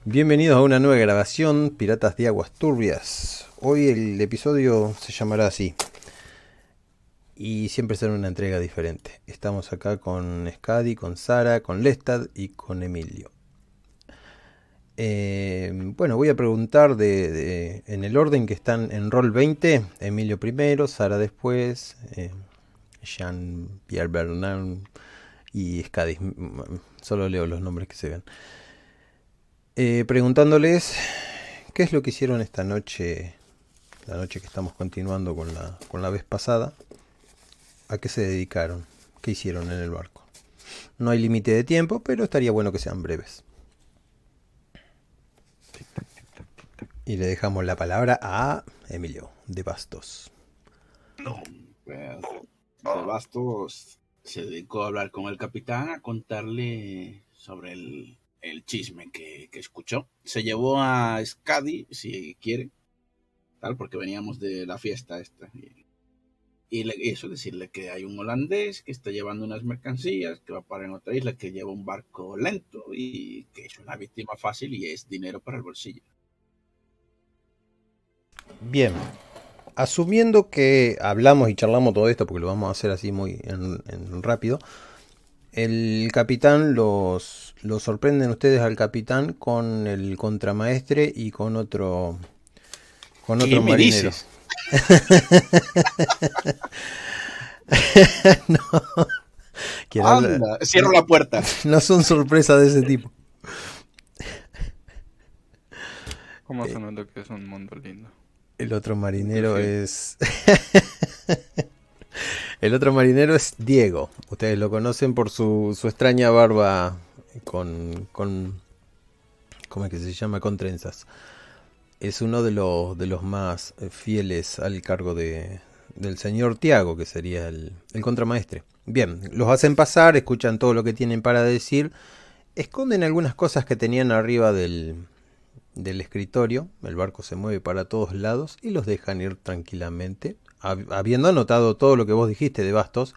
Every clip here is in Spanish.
Bienvenidos a una nueva grabación, Piratas de Aguas Turbias. Hoy el episodio se llamará así. Y siempre será una entrega diferente. Estamos acá con Skadi, con Sara, con Lestad y con Emilio. Bueno, voy a preguntar en el orden que están en Roll 20. Emilio primero, Sara después, Jean-Pierre Bernard y Skadi. Solo leo los nombres que se ven. Preguntándoles qué es lo que hicieron esta noche, la noche que estamos continuando con la vez pasada, a qué se dedicaron, qué hicieron en el barco. No hay límite de tiempo, pero estaría bueno que sean breves. Y le dejamos la palabra a Emilio de Bastos. No, pues de Bastos se dedicó a hablar con el capitán, a contarle sobre el chisme que escuchó. Se llevó a Skadi, si quiere, tal, porque veníamos de la fiesta esta. Y eso, decirle que hay un holandés que está llevando unas mercancías, que va a parar en otra isla, que lleva un barco lento y que es una víctima fácil y es dinero para el bolsillo. Bien, asumiendo que hablamos y charlamos todo esto, porque lo vamos a hacer así muy en rápido, el capitán los sorprenden ustedes al capitán con el contramaestre y con otro marinero. No. Anda, cierro la puerta. No son sorpresas de ese tipo. ¿Cómo se nota que es un mundo lindo? El otro marinero es... El otro marinero es Diego. Ustedes lo conocen por su extraña barba con ¿cómo es que se llama? Con trenzas. Es uno de los más fieles al cargo del señor Tiago, que sería el contramaestre. Bien, los hacen pasar, escuchan todo lo que tienen para decir, esconden algunas cosas que tenían arriba del escritorio, el barco se mueve para todos lados y los dejan ir tranquilamente, habiendo anotado todo lo que vos dijiste de Bastos,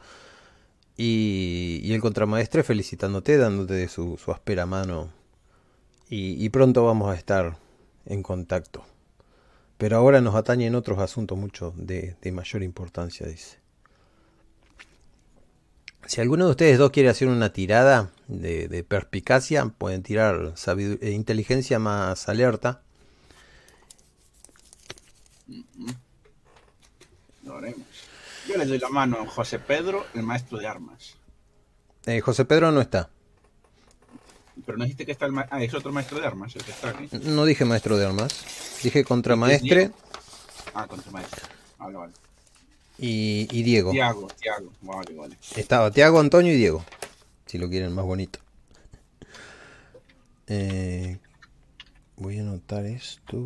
y el contramaestre felicitándote, dándote su áspera mano, y pronto vamos a estar en contacto. Pero ahora nos atañen otros asuntos mucho de mayor importancia, dice. Si alguno de ustedes dos quiere hacer una tirada de perspicacia, pueden tirar inteligencia más alerta. Lo haremos. Yo le doy la mano a José Pedro, el maestro de armas. José Pedro no está. Pero no dijiste que está es otro maestro de armas el que está aquí. No dije maestro de armas, dije contramaestre. Contramaestre. Vale. Y Diego. Tiago. Vale. Estaba Tiago, Antonio y Diego. Si lo quieren más bonito. Voy a anotar esto.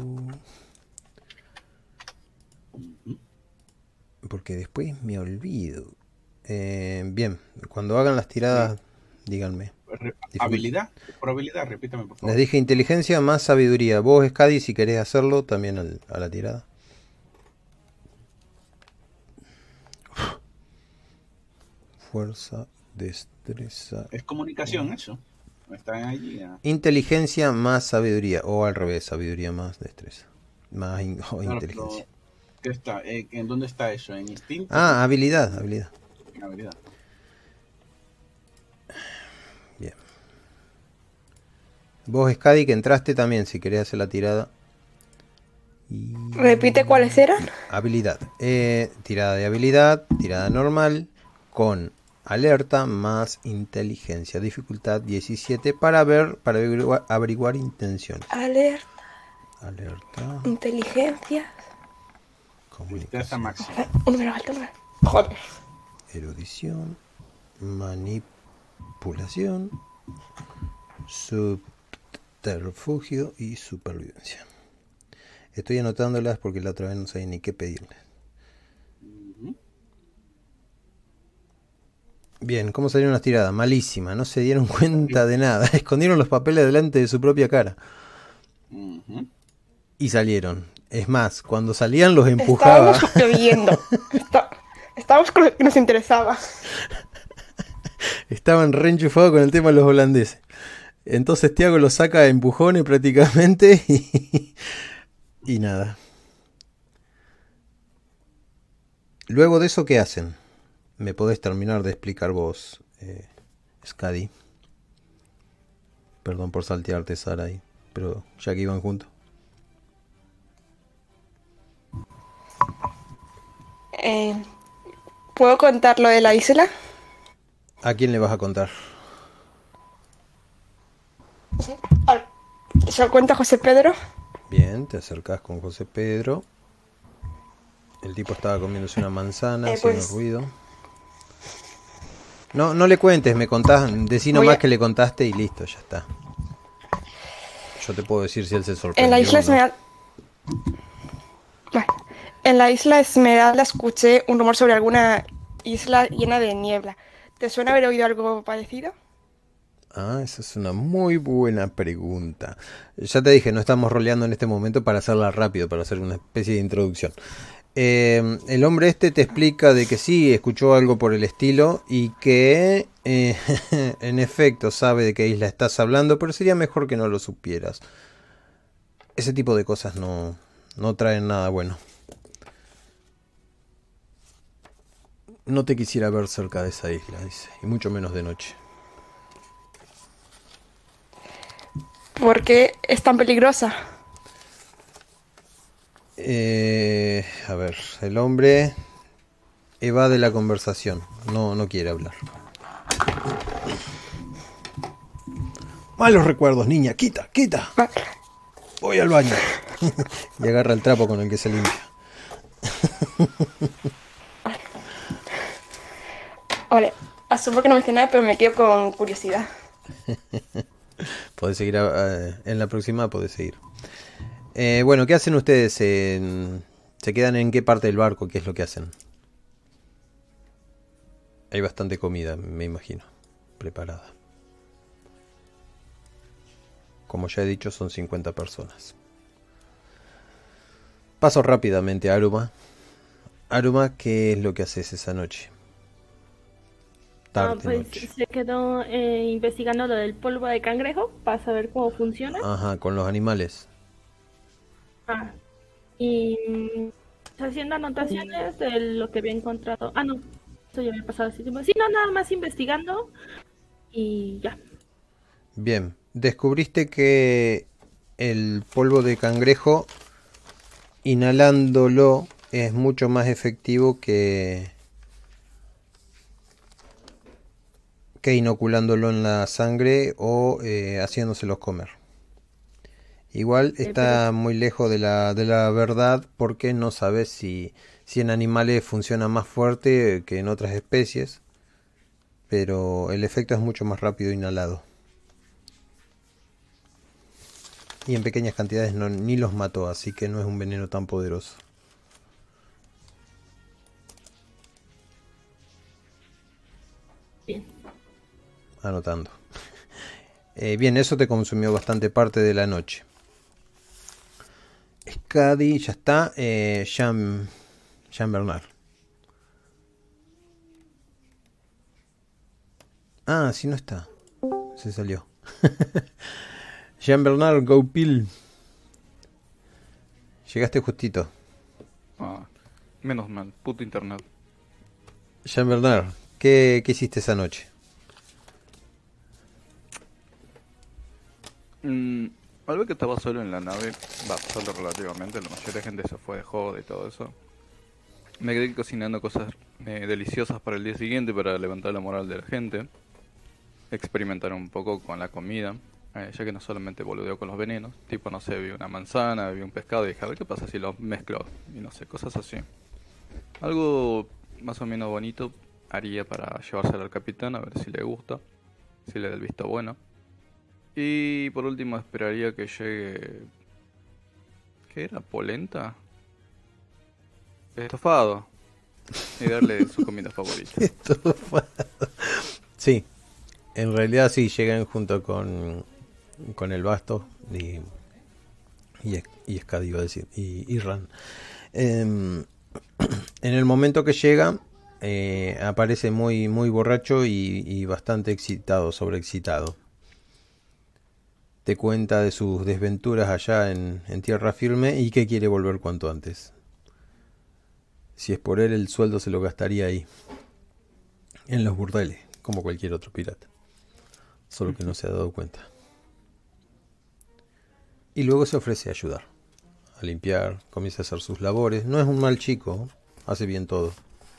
Porque después me olvido. Bien, cuando hagan las tiradas, díganme. ¿Habilidad? Probabilidad, repítame por favor. Les dije inteligencia más sabiduría. Vos, Skadi, si querés hacerlo, también a la tirada. Fuerza, destreza. Es comunicación eso. Están allí. Inteligencia más sabiduría. O al revés, sabiduría más destreza. Más inteligencia. ¿Qué está? ¿En dónde está eso? ¿En instinto? Habilidad. Habilidad. Bien. Vos, Skadi, que entraste también, si querés hacer la tirada. Repite cuáles eran. Habilidad. Tirada de habilidad, tirada normal, con alerta más inteligencia. Dificultad 17 para averiguar intenciones. Alerta. Inteligencia. Comunicación. Un número alto. Joder. Erudición. Manipulación. Subterfugio y supervivencia. Estoy anotándolas porque la otra vez no sabía ni qué pedirles. Bien, ¿cómo salieron las tiradas? Malísima, no se dieron cuenta de nada. Escondieron los papeles delante de su propia cara. Y salieron. Es más, cuando salían los empujaba. Estábamos bebiendo. Estábamos con lo que nos interesaba. Estaban reenchufados con el tema de los holandeses. Entonces Tiago lo saca a empujones prácticamente y nada. Luego de eso, ¿qué hacen? ¿Me podés terminar de explicar vos, Skadi? Perdón por saltearte, Sara, ahí, pero ya que iban juntos. Eh, ¿Puedo contar lo de la isla? ¿A quién le vas a contar? ¿Se lo cuenta José Pedro? Bien, te acercás con José Pedro. El tipo estaba comiéndose una manzana, haciendo Pues ruido. No, no le cuentes, me contás, decí voy nomás a... que le contaste y listo, ya está. Yo te puedo decir si él se En la sorprendió isla o no. Esmeralda... Vale. En la isla Esmeralda escuché un rumor sobre alguna isla llena de niebla. ¿Te suena haber oído algo parecido? Ah, esa es una muy buena pregunta. Ya te dije, no estamos roleando en este momento para hacerla rápido, para hacer una especie de introducción. El hombre este te explica de que sí, escuchó algo por el estilo y que en efecto sabe de qué isla estás hablando, pero sería mejor que no lo supieras. Ese tipo de cosas no traen nada bueno. No te quisiera ver cerca de esa isla, dice, y mucho menos de noche. ¿Por qué es tan peligrosa? A ver, el hombre evade la conversación, no quiere hablar. Malos recuerdos, niña, quita, quita. Vale. Voy al baño. Y agarra el trapo con el que se limpia. Vale, asumo que no me dice nada, pero me quedo con curiosidad. Podés seguir en la próxima, podés seguir. Bueno, ¿qué hacen ustedes? ¿Se quedan en qué parte del barco? ¿Qué es lo que hacen? Hay bastante comida, me imagino, preparada. Como ya he dicho, son 50 personas. Paso rápidamente a Aruma. Aruma, ¿qué es lo que haces esa noche? Tarde Pues noche. se quedó investigando lo del polvo de cangrejo para saber cómo funciona. Ajá, con los animales. Ah, y haciendo anotaciones de lo que había encontrado. Ah, no, eso ya había pasado hace tiempo. Sí, no, nada más investigando y ya. Bien, descubriste que el polvo de cangrejo, inhalándolo, es mucho más efectivo que inoculándolo en la sangre o haciéndoselos comer. Igual Pero está muy lejos de la verdad porque no sabes si en animales funciona más fuerte que en otras especies, pero el efecto es mucho más rápido inhalado. Y en pequeñas cantidades ni los mató, así que no es un veneno tan poderoso. bien. Anotando. Bien, eso te consumió bastante parte de la noche. Skadi, ya está. Jean Bernard. Ah, sí, no está. Se salió. Jean Bernard Goupil. Llegaste justito. Ah, menos mal, puto internet. Jean Bernard, ¿qué hiciste esa noche? Al ver que estaba solo en la nave, solo relativamente, la mayoría de gente se fue de joda y todo eso. Me quedé cocinando cosas deliciosas para el día siguiente para levantar la moral de la gente. Experimentar un poco con la comida, ya que no solamente boludeo con los venenos. Tipo, no sé, vi una manzana, vi un pescado y dije, a ver qué pasa si los mezclo. Y no sé, cosas así. Algo más o menos bonito haría para llevárselo al capitán, a ver si le gusta, si le da el visto bueno. Y por último esperaría que llegue... ¿Qué era? ¿Polenta? Estofado. Y darle su comida favorita. Estofado. Sí, en realidad sí, llegan junto con el Basto y Skadi, iba a decir, y Ran. En el momento que llega, aparece muy borracho y bastante excitado, sobreexcitado. te cuenta de sus desventuras allá en tierra firme y que quiere volver cuanto antes. Si es por él, el sueldo se lo gastaría ahí, en los burdeles, como cualquier otro pirata. Solo que no se ha dado cuenta. Y luego se ofrece a ayudar, a limpiar, comienza a hacer sus labores. No es un mal chico, hace bien todo.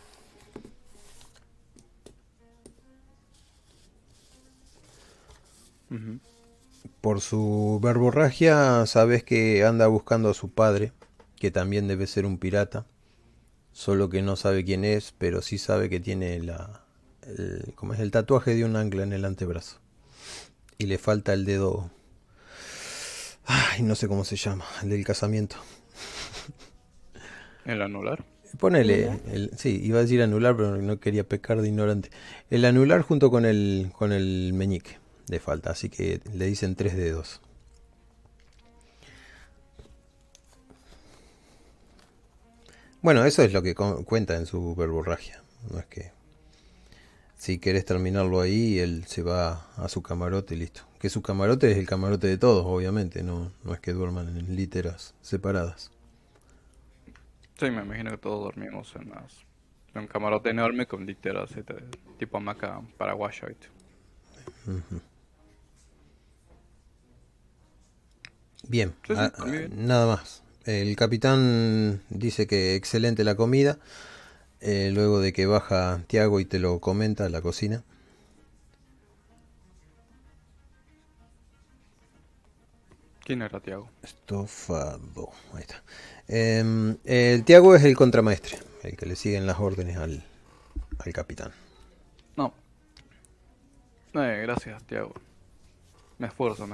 Por su verborragia sabes que anda buscando a su padre, que también debe ser un pirata, solo que no sabe quién es, pero sí sabe que tiene ¿cómo es? El tatuaje de un ancla en el antebrazo. Y le falta el dedo... Ay, no sé cómo se llama, el del casamiento. ¿El anular? Ponele, sí, iba a decir anular, pero no quería pecar de ignorante. El anular junto con el meñique le falta, así que le dicen 3 dedos. Bueno, eso es lo que cuenta en su verborragia. No es que si querés terminarlo ahí, él se va a su camarote y listo. Que su camarote es el camarote de todos, obviamente, no es que duerman en literas separadas. Sí, me imagino que todos dormimos en un camarote enorme con literas tipo hamaca paraguaya, ¿viste? Bien, Sí, sí, muy bien. nada más. El capitán dice que excelente la comida. Luego de que baja Tiago y te lo comenta en la cocina. ¿Quién era Tiago? Estofado. Ahí está. El Tiago es el contramaestre, el que le siguen las órdenes al capitán. No. Gracias, Tiago. Me esfuerzo.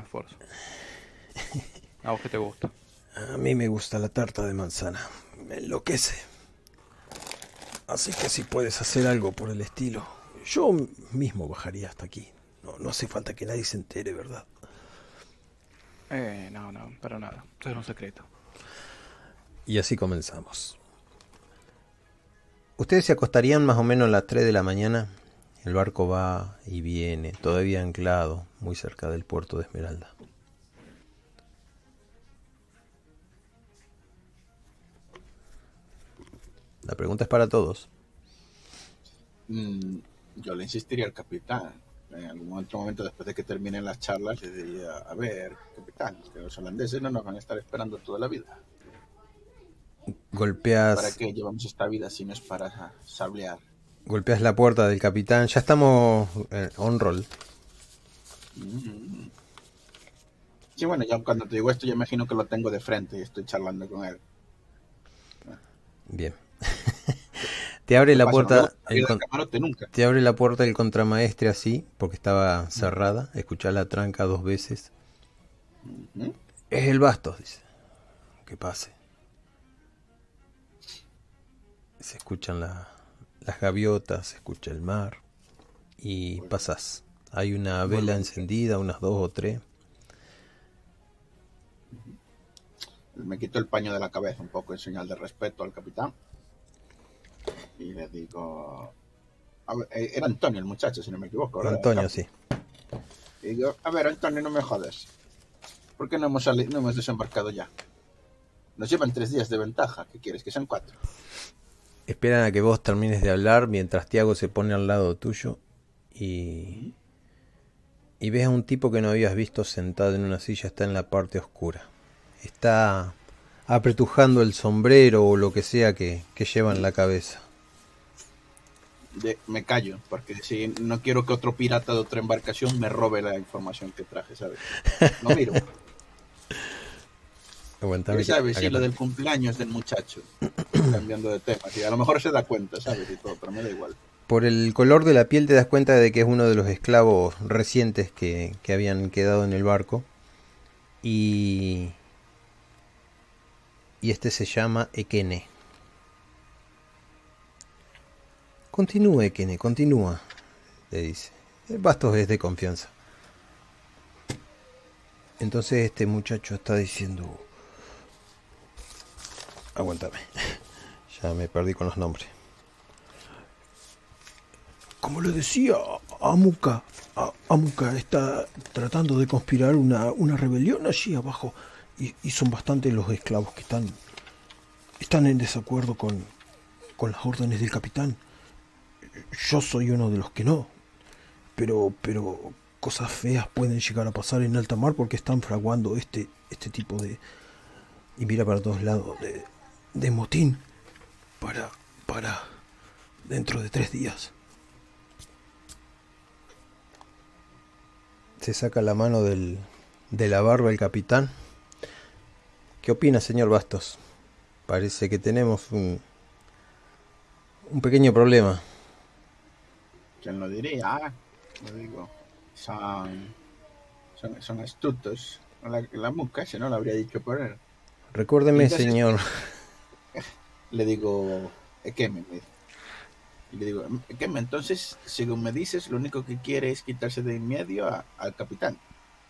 ¿A vos qué te gusta? A mí me gusta la tarta de manzana. Me enloquece. Así que si puedes hacer algo por el estilo, yo mismo bajaría hasta aquí. No hace falta que nadie se entere, ¿verdad? No, para nada. Eso es un secreto. Y así comenzamos. Ustedes se acostarían más o menos a las 3 de la mañana. El barco va y viene, todavía anclado, muy cerca del puerto de Esmeralda. La pregunta es para todos. Yo le insistiría al capitán. En algún momento después de que terminen las charlas, le diría, a ver, capitán, que los holandeses no nos van a estar esperando toda la vida. Golpeas... ¿Para qué llevamos esta vida si no es para sablear? Golpeas la puerta del capitán. Ya estamos on roll. Sí, bueno, ya cuando te digo esto, yo imagino que lo tengo de frente y estoy charlando con él. Bien. Te abre la puerta. Nunca. Te abre la puerta el contramaestre así, porque estaba cerrada. Escuchás la tranca 2 veces. Es el Bastos, dice. Que pase. Se escuchan las gaviotas, se escucha el mar. Y pasás. Hay una vela encendida, unas 2 o 3. Me quito el paño de la cabeza un poco en señal de respeto al capitán. Y le digo... A ver, era Antonio el muchacho, si no me equivoco, ¿verdad? Antonio, sí. Y digo, a ver, Antonio, no me jodas. ¿Por qué no hemos desembarcado ya? Nos llevan 3 días de ventaja. ¿Qué quieres? Que sean 4. Esperan a que vos termines de hablar mientras Tiago se pone al lado tuyo y ves a un tipo que no habías visto sentado en una silla. Está en la parte oscura. Está apretujando el sombrero o lo que sea que lleva en la cabeza. Me callo, porque si no quiero que otro pirata de otra embarcación me robe la información que traje, ¿sabes? No miro. Aguantame. ¿Sabes? Sí, lo del cumpleaños del muchacho. Cambiando de tema. Sí, a lo mejor se da cuenta, ¿sabes? Y todo, pero me da igual. Por el color de la piel te das cuenta de que es uno de los esclavos recientes que habían quedado en el barco. Y este se llama Ekene. Continúe, Ekene, continúa, le dice. Bastos es de confianza. Entonces este muchacho está diciendo... Aguántame. Ya me perdí con los nombres. como le decía, Amuka está tratando de conspirar una rebelión allí abajo. Y son bastantes los esclavos que están en desacuerdo con las órdenes del capitán. Yo soy uno de los que no. Pero cosas feas pueden llegar a pasar en alta mar porque están fraguando este tipo de... Y mira para todos lados, de motín para dentro de 3 días. Se saca la mano de la barba el capitán. ¿Qué opina, señor Bastos? Parece que tenemos un pequeño problema. ¿Quién lo diría? Lo digo. Son astutos. La muca, si no lo habría dicho por él. Recuérdeme, Entonces, señor. Le digo, Ekeme, y le digo, Ekeme, entonces, según me dices, lo único que quiere es quitarse de en medio al capitán.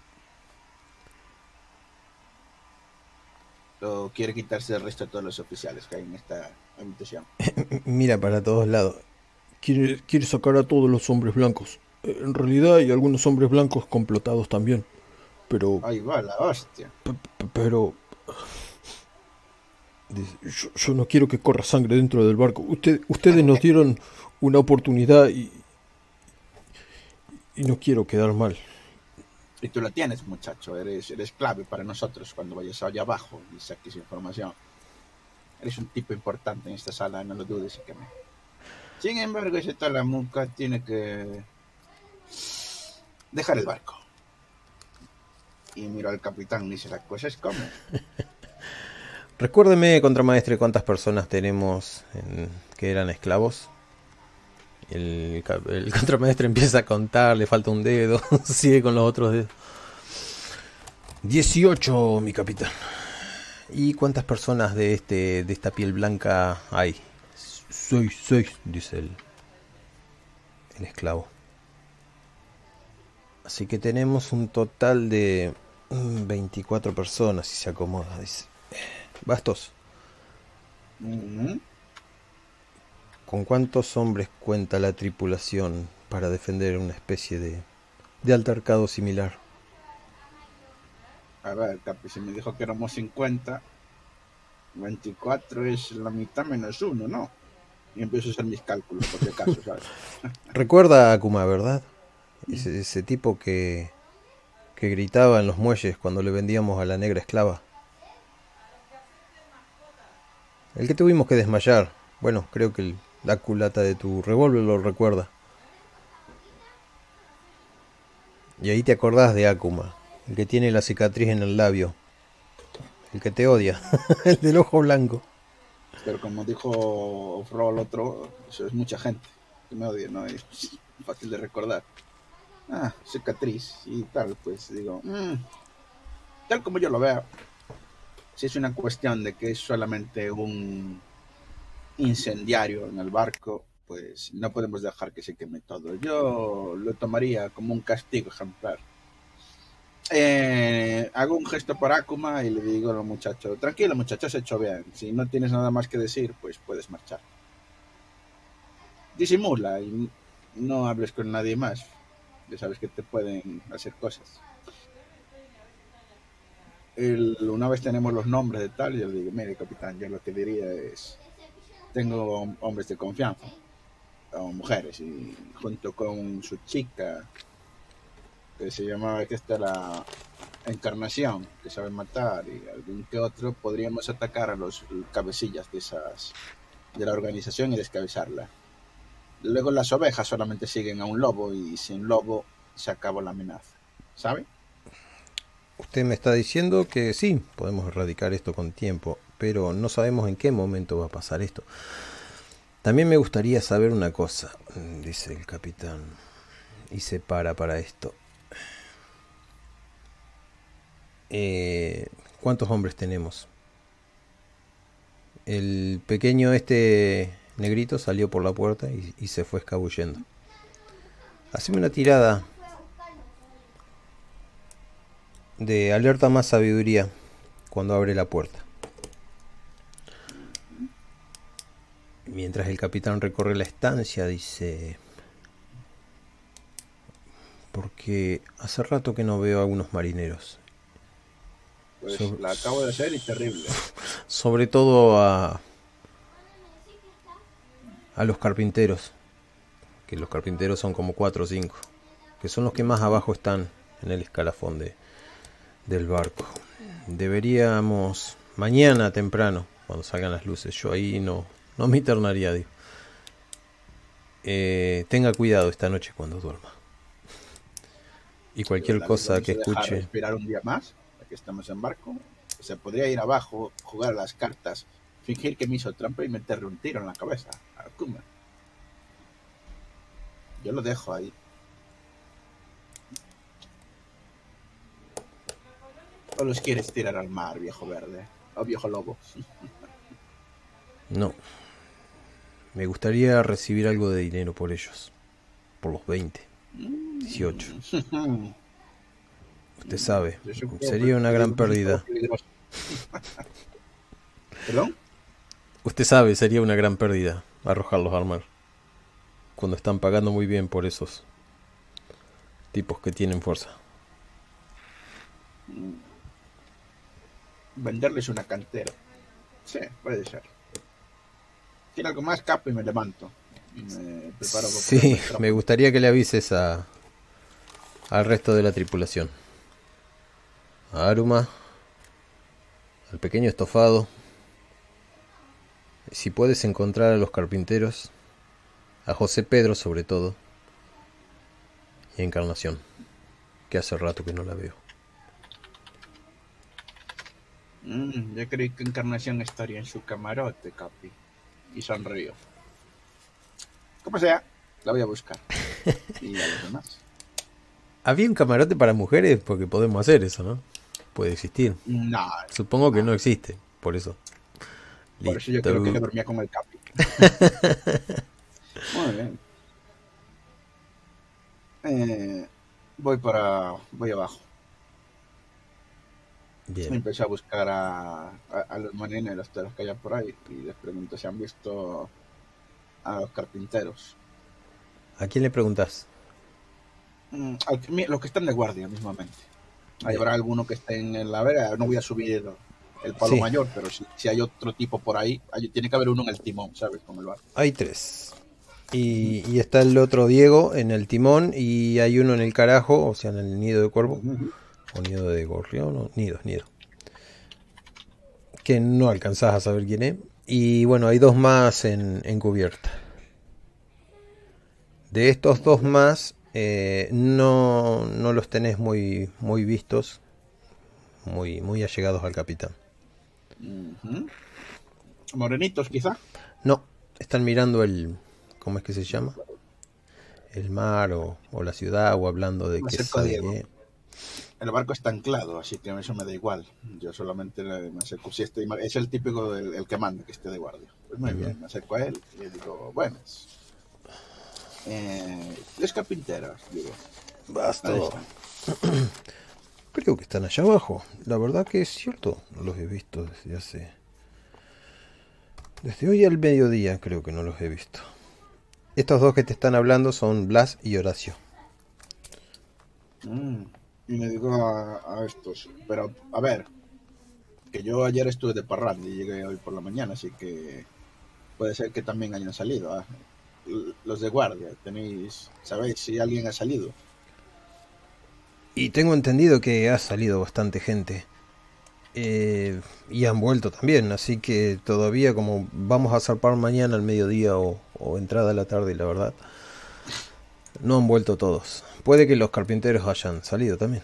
O quiere quitarse del resto de todos los oficiales que hay en esta habitación. Mira para todos lados. Quiere sacar a todos los hombres blancos. En realidad hay algunos hombres blancos complotados también. Pero... Ahí va la hostia. Pero... Yo no quiero que corra sangre dentro del barco. Ustedes nos dieron una oportunidad y no quiero quedar mal. Y tú la tienes, muchacho. Eres clave para nosotros cuando vayas allá abajo y saques información. Eres un tipo importante en esta sala, no lo dudes. Sin embargo, ese tal Amuka tiene que dejar el barco. Y miro al capitán y dice, la cosa es como... Recuérdeme, contramaestre, cuántas personas tenemos que eran esclavos. El contramaestre empieza a contar, le falta un dedo, sigue con los otros dedos. 18, mi capitán. ¿Y cuántas personas de esta piel blanca hay? 6, dice el esclavo. Así que tenemos un total de 24 personas, si se acomoda, dice. Bastos. ¿Con cuántos hombres cuenta la tripulación para defender una especie de altercado similar? A ver, Capi, se me dijo que éramos 50. 24 es la mitad menos 1, ¿no? Y empiezo a hacer mis cálculos, por si acaso, ¿sabes? Recuerda a Akuma, ¿verdad? Ese tipo que gritaba en los muelles cuando le vendíamos a la negra esclava. El que tuvimos que desmayar. Bueno, creo que la culata de tu revólver lo recuerda. Y ahí te acordás de Akuma, el que tiene la cicatriz en el labio. El que te odia, el del ojo blanco. Pero como dijo Fro el otro, eso es mucha gente que me odia, ¿no? Es fácil de recordar. Cicatriz y tal, pues digo, tal como yo lo veo, si es una cuestión de que es solamente un incendiario en el barco, pues no podemos dejar que se queme todo. Yo lo tomaría como un castigo ejemplar. Hago un gesto por Akuma y le digo al muchacho, tranquilo muchacho, has hecho bien. Si no tienes nada más que decir, pues puedes marchar. Disimula y no hables con nadie más. Ya sabes que te pueden hacer cosas. Una vez tenemos los nombres de tal, yo le digo, mire capitán, yo lo que diría es, tengo hombres de confianza, o mujeres, y junto con su chica, que se llamaba, que esta la Encarnación, que sabe matar, y algún que otro, podríamos atacar a los cabecillas de la organización y descabezarla. Luego las ovejas solamente siguen a un lobo, y sin lobo se acabó la amenaza, ¿sabe? Usted me está diciendo que sí, podemos erradicar esto con tiempo, pero no sabemos en qué momento va a pasar esto. También me gustaría saber una cosa, dice el capitán, y se para esto. ¿Cuántos hombres tenemos? El pequeño negrito salió por la puerta y se fue escabullendo. Haceme una tirada de alerta más sabiduría cuando abre la puerta. Mientras el capitán recorre la estancia, dice: porque hace rato que no veo a algunos marineros. Pues la acabo de hacer y terrible. Sobre todo a los carpinteros, que los carpinteros son como 4 o 5, que son los que más abajo están en el escalafón del barco. Deberíamos, mañana temprano, cuando salgan las luces, yo ahí no me internaría, digo. Tenga cuidado esta noche cuando duerma. Y cualquier cosa que escuche... respirar un día más, ya que estamos en barco. Se podría ir abajo, jugar a las cartas, fingir que me hizo trampa y meterle un tiro en la cabeza a Kuma. Yo lo dejo ahí. ¿O los quieres tirar al mar, viejo verde? O viejo lobo. No. Me gustaría recibir algo de dinero por ellos. Por los 20, 18. Usted sabe, sería una gran pérdida. ¿Perdón? Usted sabe, sería una gran pérdida arrojarlos al mar. Cuando están pagando muy bien por esos tipos que tienen fuerza. Venderles una cantera. Sí, puede ser. Tiene algo más, capo, y me levanto. Y me preparo. Sí, me gustaría que le avises al resto de la tripulación. A Aruma, al pequeño estofado. Si puedes encontrar a los carpinteros, a José Pedro sobre todo, y a Encarnación, que hace rato que no la veo. Yo creí que Encarnación estaría en su camarote, Capi. Y sonrío. Como sea, la voy a buscar. Y a los demás. ¿Había un camarote para mujeres? Porque podemos hacer eso, ¿no? Puede existir. No. Supongo que no existe, por eso. Por eso yo creo que dormía con el Capi. Muy bien. Voy abajo. Bien. Empecé a buscar a los marineros de los que hay por ahí y les pregunto si han visto a los carpinteros. ¿A quién le preguntas? Los que están de guardia mismamente. Habrá alguno que esté en la vera. No voy a subir el palo mayor, pero si hay otro tipo por ahí, tiene que haber uno en el timón, ¿sabes? Con el barco. Hay 3. Y está el otro Diego en el timón y hay uno en el carajo, o sea, en el nido de cuervo. O nido de gorrión, o nido. Que no alcanzás a saber quién es. Y bueno, hay 2 más en cubierta. De estos 2 más, no los tenés muy vistos, muy allegados al capitán. ¿Morenitos, quizá? No, están mirando ¿cómo es que se llama? El mar o la ciudad, o hablando de que sabe. El barco está anclado, así que eso me da igual. Yo solamente me acerco. Si es el típico el que manda, que esté de guardia. Pues muy bien, me acerco a él y le digo, buenas. Los carpinteros, digo. Basta. Creo que están allá abajo. La verdad que es cierto. No los he visto desde hoy al mediodía, creo que no los he visto. Estos 2 que te están hablando son Blas y Horacio. Y me digo a estos, pero a ver, que yo ayer estuve de parranda y llegué hoy por la mañana, así que puede ser que también hayan salido. Los de guardia, ¿sabéis si alguien ha salido? Y tengo entendido que ha salido bastante gente. Y han vuelto también, así que todavía, como vamos a zarpar mañana al mediodía o entrada a la tarde, la verdad, no han vuelto todos. Puede que los carpinteros hayan salido también.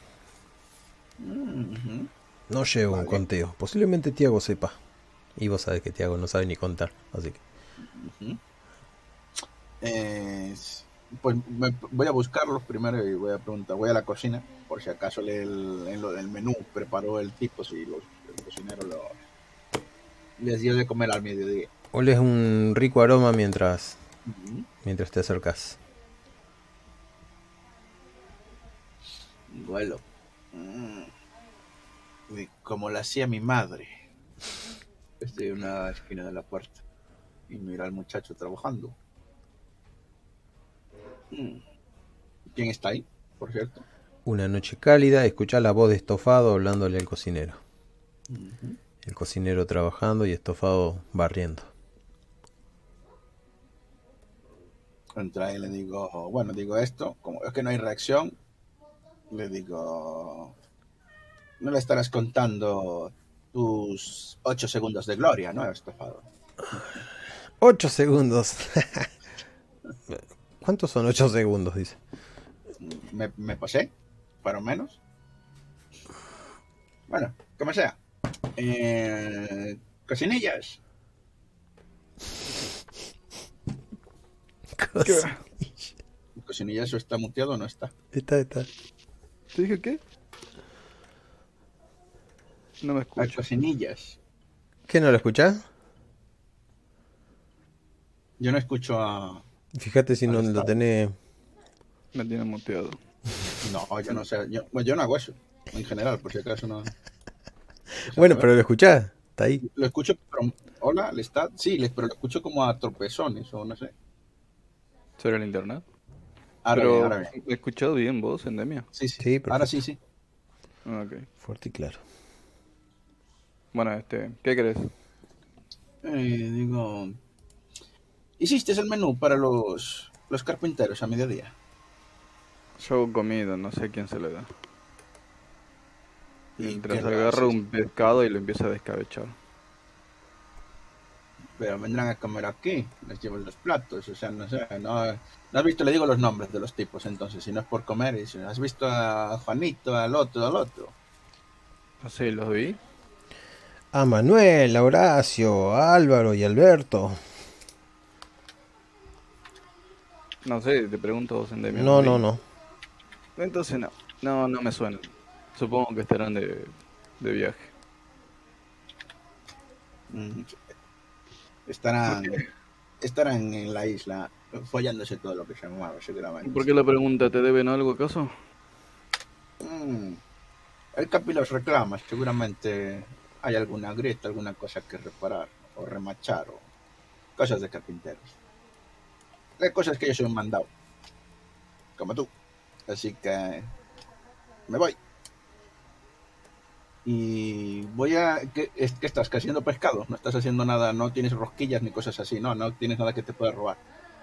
No llevo un conteo. Posiblemente Tiago sepa. Y vos sabés que Tiago no sabe ni contar, así que... Pues voy a buscarlos primero y voy a preguntar, voy a la cocina, por si acaso el menú preparó el tipo, si el cocinero les dio de comer al mediodía. Oles un rico aroma mientras te acercas. Vuelo. Como la hacía mi madre. Estoy en una esquina de la puerta y mira al muchacho trabajando. ¿Quién está ahí? por cierto? Una noche cálida, escuchás la voz de Estofado hablándole al cocinero. Ujú. El cocinero trabajando y Estofado barriendo. Entra y le digo, bueno, digo esto, como es que no hay reacción, le digo, no le estarás contando tus 8 segundos de gloria, ¿no, estafado? 8 segundos. ¿Cuántos son 8 segundos? Dice. Me pasé, fueron menos. Bueno, como sea. Cocinillas. Cocinillas, ¿o está muteado o no está? Está. ¿Te dije qué? No me A escucho. Cocinillas. ¿Qué, no lo escuchás? Yo no escucho a... Fíjate si no Ahora lo está. tenés. Me tiene muteado. No, yo no sé. Yo no hago eso. En general, por si acaso no... Bueno, pero lo escuchás. Está ahí. Lo escucho, pero... Hola, ¿le está? Sí, pero lo escucho como a tropezones o no sé. ¿Será el internet? Ahora Pero, bien, ahora bien. ¿he escuchado bien vos, Endemia? Sí, sí. Sí, perfecto. Ahora sí, sí. Ah, ok. Fuerte y claro. Bueno, ¿qué querés? Digo... ¿Hiciste el menú para los carpinteros a mediodía? Yo hago comida, no sé a quién se le da. ¿Y Mientras qué lo agarro haces? un pescado y lo empiezo a descabechar. Pero vendrán a comer aquí, les llevo los platos, o sea, no sé, no has visto, le digo los nombres de los tipos, entonces, si no es por comer, y si has visto a Juanito, al otro. Así los vi. A Manuel, a Horacio, a Álvaro y Alberto. No sé, te pregunto vos, Endemia. No, vi. no. Entonces no me suena. Supongo que estarán de viaje. Mm, estarán en la isla follándose todo lo que se mueve, ¿Y seguramente. por qué la pregunta? ¿Te deben algo acaso? Mm, el Capi los reclama, seguramente hay alguna grieta, alguna cosa que reparar, o remachar, o cosas de carpinteros. Hay cosas que yo soy un mandado, como tú. Así que me voy. Y voy a... ¿Qué estás haciendo pescado? No estás haciendo nada, no tienes rosquillas ni cosas así, no tienes nada que te pueda robar.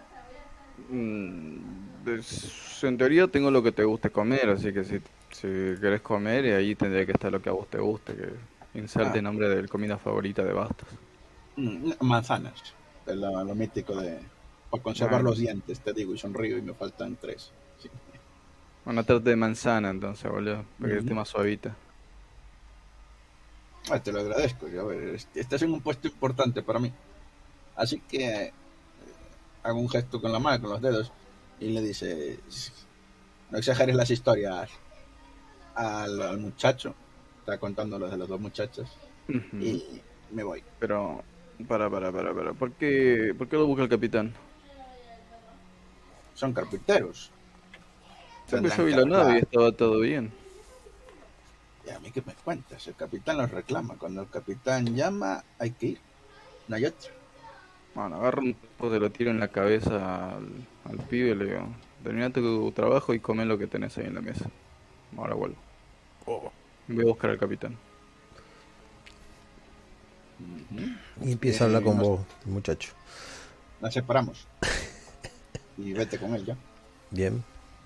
En teoría tengo lo que te guste comer, así que si querés comer, y ahí tendría que estar lo que a vos te guste, que inserte Ah. nombre de comida favorita de Bastos. Manzanas, es lo mítico de... Para conservar Ah. los dientes, te digo, y sonrío y me faltan 3. Sí. Una tarta de manzana entonces, boludo, para que esté más suavita. Te lo agradezco, a ver, estás en un puesto importante para mí. Así que hago un gesto con la mano, con los dedos, y le dice, no exageres las historias al muchacho. Está contando lo de los 2 muchachos. Ujú. Y me voy. Pero, para, ¿por qué lo busca el capitán? Son carpinteros. Siempre Tendrán yo vi que la nave y arreglar. estaba todo bien. Y a mí qué me cuentas, el capitán los reclama. Cuando el capitán llama, hay que ir. No hay otra. Bueno, agarro un poco, se lo tiro en la cabeza al pibe y le digo, termina tu trabajo y come lo que tenés ahí en la mesa. Ahora vuelvo. Voy a buscar al capitán. Y empieza a hablar con nos, vos, el muchacho. nos separamos. Y vete con él ya. Bien.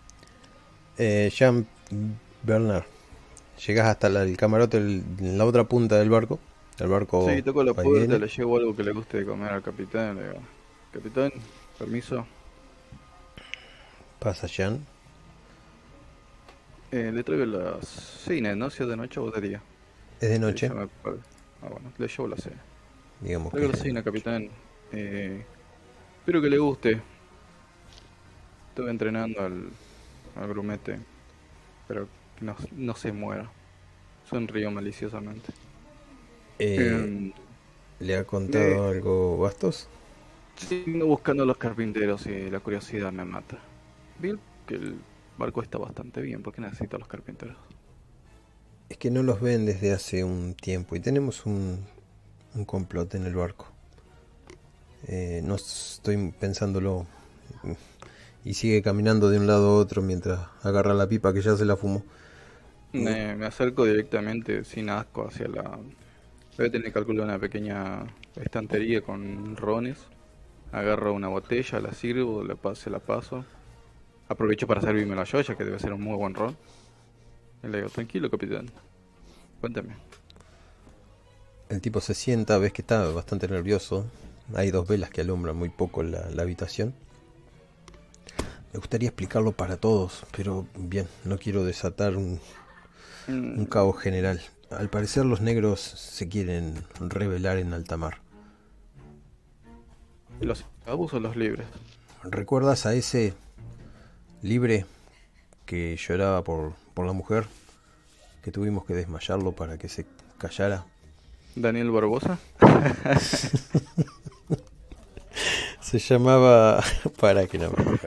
Jean Bernard. Llegas hasta el camarote en la otra punta del barco. El barco Sí, toco la va y puerta, viene. le llevo algo que le guste de comer al capitán. Le digo, capitán, permiso. Pasa Jean. Le traigo las cenas, ¿no? Si es de noche o de día. Es de Sí, noche. ya me acuerdo. Ah, bueno, le llevo la cena. Digamos que Traigo la es de cena, noche. capitán. Espero que le guste. Estuve entrenando al grumete, pero que no se muera. Sonrió maliciosamente. ¿Le ha contado algo Bastos? Sigo buscando a los carpinteros y la curiosidad me mata. Vi que el barco está bastante bien. ¿Por qué necesito a los carpinteros? Es que no los ven desde hace un tiempo y tenemos un complot en el barco. No estoy pensándolo y sigue caminando de un lado a otro mientras agarra la pipa que ya se la fumó. Me acerco directamente, sin asco, hacia la... Voy a tener que calcular una pequeña estantería con rones. Agarro una botella, la sirvo, se la paso. Aprovecho para servirme la yoya, que debe ser un muy buen ron. Y le digo, tranquilo, capitán. Cuéntame. El tipo se sienta, ves que está bastante nervioso. Hay 2 velas que alumbran muy poco la habitación. Me gustaría explicarlo para todos, pero bien, no quiero desatar un caos general. Al parecer los negros se quieren rebelar en alta mar. ¿Los esclavos o los libres? ¿Recuerdas a ese libre que lloraba por la mujer? Que tuvimos que desmayarlo para que se callara. ¿Daniel Barbosa? Se llamaba... para que no me acuerdo.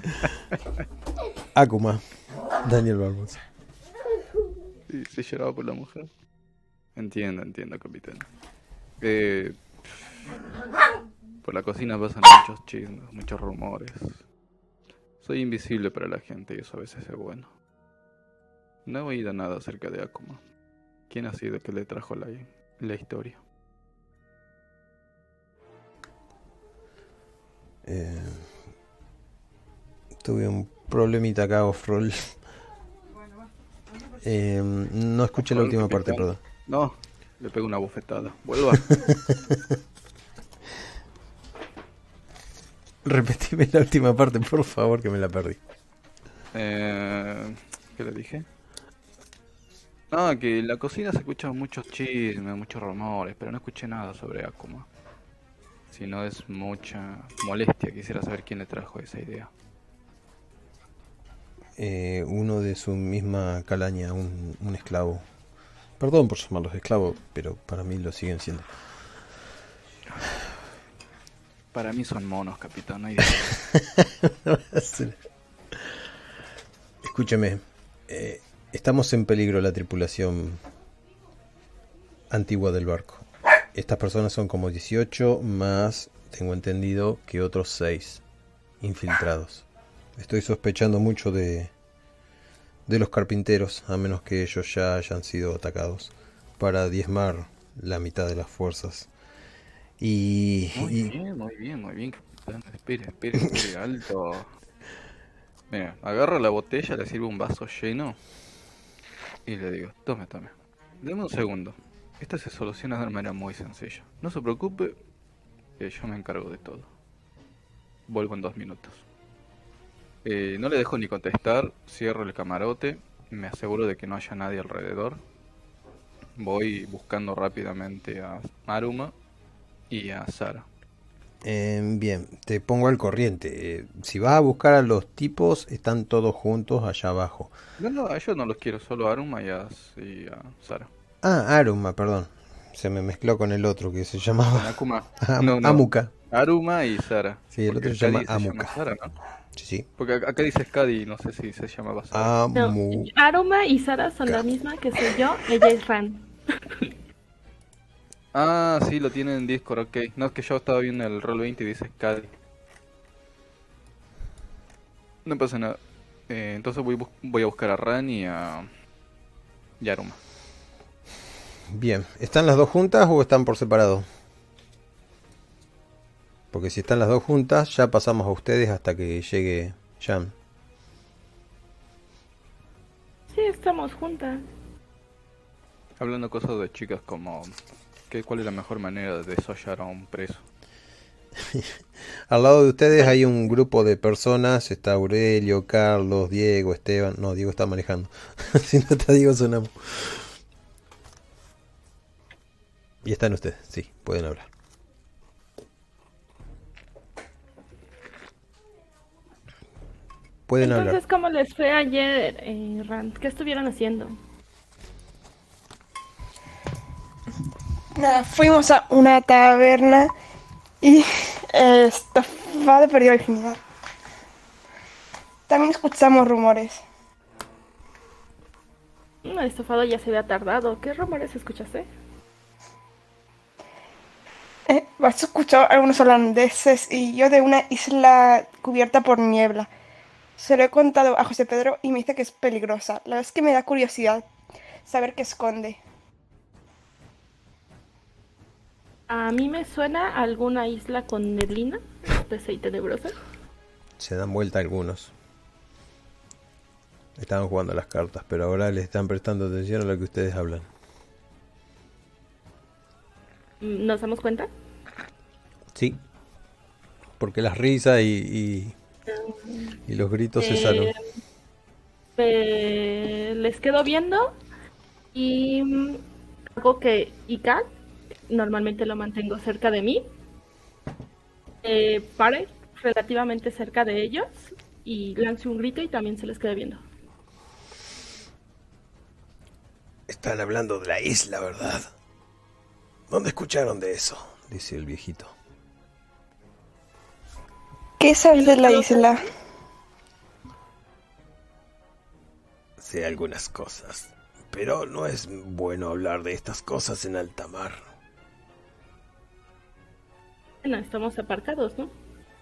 Akuma. Daniel Barbosa. Sí, se lloraba por la mujer. Entiendo, capitán. Por la cocina pasan muchos chismes, muchos rumores. Soy invisible para la gente y eso a veces es bueno. No he oído nada acerca de Akuma. ¿Quién ha sido que le trajo la historia? Tuve un problemita acá, off-roll. No escuché la última parte, perdón. No, le pego una bofetada. Vuelva. Repetime la última parte, por favor, que me la perdí. ¿Qué le dije? No, que en la cocina se escuchan muchos chismes, muchos rumores, pero no escuché nada sobre Akuma. Si no es mucha molestia, quisiera saber quién le trajo esa idea. Uno de su misma calaña, un esclavo. Perdón por llamarlos esclavos, pero para mí lo siguen siendo. Para mí son monos, capitán. Escúcheme, estamos en peligro la tripulación antigua del barco. Estas personas son como 18, más tengo entendido que otros 6 infiltrados. Estoy sospechando mucho de los carpinteros, a menos que ellos ya hayan sido atacados, para diezmar la mitad de las fuerzas. Muy bien, capitán. Espere, alto. Mira, agarro la botella, le sirvo un vaso lleno y le digo, tome. Deme un segundo. Esta se soluciona de una manera muy sencilla. No se preocupe, que yo me encargo de todo. Vuelvo en 2 minutos. No le dejo ni contestar, cierro el camarote, me aseguro de que no haya nadie alrededor. Voy buscando rápidamente a Aruma y a Sara. Bien, te pongo al corriente. Si vas a buscar a los tipos, están todos juntos allá abajo. No, a ellos no los quiero, solo a Aruma y a Sara. Ah, Aruma, perdón. Se me mezcló con el otro que se llamaba... Akuma. No. Amuka. Aruma y Sara. Sí, el otro se llama Amuka. Sara, ¿no? Sí. Porque acá dice Skadi, no sé si se llamaba Sara. No, Aruma y Sara son la misma que soy yo, ella es Ran. Ah, sí, lo tienen en Discord, ok. No, es que yo estaba viendo el Roll20 y dice Skadi. No pasa nada. Entonces voy a buscar a Ran y a Aruma. Bien, ¿están las dos juntas o están por separado? Porque si están las dos juntas, ya pasamos a ustedes hasta que llegue Jan. Sí, estamos juntas. Hablando cosas de chicas como... ¿Cuál es la mejor manera de desollar a un preso? Al lado de ustedes hay un grupo de personas. Está Aurelio, Carlos, Diego, Esteban. No, Diego está manejando. Si no está Diego, sonamos. Y están ustedes, sí, pueden hablar. Pueden Entonces, hablar. ¿cómo les fue ayer, Rand? ¿Qué estuvieron haciendo? Nada, fuimos a una taberna y Estofado perdió la virginidad. También escuchamos rumores. El estofado ya se había tardado. ¿Qué rumores escuchaste? Has escuchado algunos holandeses y yo de una isla cubierta por niebla. Se lo he contado a José Pedro y me dice que es peligrosa. La verdad es que me da curiosidad saber qué esconde. A mí me suena alguna isla con neblina, espesa y tenebrosa. Se dan vuelta algunos. Estaban jugando a las cartas, pero ahora le están prestando atención a lo que ustedes hablan. ¿Nos damos cuenta? Sí. Porque las risas y los gritos cesaron. Les quedo viendo y hago que Icat, normalmente lo mantengo cerca de mí, pare relativamente cerca de ellos y lance un grito y también se les queda viendo. Están hablando de la isla, ¿verdad? ¿Dónde escucharon de eso? Dice el viejito. ¿Qué sabes de la isla? Sé algunas cosas, pero no es bueno hablar de estas cosas en alta mar. Bueno, estamos aparcados, ¿no?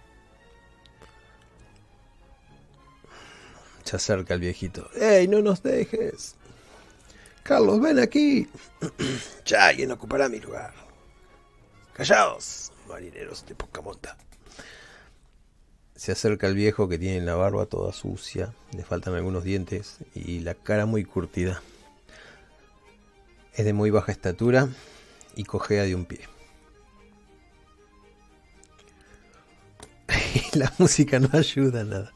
Se acerca el viejito. ¡Ey, no nos dejes! Carlos, ven aquí. Ya alguien ocupará mi lugar. Callaos, marineros de poca monta. Se acerca el viejo que tiene la barba toda sucia, le faltan algunos dientes y la cara muy curtida. Es de muy baja estatura y cojea de un pie. La música no ayuda a nada.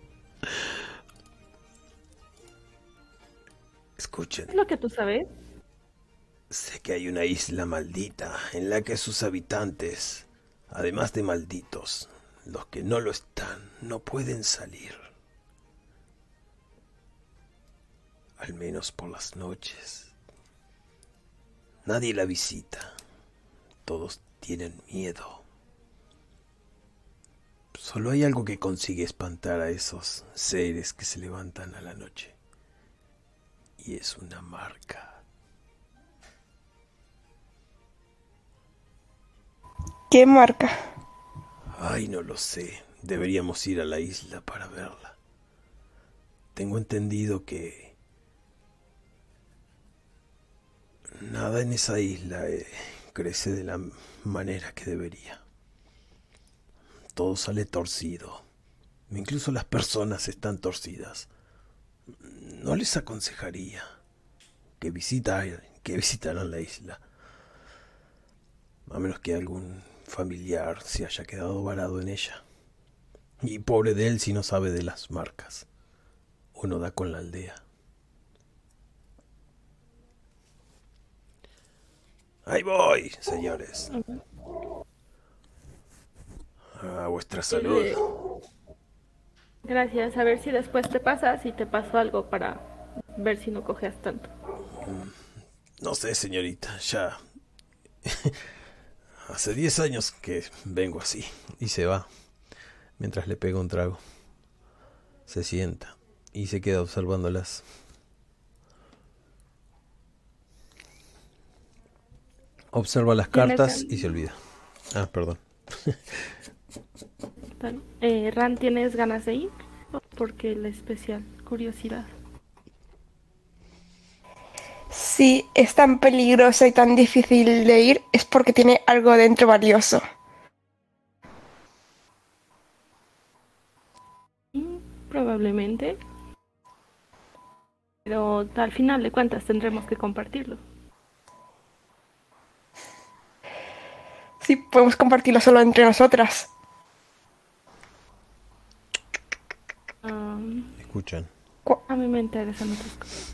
Escuchen. ¿Es lo que tú sabes? Sé que hay una isla maldita en la que sus habitantes, además de malditos, los que no lo están, no pueden salir. Al menos por las noches. Nadie la visita. Todos tienen miedo. Solo hay algo que consigue espantar a esos seres que se levantan a la noche. Y es una marca. ¿Qué marca? Ay, no lo sé. Deberíamos ir a la isla para verla. Tengo entendido que nada en esa isla crece de la manera que debería. Todo sale torcido. Incluso las personas están torcidas. No les aconsejaría que visitaran la isla. A menos que algún familiar se haya quedado varado en ella. Y pobre de él si no sabe de las marcas. Uno da con la aldea. Ahí voy, señores. A vuestra salud. Gracias. A ver si después te pasa, si te pasó algo para ver si no cojeas tanto. No sé, señorita, ya... Hace 10 años que vengo así. Y se va, mientras le pega un trago. Se sienta y se queda observándolas. Observa las cartas y se olvida. Ah, perdón. Ran, ¿tienes ganas de ir? Porque la especial curiosidad. Si es tan peligrosa y tan difícil de ir, es porque tiene algo dentro valioso. Probablemente. Pero al final de cuentas tendremos que compartirlo. Sí, podemos compartirlo solo entre nosotras. Escuchan. A mí me interesan otras cosas.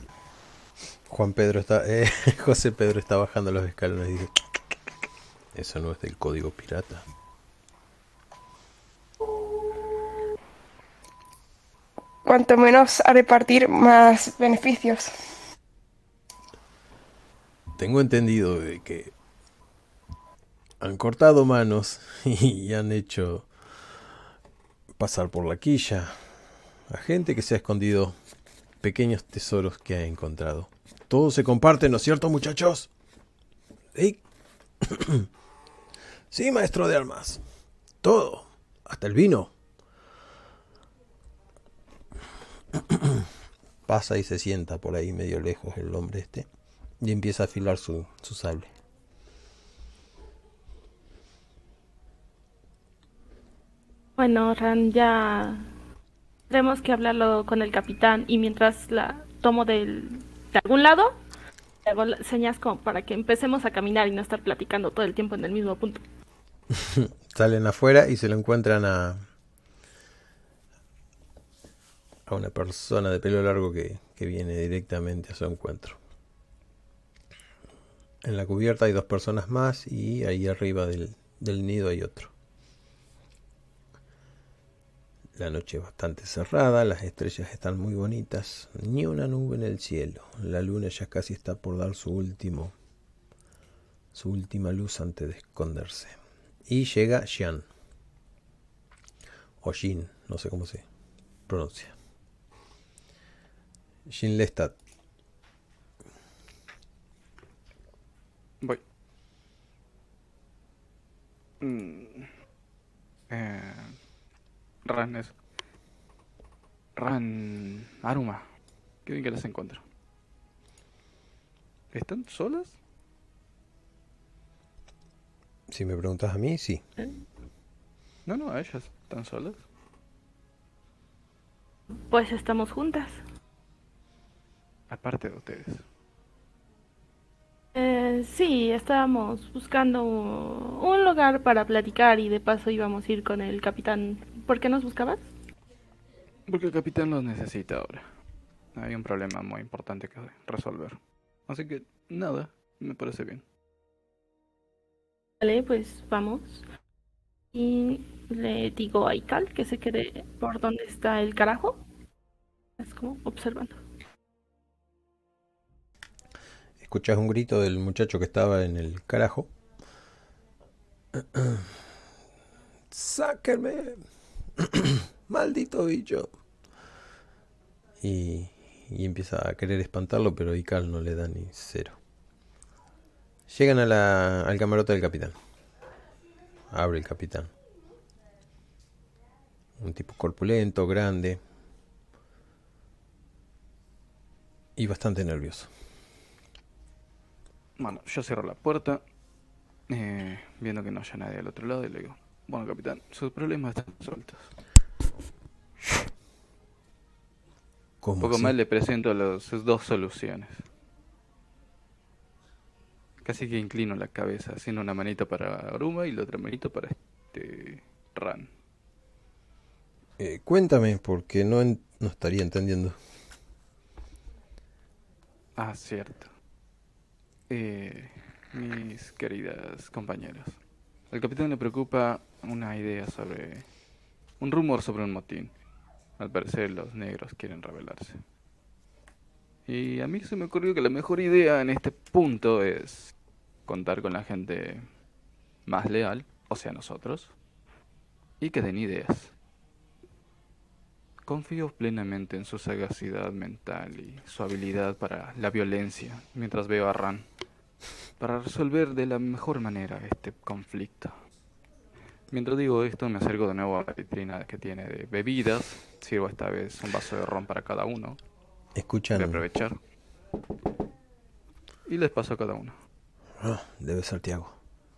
José Pedro está bajando los escalones y dice: eso no es del código pirata. Cuanto menos a repartir, más beneficios. Tengo entendido de que han cortado manos y han hecho pasar por la quilla a gente que se ha escondido pequeños tesoros que ha encontrado. Todo se comparte, ¿no es cierto, muchachos? ¿Sí? Sí, maestro de armas. Todo, hasta el vino. Pasa y se sienta por ahí medio lejos el hombre este y empieza a afilar su sable. Bueno, Ran, ya tenemos que hablarlo con el capitán y mientras la tomo de algún lado, le hago señas como para que empecemos a caminar y no estar platicando todo el tiempo en el mismo punto. Salen afuera y se lo encuentran a una persona de pelo largo que viene directamente a su encuentro. En la cubierta hay 2 personas más y ahí arriba del nido hay otro. La noche es bastante cerrada, las estrellas están muy bonitas, ni una nube en el cielo. La luna ya casi está por dar su última luz antes de esconderse. Y llega Xian, o Jin, no sé cómo se pronuncia. Jin Lestat. Voy. Ran, Aruma. Qué bien que las encuentro. ¿Están solas? Si me preguntas a mí, sí. No, a ellas. ¿Están solas? Pues estamos juntas. Aparte de ustedes. Sí, estábamos buscando un lugar para platicar y de paso íbamos a ir con el capitán. ¿Por qué nos buscabas? Porque el capitán los necesita ahora. Hay un problema muy importante que resolver. Así que, nada, me parece bien. Vale, pues vamos. Y le digo a Ikal que se quede por donde está el carajo. Es como observando. Escuchas un grito del muchacho que estaba en el carajo. ¡Sáquenme! ¡Maldito bicho! Y empieza a querer espantarlo, pero Ikal no le da ni cero. Llegan al camarote del capitán. Abre el capitán. Un tipo corpulento, grande. Y bastante nervioso. Bueno, yo cierro la puerta. Viendo que no haya nadie al otro lado y le digo: bueno, capitán, sus problemas están sueltos. ¿Cómo Un poco así? más le presento sus 2 soluciones. Casi que inclino la cabeza, haciendo una manito para Aruma y la otra manito para Ran. Cuéntame, porque no estaría entendiendo. Ah, cierto. Mis queridas compañeras. Al capitán le preocupa una idea un rumor sobre un motín. Al parecer los negros quieren rebelarse. Y a mí se me ocurrió que la mejor idea en este punto es contar con la gente más leal, o sea nosotros, y que den ideas. Confío plenamente en su sagacidad mental y su habilidad para la violencia, mientras veo a Ran, para resolver de la mejor manera este conflicto. Mientras digo esto, me acerco de nuevo a la vitrina que tiene de bebidas. Sirvo esta vez un vaso de ron para cada uno. Escuchan. Voy a aprovechar. Y les paso a cada uno. Debe ser Tiago.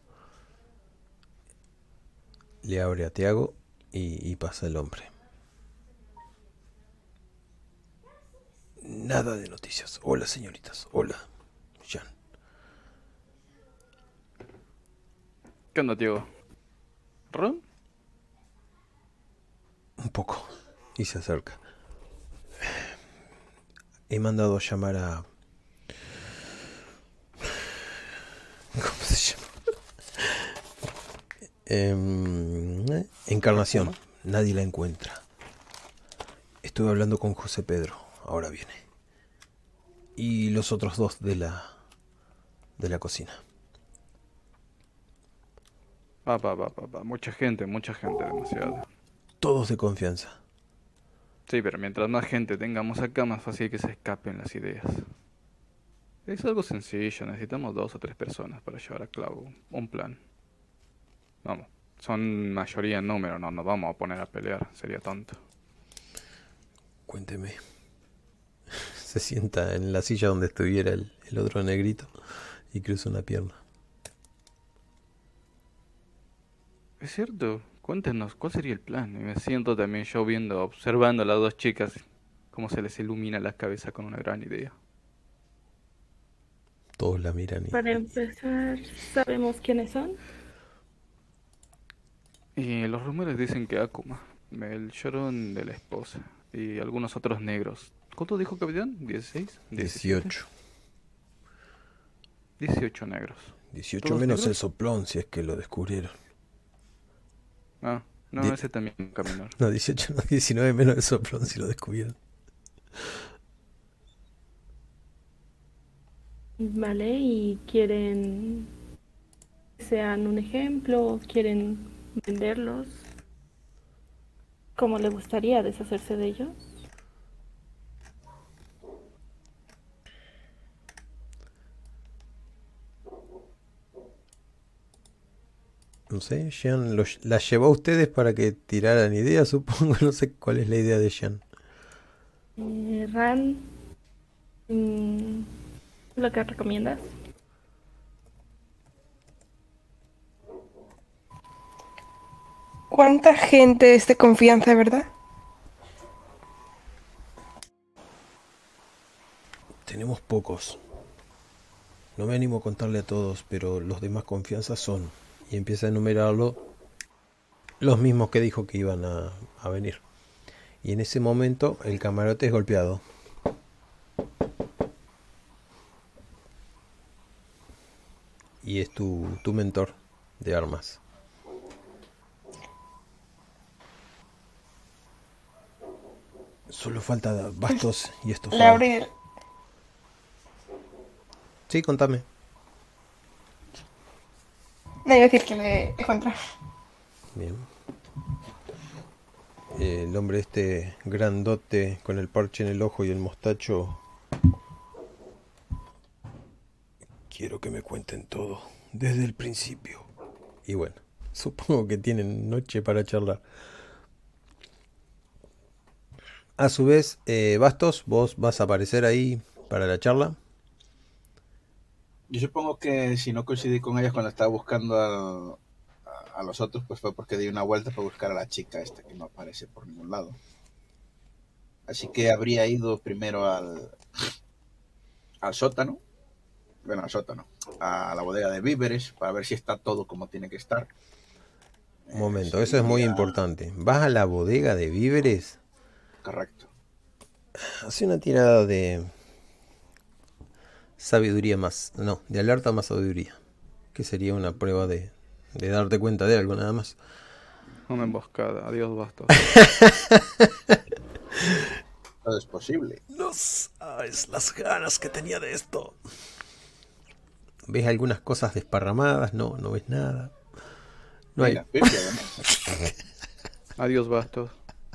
Le abre a Tiago y pasa el hombre. Nada de noticias. Hola, señoritas. Hola, Jan. ¿Qué onda, Tiago? ¿Ron? Un poco. Y se acerca. He mandado a llamar a... ¿Cómo se llama? Encarnación. Nadie la encuentra. Estuve hablando con José Pedro. Ahora viene. Y los otros 2 de la cocina. Mucha gente, demasiado. Todos de confianza. Sí, pero mientras más gente tengamos acá, más fácil que se escapen las ideas. Es algo sencillo, necesitamos 2 o 3 personas para llevar a cabo un plan. Vamos, son mayoría en número, no nos vamos a poner a pelear, sería tonto. Cuénteme. Se sienta en la silla donde estuviera el otro negrito y cruza una pierna. Es cierto, cuéntenos, ¿cuál sería el plan? Y me siento también yo viendo, observando a las dos chicas, cómo se les ilumina la cabeza con una gran idea. Todos la miran y... Para empezar, ¿sabemos quiénes son? Y los rumores dicen que Akuma, el llorón de la esposa, y algunos otros negros. ¿Cuánto dijo capitán? ¿16? 18. 18 negros. 18 ¿Todos menos negros? el soplón, si es que lo descubrieron. Ah, no, Di- ese también caminar. No, 18, no, 19 menos el soplón, si lo descubrieron. Vale, ¿y quieren que sean un ejemplo? ¿Quieren venderlos? ¿Cómo le gustaría deshacerse de ellos? No sé, Jean las llevó a ustedes para que tiraran ideas, supongo. No sé cuál es la idea de Jean. Ran, mm, ¿lo que recomiendas? ¿Cuánta gente es de confianza, verdad? Tenemos pocos. No me animo a contarle a todos, pero los de más confianza son. Y empieza a enumerarlo los mismos que dijo que iban a venir. Y en ese momento el camarote es golpeado. Y es tu mentor de armas. Solo falta bastos y esto Le abre. Sí, contame. No, iba a decir que le dejo entrar. Bien. El hombre este grandote con el parche en el ojo y el mostacho. Quiero que me cuenten todo, desde el principio. Y bueno, supongo que tienen noche para charlar. A su vez, Bastos, vos vas a aparecer ahí para la charla. Yo supongo que si no coincidí con ellos cuando estaba buscando a los otros, pues fue porque di una vuelta para buscar a la chica esta que no aparece por ningún lado. Así que habría ido primero al sótano, bueno, al sótano, a la bodega de víveres para ver si está todo como tiene que estar. Un momento, eso es muy importante. ¿Vas a la bodega de víveres? Correcto. Hace una tirada de sabiduría más, no, de alerta más sabiduría, que sería una prueba de darte cuenta de algo nada más. Una emboscada, adiós bastos. Todo es posible. No sabes las ganas que tenía de esto. ¿Ves algunas cosas desparramadas? No, no ves nada. No hay. Mira, Biblia, además. Adiós bastos.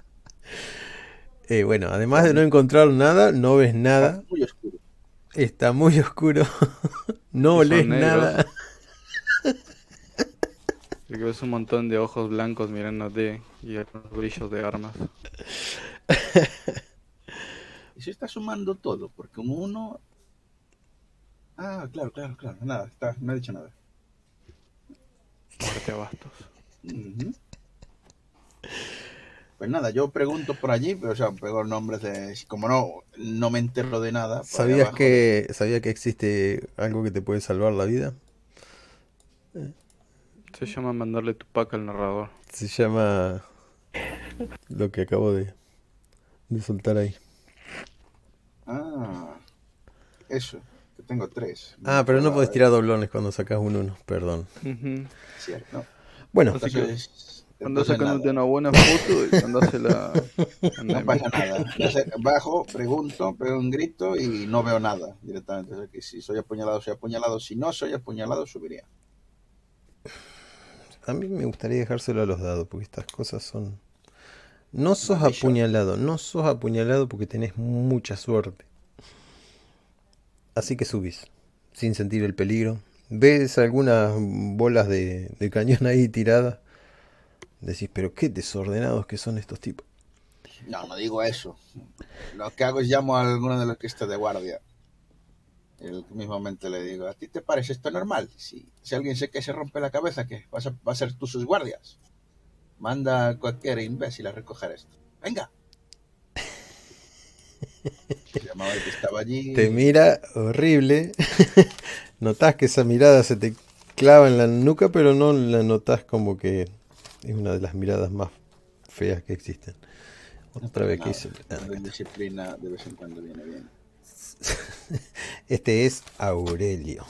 Bueno, además de no encontrar nada, no ves nada. Está muy oscuro. Está muy oscuro. No Y son olés negros. nada. Y que ves un montón de ojos blancos mirándote y algunos brillos de armas. Y se está sumando todo, porque como uno... Ah, claro. Nada, no he dicho nada. Muerte a bastos. Ujú. Pues nada, yo pregunto por allí, pero o sea, pego nombres de... Como no me entero de nada. por ahí ¿Sabías abajo, sabía que existe algo que te puede salvar la vida? Se llama mandarle tu pack al narrador. Se llama lo que acabo de soltar ahí. Ah, eso, que tengo 3. Ah, pero no podés tirar doblones cuando sacas un 1, perdón. Ujú. Cierto. Bueno, Así que Entonces, andás entonces sacándote nada, una buena foto y mandásela a no Nemo. pasa nada. Entonces, bajo, pregunto, pego un grito y no veo nada directamente. O sea, que si soy apuñalado, soy apuñalado. Si no soy apuñalado, subiría. a mí me gustaría dejárselo a los dados, porque estas cosas son... No sos Maldición. apuñalado porque tenés mucha suerte. Así que subís, sin sentir el peligro. Ves algunas bolas de cañón ahí tiradas. Decís, pero qué desordenados que son estos tipos. No digo eso. Lo que hago es llamo a alguno de los que esté de guardia. El mismamente le digo, ¿a ti te parece esto normal? Si alguien sé que se rompe la cabeza, ¿qué? ¿Va a ser tú sus guardias? Manda a cualquier imbécil a recoger esto. ¡Venga! Se llamaba el que estaba allí. Te mira horrible. Notás que esa mirada se te clava en la nuca, pero no la notás como que es una de las miradas más feas que existen. Otra vez que hice. Disciplina de vez en cuando viene bien. Este es Aurelio.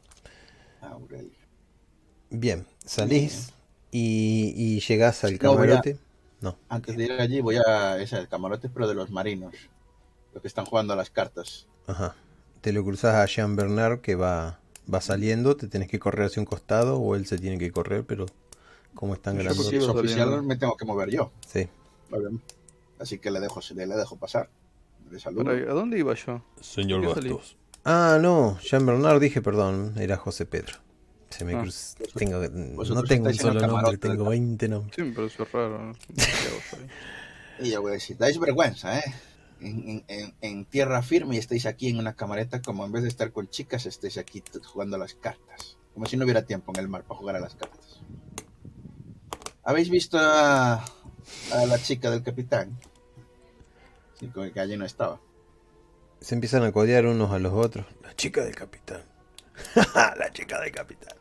Bien, salís y llegás al camarote. No. Antes de ir allí voy a ese camarote, pero de los marinos. Los que están jugando a las cartas. Ajá. Te lo cruzas a Jean Bernard que va saliendo, te tenés que correr hacia un costado o él se tiene que correr, pero como están grandes. Si es oficial me tengo que mover yo. Sí. Así que le dejo pasar. Le saludo. ¿A dónde iba yo? Señor Bastos. Ah, no, Jean Bernard dije, perdón, era José Pedro. Se me cruzó. No tengo un solo nombre, tengo 20 nombres. Sí, me pareció raro. ¿No? Y yo voy a decir, dais vergüenza, ¿eh? En tierra firme y estáis aquí en una camareta, como en vez de estar con chicas, estáis aquí jugando a las cartas. Como si no hubiera tiempo en el mar para jugar a las cartas. ¿Habéis visto a la chica del capitán? Sí, que allí no estaba. Se empiezan a codear unos a los otros. La chica del capitán. La chica del capitán.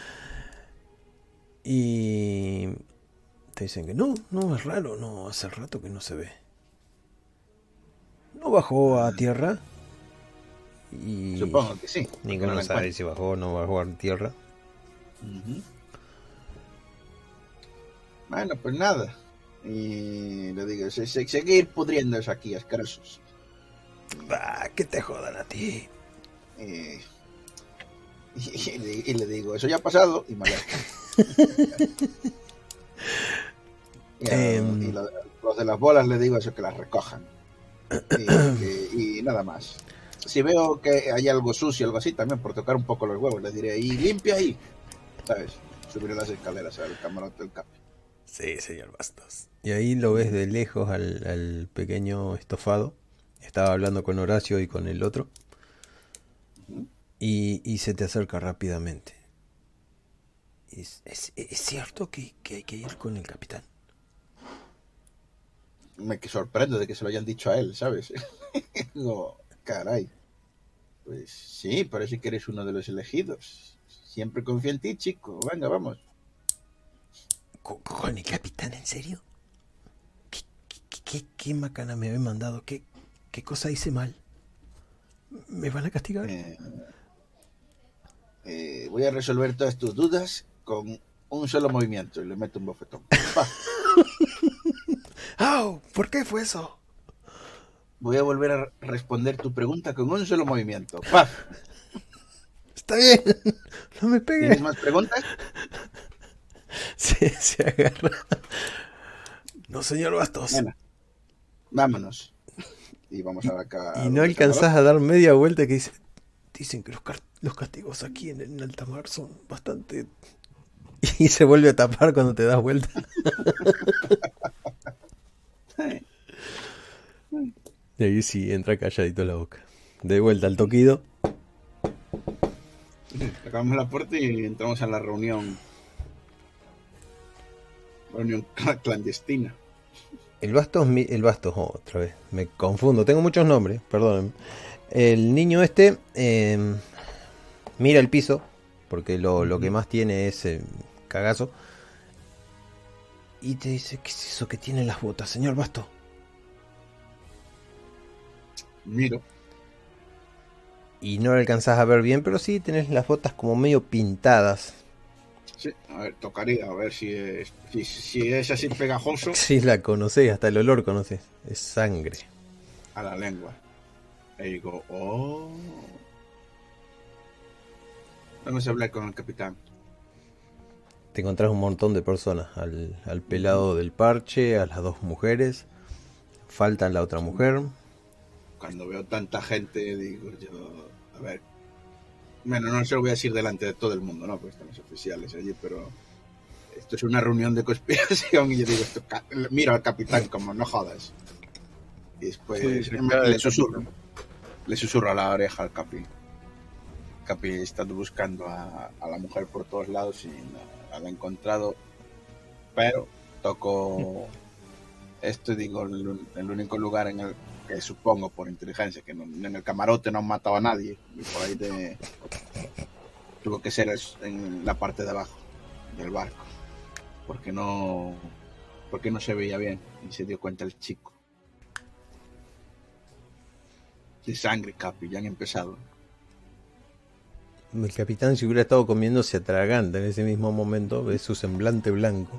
Y te dicen que no, es raro, no, hace rato que no se ve. ¿No bajó a tierra? Y supongo que sí. Ninguno sabe si bajó o no bajó a tierra. Bueno, pues nada. Y le digo, seguir pudriéndose aquí, asquerosos. Que te jodan a ti. Y le digo, eso ya ha pasado. Y me alejo. Y los de las bolas le digo eso, que las recojan. Y nada más. Si veo que hay algo sucio, algo así, también por tocar un poco los huevos, les diré, y limpia ahí, ¿sabes? Subiré las escaleras al camarote del capi. Sí, señor Bastos. Y ahí lo ves de lejos al pequeño estofado. Estaba hablando con Horacio y con el otro. Y se te acerca rápidamente. ¿Es cierto que hay que ir con el capitán? Me sorprende de que se lo hayan dicho a él, ¿sabes? Digo, caray. Pues sí, parece que eres uno de los elegidos. Siempre confío en ti, chico. Venga, vamos. ¿Con el capitán, en serio? ¿Qué macana me había mandado? ¿Qué cosa hice mal? ¿Me van a castigar? Voy a resolver todas tus dudas con un solo movimiento y le meto un bofetón. ¡Au! ¿Por qué fue eso? Voy a volver a responder tu pregunta con un solo movimiento. ¡Paf! Está bien. No me pegues. ¿Tienes más preguntas? Se agarra. No, señor Bastos. Bueno, vámonos. Y vamos a la casa. Y no alcanzás a dar media vuelta que dicen que los castigos aquí en alta mar son bastante... Y se vuelve a tapar cuando te das vuelta. Y ahí sí, entra calladito la boca. De vuelta al toquido. Sacamos la puerta y entramos a la reunión clandestina. El Bastos, otra vez, me confundo, tengo muchos nombres, perdónenme. El niño mira el piso, porque lo que más tiene es cagazo. Y te dice, ¿qué es eso que tiene en las botas, señor Bastos? Miro. Y no lo alcanzás a ver bien, pero sí tenés las botas como medio pintadas. Sí, a ver, tocaría a ver si es así pegajoso. Sí, la conocés, hasta el olor conocés. Es sangre. A la lengua. Y digo, oh. Vamos a hablar con el capitán. Te encontrás un montón de personas. Al pelado del parche, a las dos mujeres. Falta la otra mujer. Cuando veo tanta gente, digo yo, a ver. Bueno, no se lo voy a decir delante de todo el mundo, ¿no? Porque están los oficiales allí, pero esto es una reunión de conspiración y yo digo, mira al capitán como, no jodas. Y después Sí, le susurra a la oreja al Capi. Capi está buscando a la mujer por todos lados y no la ha encontrado, pero tocó esto, digo, el único lugar en el que supongo por inteligencia que en el camarote no han matado a nadie, y por ahí tuvo que ser en la parte de abajo del barco, porque no se veía bien y se dio cuenta el chico. De sangre, Capi, ya han empezado. El capitán, si hubiera estado comiendo, se atraganta en ese mismo momento, ve su semblante blanco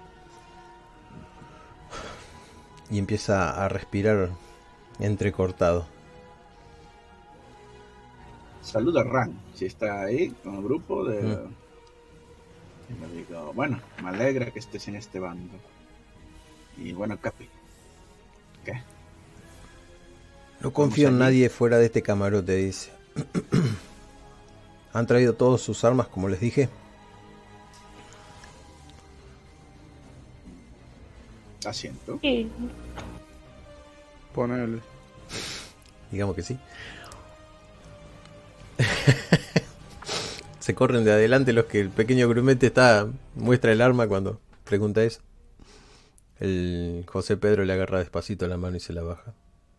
y empieza a respirar entrecortado. Saluda a Ran, si está ahí con el grupo de... Y le digo, bueno, me alegra que estés en este bando. Y bueno, Capi, ¿qué? No confío en nadie fuera de este camarote, dice. ¿Han traído todas sus armas, como les dije? Asiento. Sí. Ponele. Digamos que sí. Se corren de adelante los que el pequeño grumete muestra el arma cuando pregunta eso. El José Pedro le agarra despacito la mano y se la baja.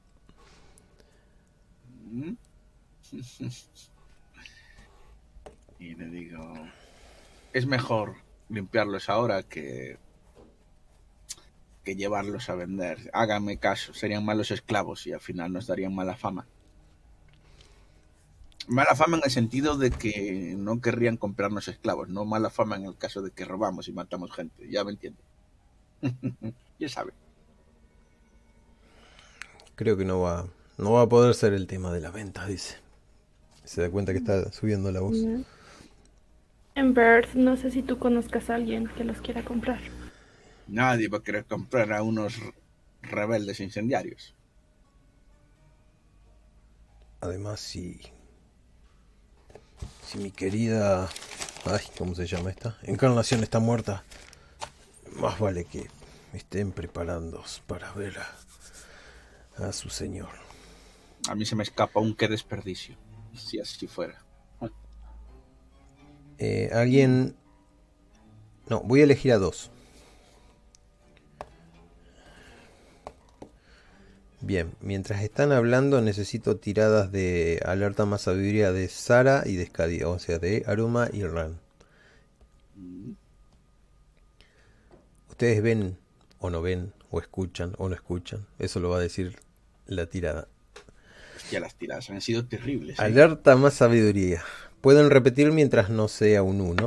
Y le digo, es mejor limpiarlos ahora que llevarlos a vender. Háganme caso, serían malos esclavos y al final nos darían mala fama. Mala fama en el sentido de que no querrían comprarnos esclavos, no mala fama en el caso de que robamos y matamos gente, ya me entiende. Ya sabe. Creo que no va a poder ser el tema de la venta, dice. Se da cuenta que está subiendo la voz. En Bird, no sé si tú conozcas a alguien que los quiera comprar. Nadie va a querer comprar a unos rebeldes incendiarios. Además, si mi querida... Ay, ¿cómo se llama esta? Encarnación está muerta. Más vale que estén preparándose para ver a su señor. A mí se me escapa un qué desperdicio, si así fuera. Alguien... No, voy a elegir a dos. Bien, mientras están hablando necesito tiradas de alerta más sabiduría de Sara y de Skadi, o sea, de Aruma y Ran. Ustedes ven o no ven, o escuchan o no escuchan. Eso lo va a decir la tirada. Ya las tiradas han sido terribles. Alerta más sabiduría. Pueden repetir mientras no sea un 1.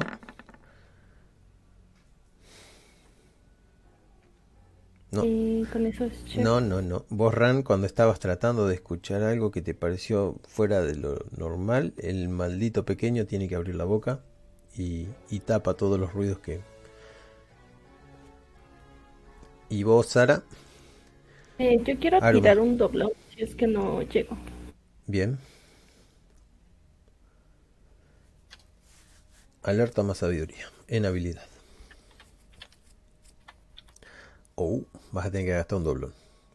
No. Con eso es chévere. No. Vos, Ran, cuando estabas tratando de escuchar algo que te pareció fuera de lo normal, el maldito pequeño tiene que abrir la boca y tapa todos los ruidos que... ¿Y vos, Sara? Yo quiero Aruma. tirar un doblón, si es que no llego. Bien. Alerta más sabiduría. En habilidad. Vas a tener que gastar un doblón.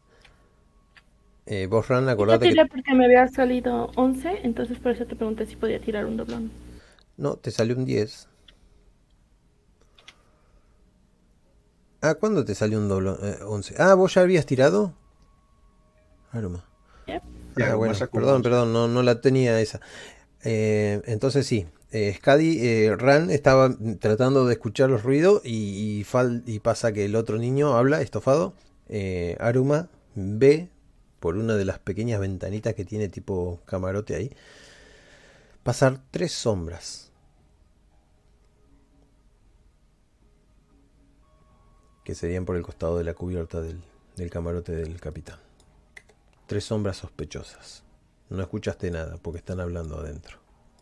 Vos, Ran, Yo acordate tiré que... porque me había salido 11, entonces por eso te pregunté si podía tirar un doblón. No, te salió un 10. ¿Cuándo te salió un doblón? 11. ¿Vos ya habías tirado? Aruma. Yep. Bueno, perdón, no la tenía esa. Entonces sí, Skadi, Ran estaba tratando de escuchar los ruidos y pasa que el otro niño habla, estofado. Aruma ve por una de las pequeñas ventanitas que tiene tipo camarote ahí, pasar 3 sombras. Que serían por el costado de la cubierta del camarote del capitán. 3 sombras sospechosas. No escuchaste nada porque están hablando adentro.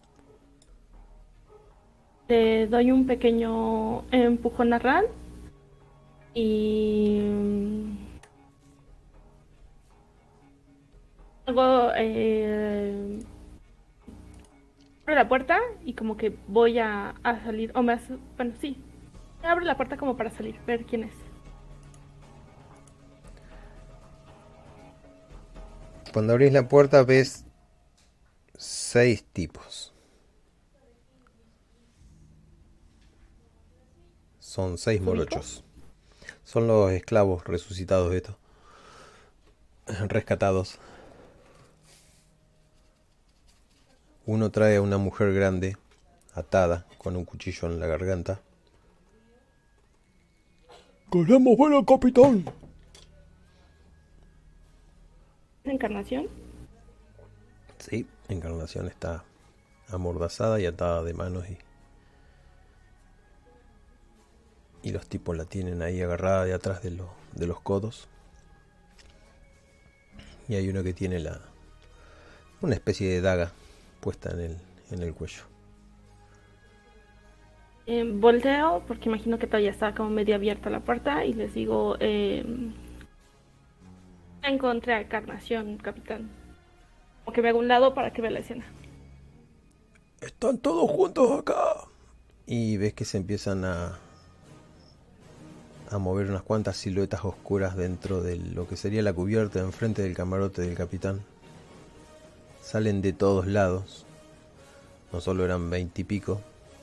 Le doy un pequeño empujón a Ran y luego abro la puerta y como que voy a salir, bueno, sí, abro la puerta como para salir, ver quién es. Cuando abrís la puerta ves 6 tipos. Son 6 morochos. Son los esclavos resucitados estos. Rescatados. Uno trae a una mujer grande, atada, con un cuchillo en la garganta. Queremos ver al capitán. ¿Encarnación? Sí, Encarnación está amordazada y atada de manos y los tipos la tienen ahí agarrada de atrás de los codos. Y hay uno que tiene una especie de daga puesta en el cuello. Volteo, porque imagino que todavía está como medio abierta la puerta, y les digo, encontré a Encarnación, capitán. Como que me hago a un lado para que vea la escena. Están todos juntos acá. Y ves que se empiezan a mover unas cuantas siluetas oscuras dentro de lo que sería la cubierta enfrente del camarote del capitán. Salen de todos lados. No solo eran 20 y pico.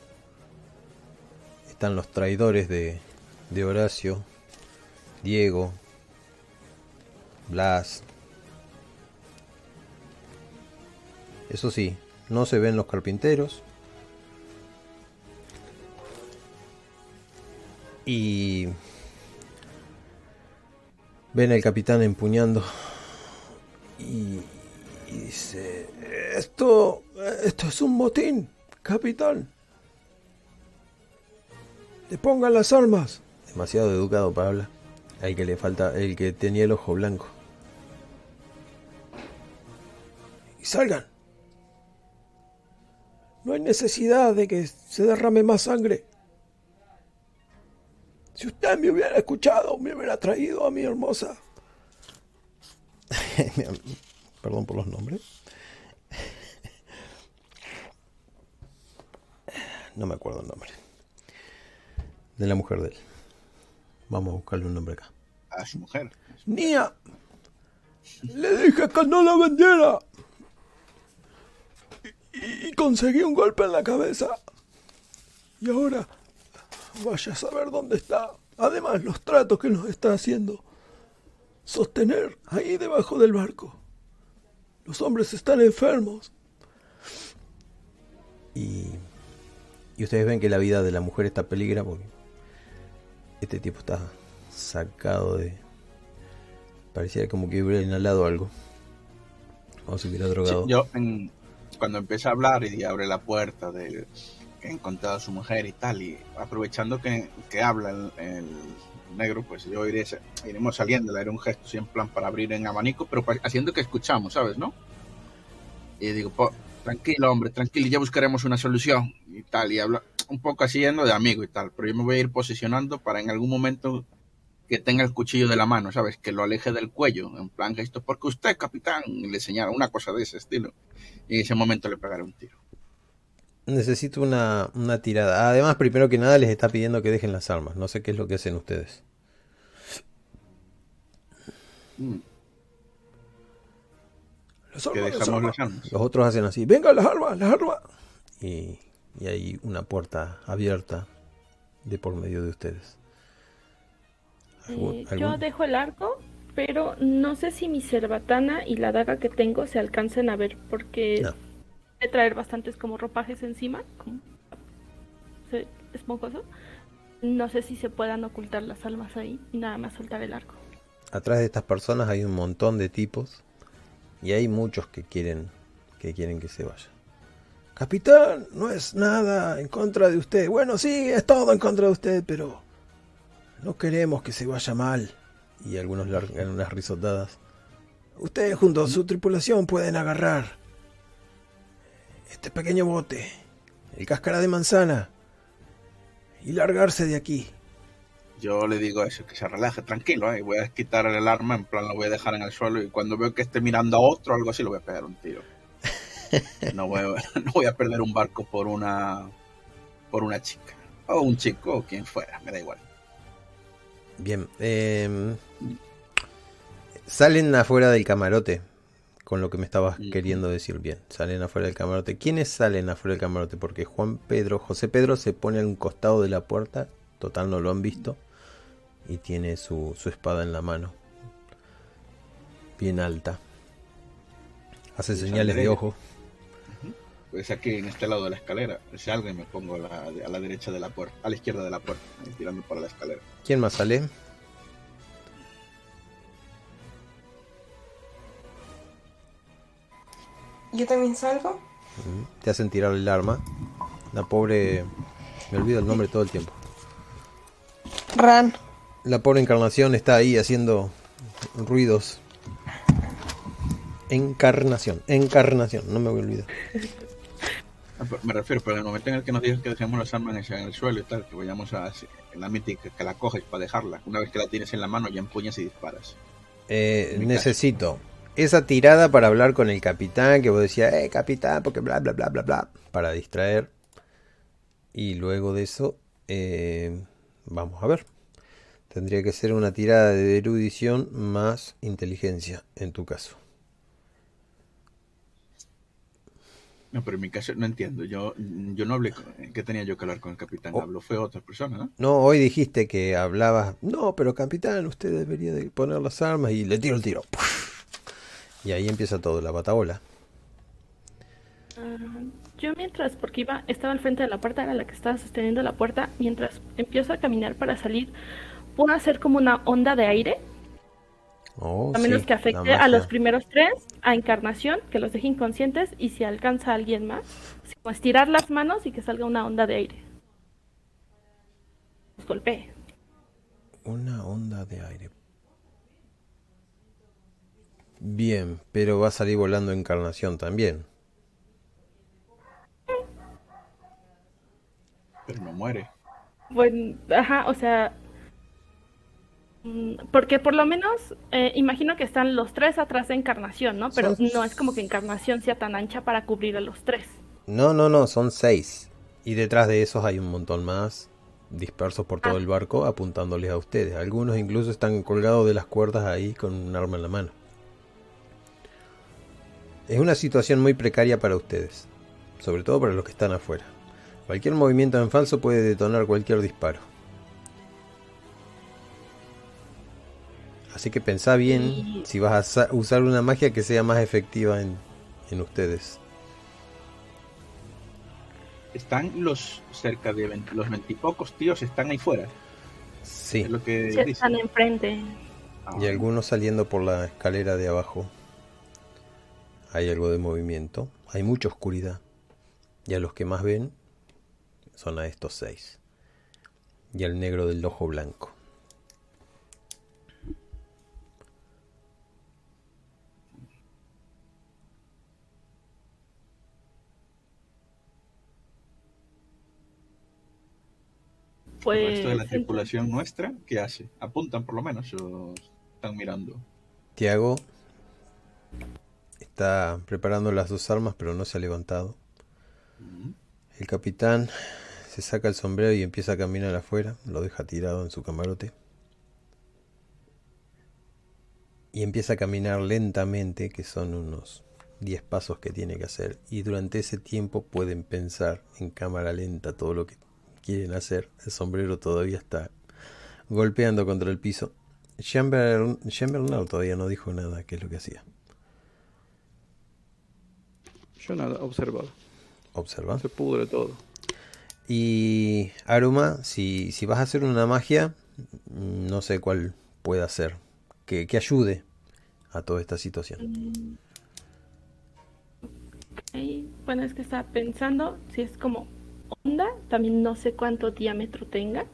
Están los traidores de Horacio, Diego, Blas. Eso sí, no se ven los carpinteros. Y ven al capitán empuñando y dice: esto es un motín, capitán. Le pongan las armas. Demasiado educado para hablar. Al que le falta, el que tenía el ojo blanco. Y salgan. No hay necesidad de que se derrame más sangre. Si usted me hubiera escuchado, me hubiera traído a mi hermosa. Perdón por los nombres. No me acuerdo el nombre de la mujer de él. Vamos a buscarle un nombre acá. A su mujer. Nia. Le dije que no la vendiera. Y conseguí un golpe en la cabeza. Y ahora vaya a saber dónde está. Además, los tratos que nos está haciendo. Sostener ahí debajo del barco. Los hombres están enfermos. Y ustedes ven que la vida de la mujer está peligra porque este tipo está sacado de... Parecía como que hubiera inhalado algo. O se hubiera drogado. Sí, yo cuando empecé a hablar y abre la puerta de que he encontrado a su mujer y tal, y aprovechando que habla el negro, pues yo iremos saliendo. Le haré un gesto así en plan para abrir en abanico, pero haciendo que escuchamos, ¿sabes? ¿No? Y digo, tranquilo, hombre, tranquilo, ya buscaremos una solución y tal, y habla un poco así yendo de amigo y tal, pero yo me voy a ir posicionando para en algún momento que tenga el cuchillo de la mano, ¿sabes? Que lo aleje del cuello, en plan gesto, porque usted, capitán, y le señala una cosa de ese estilo, y en ese momento le pegaré un tiro. Necesito una tirada. Además, primero que nada les está pidiendo que dejen las armas. No sé qué es lo que hacen ustedes. Que dejamos las armas. Los otros hacen así: venga, las armas, las armas. Y hay una puerta abierta de por medio de ustedes. Yo dejo el arco, pero no sé si mi cerbatana y la daga que tengo se alcancen a ver, porque No. de traer bastantes como ropajes encima, como esponjoso. No sé si se puedan ocultar las almas ahí y nada más soltar el arco. Atrás de estas personas hay un montón de tipos y hay muchos que quieren que se vaya. Capitán, no es nada en contra de usted. Bueno, sí, es todo en contra de usted, pero no queremos que se vaya mal. Y algunos largan unas risotadas. Usted junto a su tripulación pueden agarrar este pequeño bote, el cáscara de manzana, y largarse de aquí. Yo le digo eso, que se relaje, tranquilo, y voy a quitar el arma, en plan lo voy a dejar en el suelo, y cuando veo que esté mirando a otro o algo así, le voy a pegar un tiro. No voy a perder un barco por una chica, o un chico, o quien fuera, me da igual. Bien, salen afuera del camarote con lo que me estabas Ujú. queriendo decir. Bien, salen afuera del camarote. ¿Quiénes salen afuera del camarote? Porque José Pedro se pone a un costado de la puerta, total no lo han visto, y tiene su espada en la mano, bien alta. Hace Y señales de saldré. ojo. Ujú. Pues aquí en este lado de la escalera. Salgo y me pongo a la derecha de la puerta, a la izquierda de la puerta, tirando para la escalera. ¿Quién más sale? Yo también salgo. Te hacen tirar el arma. La pobre... Me olvido el nombre todo el tiempo. Ran. La pobre Encarnación está ahí haciendo ruidos. Encarnación, no me voy a olvidar. Me refiero, pero en el momento en el que nos digas que dejemos las armas en el suelo y tal, que vayamos en la mítica, que la coges para dejarla. Una vez que la tienes en la mano, ya empuñas y disparas. Necesito esa tirada para hablar con el capitán, que vos decías, capitán, porque bla, bla, bla, bla, bla, para distraer. Y luego de eso, vamos a ver. Tendría que ser una tirada de erudición más inteligencia, en tu caso. No, pero en mi caso no entiendo. Yo no hablé ¿qué tenía yo que hablar con el capitán? Habló fue otra persona, ¿no? No, hoy dijiste que hablabas. No, pero capitán, usted debería de poner las armas y le tiro el tiro. Y ahí empieza todo, la batahola. Yo porque estaba al frente de la puerta, era la que estaba sosteniendo la puerta, mientras empiezo a caminar para salir, puedo hacer como una onda de aire, a menos Sí, que la afecte a magia. los primeros 3, a Encarnación, que los deje inconscientes, y si alcanza a alguien más, como estirar las manos y que salga una onda de aire. Los golpee. Una onda de aire. Bien, pero va a salir volando Encarnación también. Pero no muere. Bueno, ajá, o sea, porque por lo menos imagino que están los 3 atrás de Encarnación, ¿no? Pero Son... no es como que Encarnación sea tan ancha para cubrir a los 3. No, son 6. Y detrás de esos hay un montón más, dispersos por todo el barco, apuntándoles a ustedes. Algunos incluso están colgados de las cuerdas ahí con un arma en la mano. Es una situación muy precaria para ustedes, sobre todo para los que están afuera. Cualquier movimiento en falso puede detonar cualquier disparo. Así que pensá bien si vas a usar una magia que sea más efectiva en ustedes. Están los cerca de los 20 y pocos tíos, están ahí fuera. Sí. Es lo que Sí, están enfrente. Y algunos saliendo por la escalera de abajo. Hay algo de movimiento. Hay mucha oscuridad. Y a los que más ven son a estos 6. Y al negro del ojo blanco. El resto de la Pues tripulación nuestra, ¿qué hace? Apuntan por lo menos o están mirando. Tiago está preparando las 2 armas, pero no se ha levantado. El capitán se saca el sombrero y empieza a caminar afuera. Lo deja tirado en su camarote. Y empieza a caminar lentamente, que son unos 10 pasos que tiene que hacer. Y durante ese tiempo pueden pensar en cámara lenta todo lo que quieren hacer. El sombrero todavía está golpeando contra el piso. Chamberlain todavía no dijo nada, qué es lo que hacía. Yo nada, observaba. Observa. Se pudre todo. Y Aruma, si vas a hacer una magia, no sé cuál puede hacer. Que ayude a toda esta situación. Bueno, es que estaba pensando si es como onda, también no sé cuánto diámetro tenga.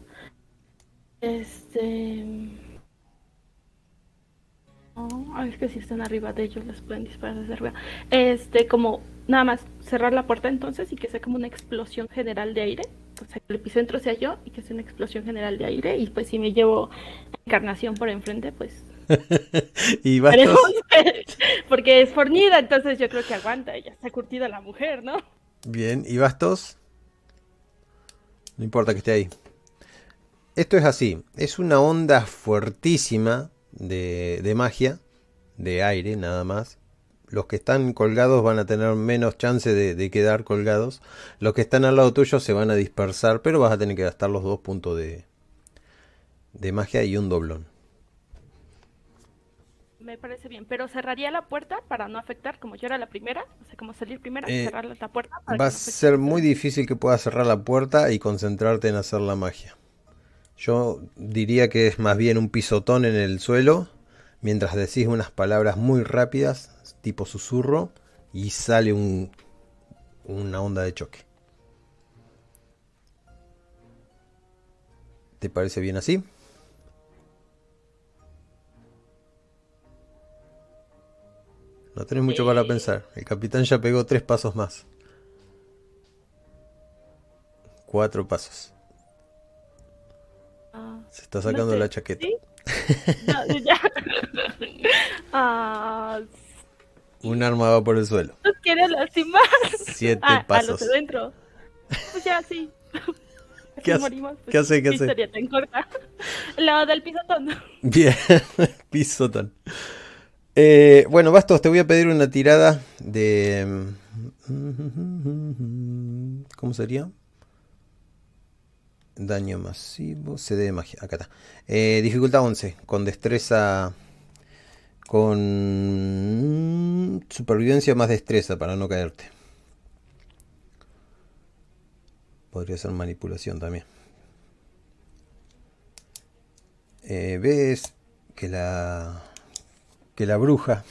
Oh, es que si están arriba de ellos les pueden disparar desde arriba. Como nada más cerrar la puerta entonces y que sea como una explosión general de aire. O sea, que el epicentro sea yo y que sea una explosión general de aire. Y pues si me llevo Encarnación por enfrente, pues Y Bastos, porque es fornida, entonces yo creo que aguanta, ya está curtida la mujer, ¿no? bien, y Bastos, no importa que esté ahí. Esto es así, es una onda fuertísima de magia, de aire nada más. los que están colgados van a tener menos chance de quedar colgados. Los que están al lado tuyo se van a dispersar, pero vas a tener que gastar los 2 puntos de magia y un doblón. Me parece bien, pero cerraría la puerta para no afectar, como yo era la primera, o sea, como salir primera, cerrar la puerta para Va a que no afecte. ser muy difícil que puedas cerrar la puerta y concentrarte en hacer la magia. Yo diría que es más bien un pisotón en el suelo, mientras decís unas palabras muy rápidas, tipo susurro, y sale una onda de choque. ¿Te parece bien así? No tenés mucho para pensar. El capitán ya pegó 3 pasos más. 4 pasos. Se está sacando no sé, la chaqueta. ¿sí? No, ya. Ah, Un arma va por el suelo. nos quiere lastimar. 7 A los pasos. de dentro. Pues ya, sí. ¿Qué Así hace? morimos, pues, ¿Qué hace? ¿Qué qué hace? historia tan corta. Lo del pisotón. Bien, pisotón. Bueno, Bastos, te voy a pedir una tirada de... ¿Cómo sería? Daño masivo, CD de magia, acá está. Dificultad 11, con destreza... Con supervivencia más destreza para no caerte. Podría ser manipulación también. Ves que la bruja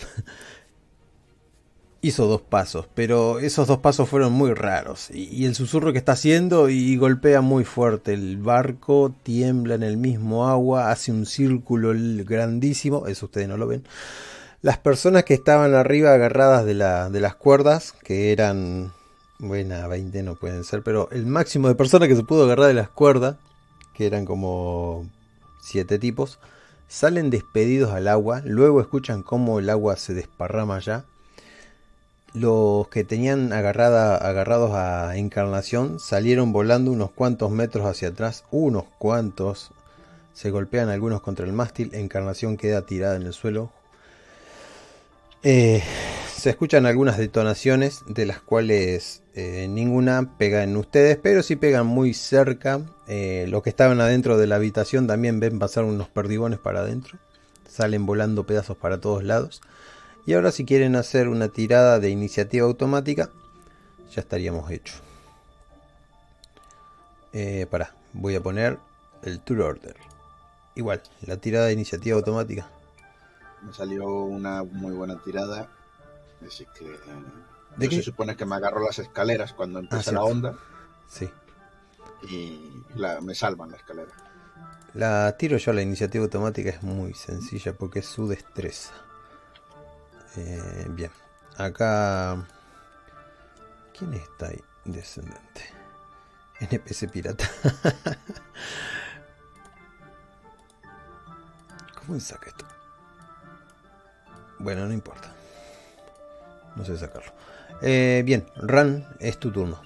hizo 2 pasos, pero esos 2 pasos fueron muy raros. Y el susurro que está haciendo y golpea muy fuerte. El barco tiembla en el mismo agua, hace un círculo grandísimo, eso ustedes no lo ven. Las personas que estaban arriba agarradas de las cuerdas, que eran, bueno, 20 no pueden ser, pero el máximo de personas que se pudo agarrar de las cuerdas, que eran como 7 tipos, salen despedidos al agua. Luego escuchan cómo el agua se desparrama allá. Los que tenían agarrados a Encarnación salieron volando unos cuantos metros hacia atrás. Unos cuantos. Se golpean algunos contra el mástil. Encarnación queda tirada en el suelo. Se escuchan algunas detonaciones, de las cuales ninguna pega en ustedes, pero sí pegan muy cerca. Los que estaban adentro de la habitación también ven pasar unos perdigones para adentro. Salen volando pedazos para todos lados. Y ahora, si quieren hacer una tirada de iniciativa automática, ya estaríamos hechos. Voy a poner el Tour Order. Igual, la tirada de iniciativa automática. Me salió una muy buena tirada. Así que... ¿De qué? Se supone que me agarro las escaleras cuando empieza la cierto. onda. Sí. Y me salvan la escalera. La tiro yo, la iniciativa automática es muy sencilla porque es su destreza. Bien. Acá... ¿Quién está ahí? Descendente. NPC pirata. ¿Cómo se saca esto? Bueno, no importa. No sé sacarlo. Bien, Ran, es tu turno.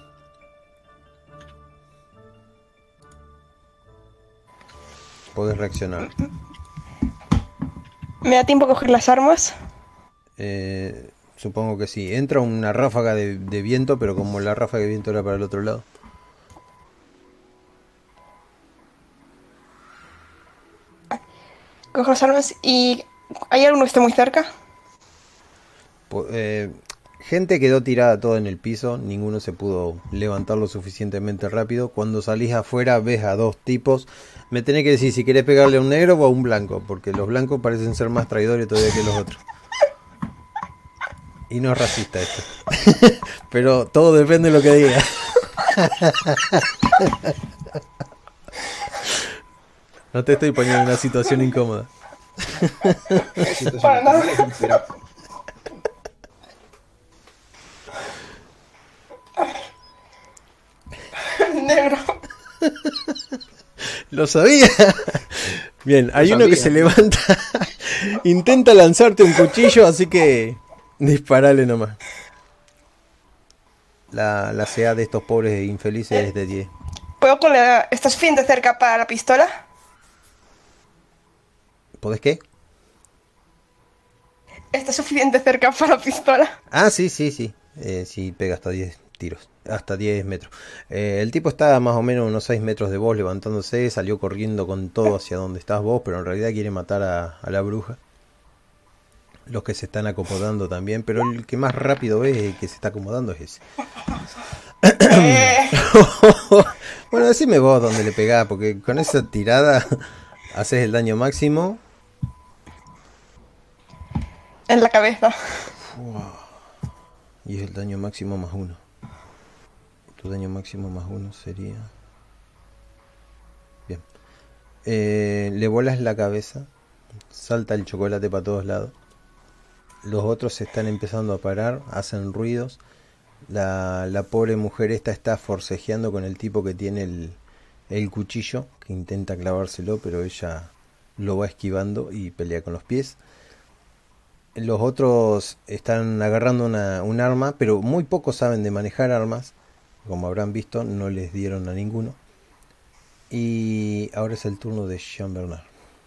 Podés reaccionar. ¿Me da tiempo a coger las armas? Supongo que sí. Entra una ráfaga de viento, pero como la ráfaga de viento era para el otro lado. Cojo las armas y... ¿Hay alguno que esté muy cerca? Gente quedó tirada toda en el piso. Ninguno se pudo levantar lo suficientemente rápido. Cuando salís afuera ves a 2 tipos. Me tenés que decir si querés pegarle a un negro o a un blanco, porque los blancos parecen ser más traidores todavía que los otros. Y no es racista esto. Pero todo depende de lo que diga. No te estoy poniendo en una situación incómoda. Para nada. Negro. Lo sabía. Bien, hay uno que se levanta. Intenta lanzarte un cuchillo, así que disparale nomás. La CA de estos pobres infelices es de 10. ¿Puedo con ¿Estás bien de cerca para la pistola? ¿Podés qué? Está suficiente cerca para pistola. Ah, sí, sí, sí. Sí, pega hasta 10 tiros. Hasta 10 metros. El tipo está más o menos unos 6 metros de vos levantándose. Salió corriendo con todo hacia donde estás vos. Pero en realidad quiere matar a la bruja. Los que se están acomodando también. Pero el que más rápido ves que se está acomodando es ese. Bueno, decime vos dónde le pegás. Porque con esa tirada haces el daño máximo. En la cabeza. Y es el daño máximo más 1. Tu daño máximo más 1 sería... Bien. Le volas la cabeza. Salta el chocolate para todos lados. Los otros se están empezando a parar. Hacen ruidos. La pobre mujer esta está forcejeando con el tipo que tiene el cuchillo. Que intenta clavárselo, pero ella lo va esquivando y pelea con los pies. Los otros están agarrando un arma, pero muy pocos saben de manejar armas. Como habrán visto, no les dieron a ninguno. Y ahora es el turno de Jean Bernard.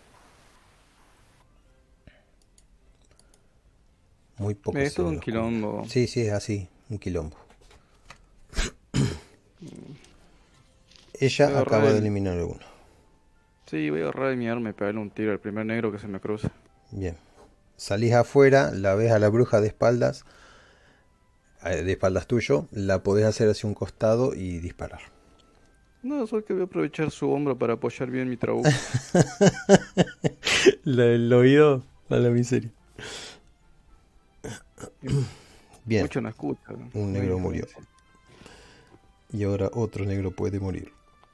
Muy pocos. Es todo un quilombo. Sí, sí, es así, un quilombo. Ella Voy a acaba agarrar de eliminar a uno. Sí, voy a agarrar mi arma y pegarle un tiro al primer negro que se me cruce. Bien. Salís afuera, la ves a la bruja de espaldas tuyo, la podés hacer hacia un costado y disparar. No, solo que voy a aprovechar su hombro para apoyar bien mi trabuco. El oído a la miseria. Bien. Escucho, no escucho. Un negro murió. Y ahora otro negro puede morir.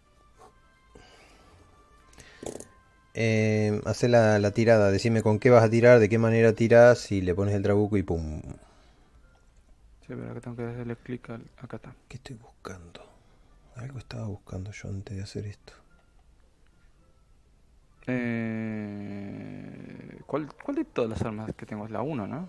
Hacé la tirada. Decime con qué vas a tirar, de qué manera tirás, y le pones el trabuco y pum. Sí, pero acá tengo que darle clic al... Acá está. ¿Qué estoy buscando? Algo estaba buscando yo antes de hacer esto. ¿Cuál de todas las armas que tengo es la 1, no?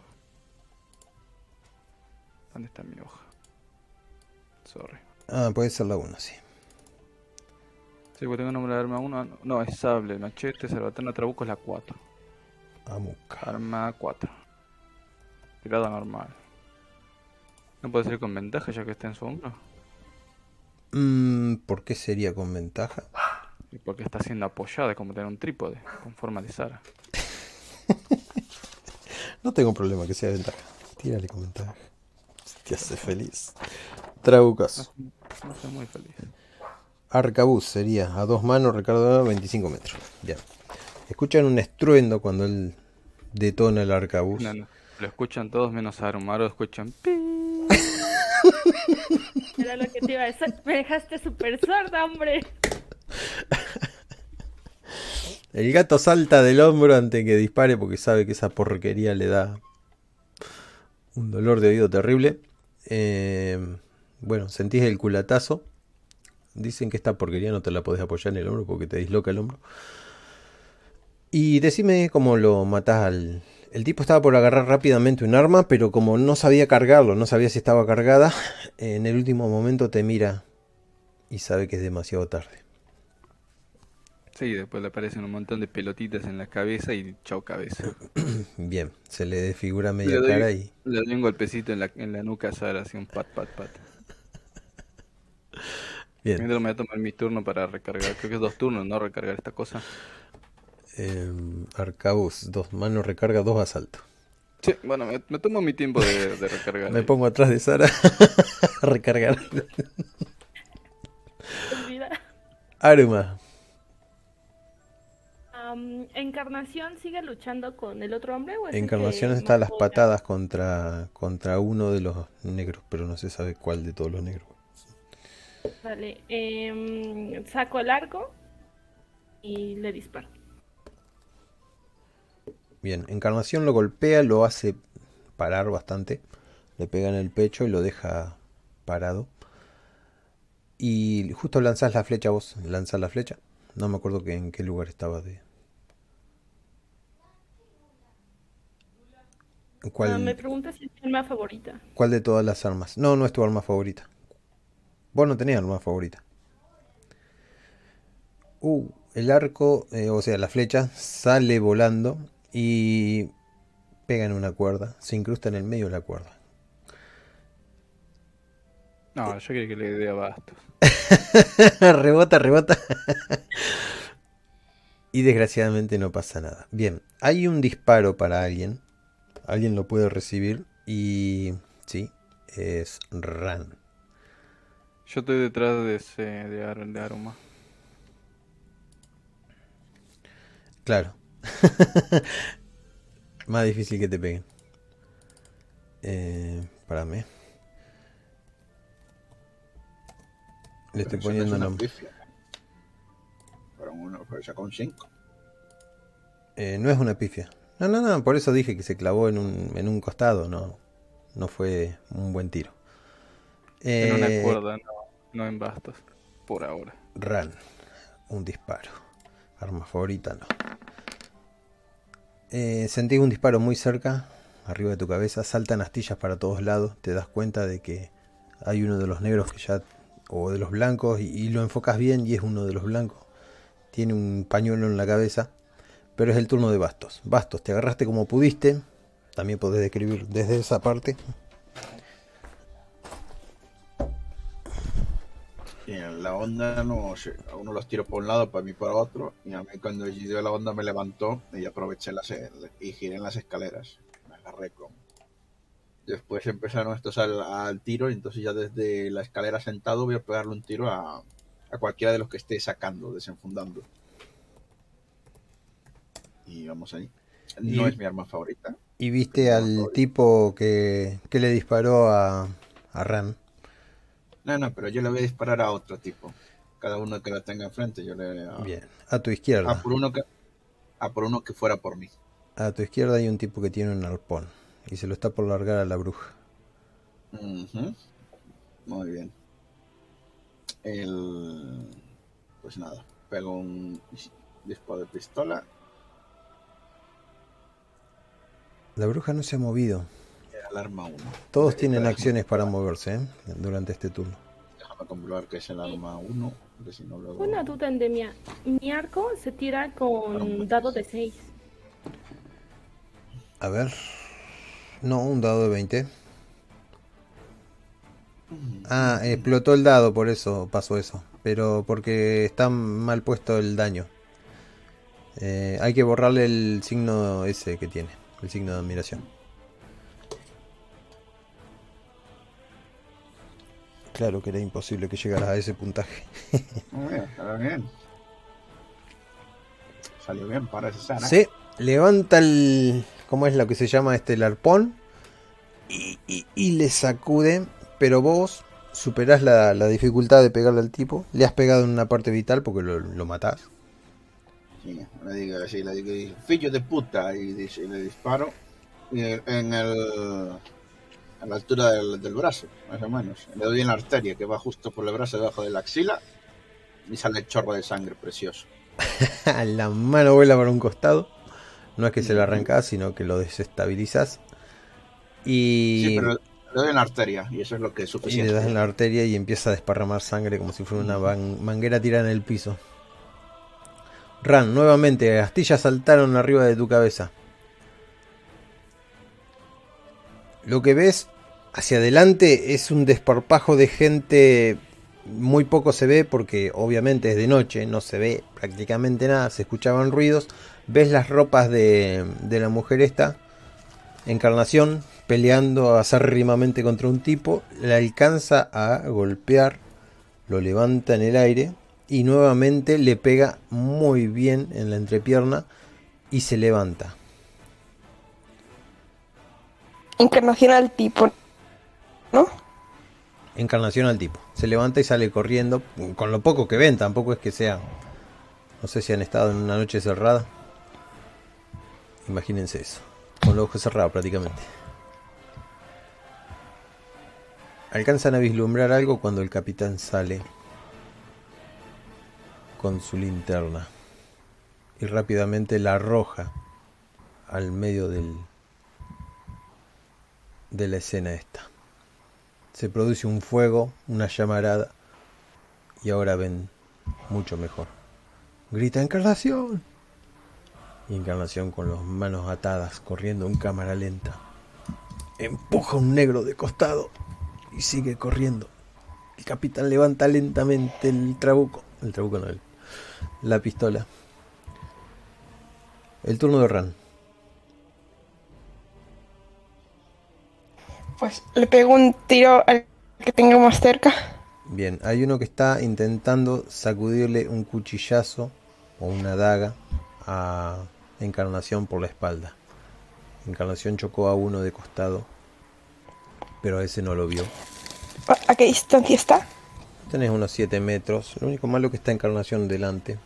¿Dónde está mi hoja? Sorry. Ah, puede ser la 1, sí. Sí, porque tengo nombre de arma 1. No, es sable, machete, cerbatana, trabuco es la 4. Amuca. Arma 4. Tirada normal. ¿No puede ser con ventaja ya que está en su hombro? ¿Por qué sería con ventaja? Y porque está siendo apoyada, es como tener un trípode con forma de Sara. No tengo problema que sea ventaja. Tírale con ventaja. Te hace feliz. Trabucas. No estoy muy feliz. Arcabuz sería a 2 manos, recarga 25 metros. Ya. Escuchan un estruendo cuando él detona el arcabuz. No. Lo escuchan todos menos Arumaro, escuchan pi. Era lo que te iba a decir. Me dejaste súper sorda, hombre. El gato salta del hombro antes que dispare porque sabe que esa porquería le da un dolor de oído terrible. Bueno, sentís el culatazo. Dicen que esta porquería no te la podés apoyar en el hombro porque te disloca el hombro. Y decime cómo lo matás al... El tipo estaba por agarrar rápidamente un arma, pero como no sabía cargarlo, no sabía si estaba cargada, en el último momento te mira y sabe que es demasiado tarde. Sí, después le aparecen un montón de pelotitas en la cabeza y chau cabeza. Bien, se le desfigura media cara y... Le doy un golpecito en la nuca a Sara, así un pat. Bien. Mientras me voy a tomar mi turno para recargar. Creo que es 2 turnos, ¿no? Recargar esta cosa. Arcabuz, 2 manos recarga, 2 asaltos. Sí, bueno, me tomo mi tiempo de recargar. Me pongo atrás de Sara a recargar. Olvida. Aruma. ¿Encarnación sigue luchando con el otro hombre? ¿O es el Encarnación que está a las mató patadas contra uno de los negros, pero no se sabe cuál de todos los negros. ya? Vale. Saco el arco y le disparo. Bien, Encarnación lo golpea, lo hace parar bastante. Le pega en el pecho y lo deja parado. Y justo lanzás la flecha vos. Lanzás la flecha. No me acuerdo en qué lugar estaba de... Me pregunta si es mi arma favorita. ¿Cuál de todas las armas? No, no es tu arma favorita. Vos no tenés arma favorita. El arco, o sea, la flecha sale volando y pega en una cuerda, se incrusta en el medio de la cuerda. No, yo quería que le dé a Bastos. Rebota. Y desgraciadamente no pasa nada. Bien, hay un disparo para alguien. Alguien lo puede recibir. Y sí, es Ran. Yo estoy detrás de ese de Aruma. Claro. Más difícil que te peguen. Párame. Le estoy Pero eso poniendo no es una nombre. pifia. Pero sacó un 5. No es una pifia. No, por eso dije que se clavó en un costado, no fue un buen tiro. En una cuerda, no en Bastos. Por ahora. Ran, un disparo. Arma favorita, no. Sentí un disparo muy cerca, arriba de tu cabeza, saltan astillas para todos lados, te das cuenta de que hay uno de los negros que ya, o de los blancos, y lo enfocas bien y es uno de los blancos. Tiene un pañuelo en la cabeza, pero es el turno de Bastos. Bastos, te agarraste como pudiste, también podés describir desde esa parte. Y en la onda no sé, a uno los tiro por un lado, para mí por otro, y a mí cuando dio la onda me levantó y aproveché y giré en las escaleras. Me agarré con... Después empezaron estos al tiro, y entonces ya desde la escalera sentado voy a pegarle un tiro a cualquiera de los que esté sacando, desenfundando. Y vamos ahí. No es mi arma favorita. ¿Y viste al tipo que le disparó a Ran? No, pero yo le voy a disparar a otro tipo. Cada uno que la tenga enfrente, yo le... Bien, a tu izquierda. por uno que fuera por mí. A tu izquierda hay un tipo que tiene un arpón y se lo está por largar a la bruja. Muy bien. Pues nada, pego un disparo de pistola. La bruja no se ha movido. El arma 1. Todos tienen acciones para moverse durante este turno. Déjame comprobar que es el arma 1. Porque si no luego... Una duda, Endemia. Mi arco se tira con dado de 6. A ver. No, un dado de 20. Ah, explotó el dado, por eso pasó eso. Pero porque está mal puesto el daño. Hay que borrarle el signo ese que tiene. El signo de admiración. Claro que era imposible que llegaras a ese puntaje. Muy bien, está bien. Salió bien, parece ser, ¿eh? Sí, levanta el... ¿Cómo es lo que se llama el arpón? Y le sacude. Pero vos superás la dificultad de pegarle al tipo. Le has pegado en una parte vital porque lo matás. Sí, le digo así, le digo, fillo de puta, y le disparo y a la altura del brazo, más o menos. Le doy en la arteria que va justo por el brazo debajo de la axila y sale el chorro de sangre precioso. La mano vuela para un costado. No es que se lo arrancás, sino que lo desestabilizás. Sí, pero le doy en la arteria y eso es lo que es Y suficiente. le das en la arteria y empieza a desparramar sangre como si fuera una manguera tirada en el piso. Ran, nuevamente, astillas saltaron arriba de tu cabeza. Lo que ves hacia adelante es un desparpajo de gente. Muy poco se ve porque obviamente es de noche, no se ve prácticamente nada, se escuchaban ruidos. Ves las ropas de la mujer esta, Encarnación, peleando acérrimamente contra un tipo. La alcanza a golpear, lo levanta en el aire y nuevamente le pega muy bien en la entrepierna y se levanta. Encarnación al tipo, ¿no? Encarnación al tipo. Se levanta y sale corriendo. Con lo poco que ven, tampoco es que sea... No sé si han estado en una noche cerrada. Imagínense eso. Con los ojos cerrados prácticamente. Alcanzan a vislumbrar algo cuando el capitán sale con su linterna. Y rápidamente la arroja al medio de la escena esta. Se produce un fuego, una llamarada, y ahora ven mucho mejor. Grita Encarnación. Y Encarnación, con las manos atadas, corriendo en cámara lenta, empuja a un negro de costado y sigue corriendo. El capitán levanta lentamente el trabuco no, la pistola. El turno de Ran. Pues le pego un tiro al que tengamos cerca. Bien, hay uno que está intentando sacudirle un cuchillazo o una daga a Encarnación por la espalda. Encarnación chocó a uno de costado, pero a ese no lo vio. ¿A qué distancia está? Tenés unos 7 metros. Lo único malo que está Encarnación delante.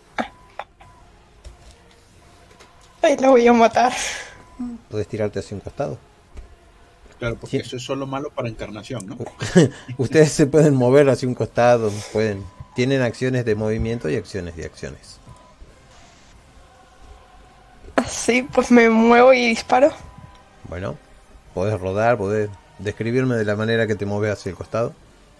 Ay, lo voy a matar. Podés tirarte hacia un costado. Claro, porque Sí. eso es solo malo para Encarnación, ¿no? Ustedes se pueden mover hacia un costado, tienen acciones de movimiento y acciones de acciones. Así, pues me muevo y disparo. Bueno, podés rodar, podés describirme de la manera que te mueves hacia el costado.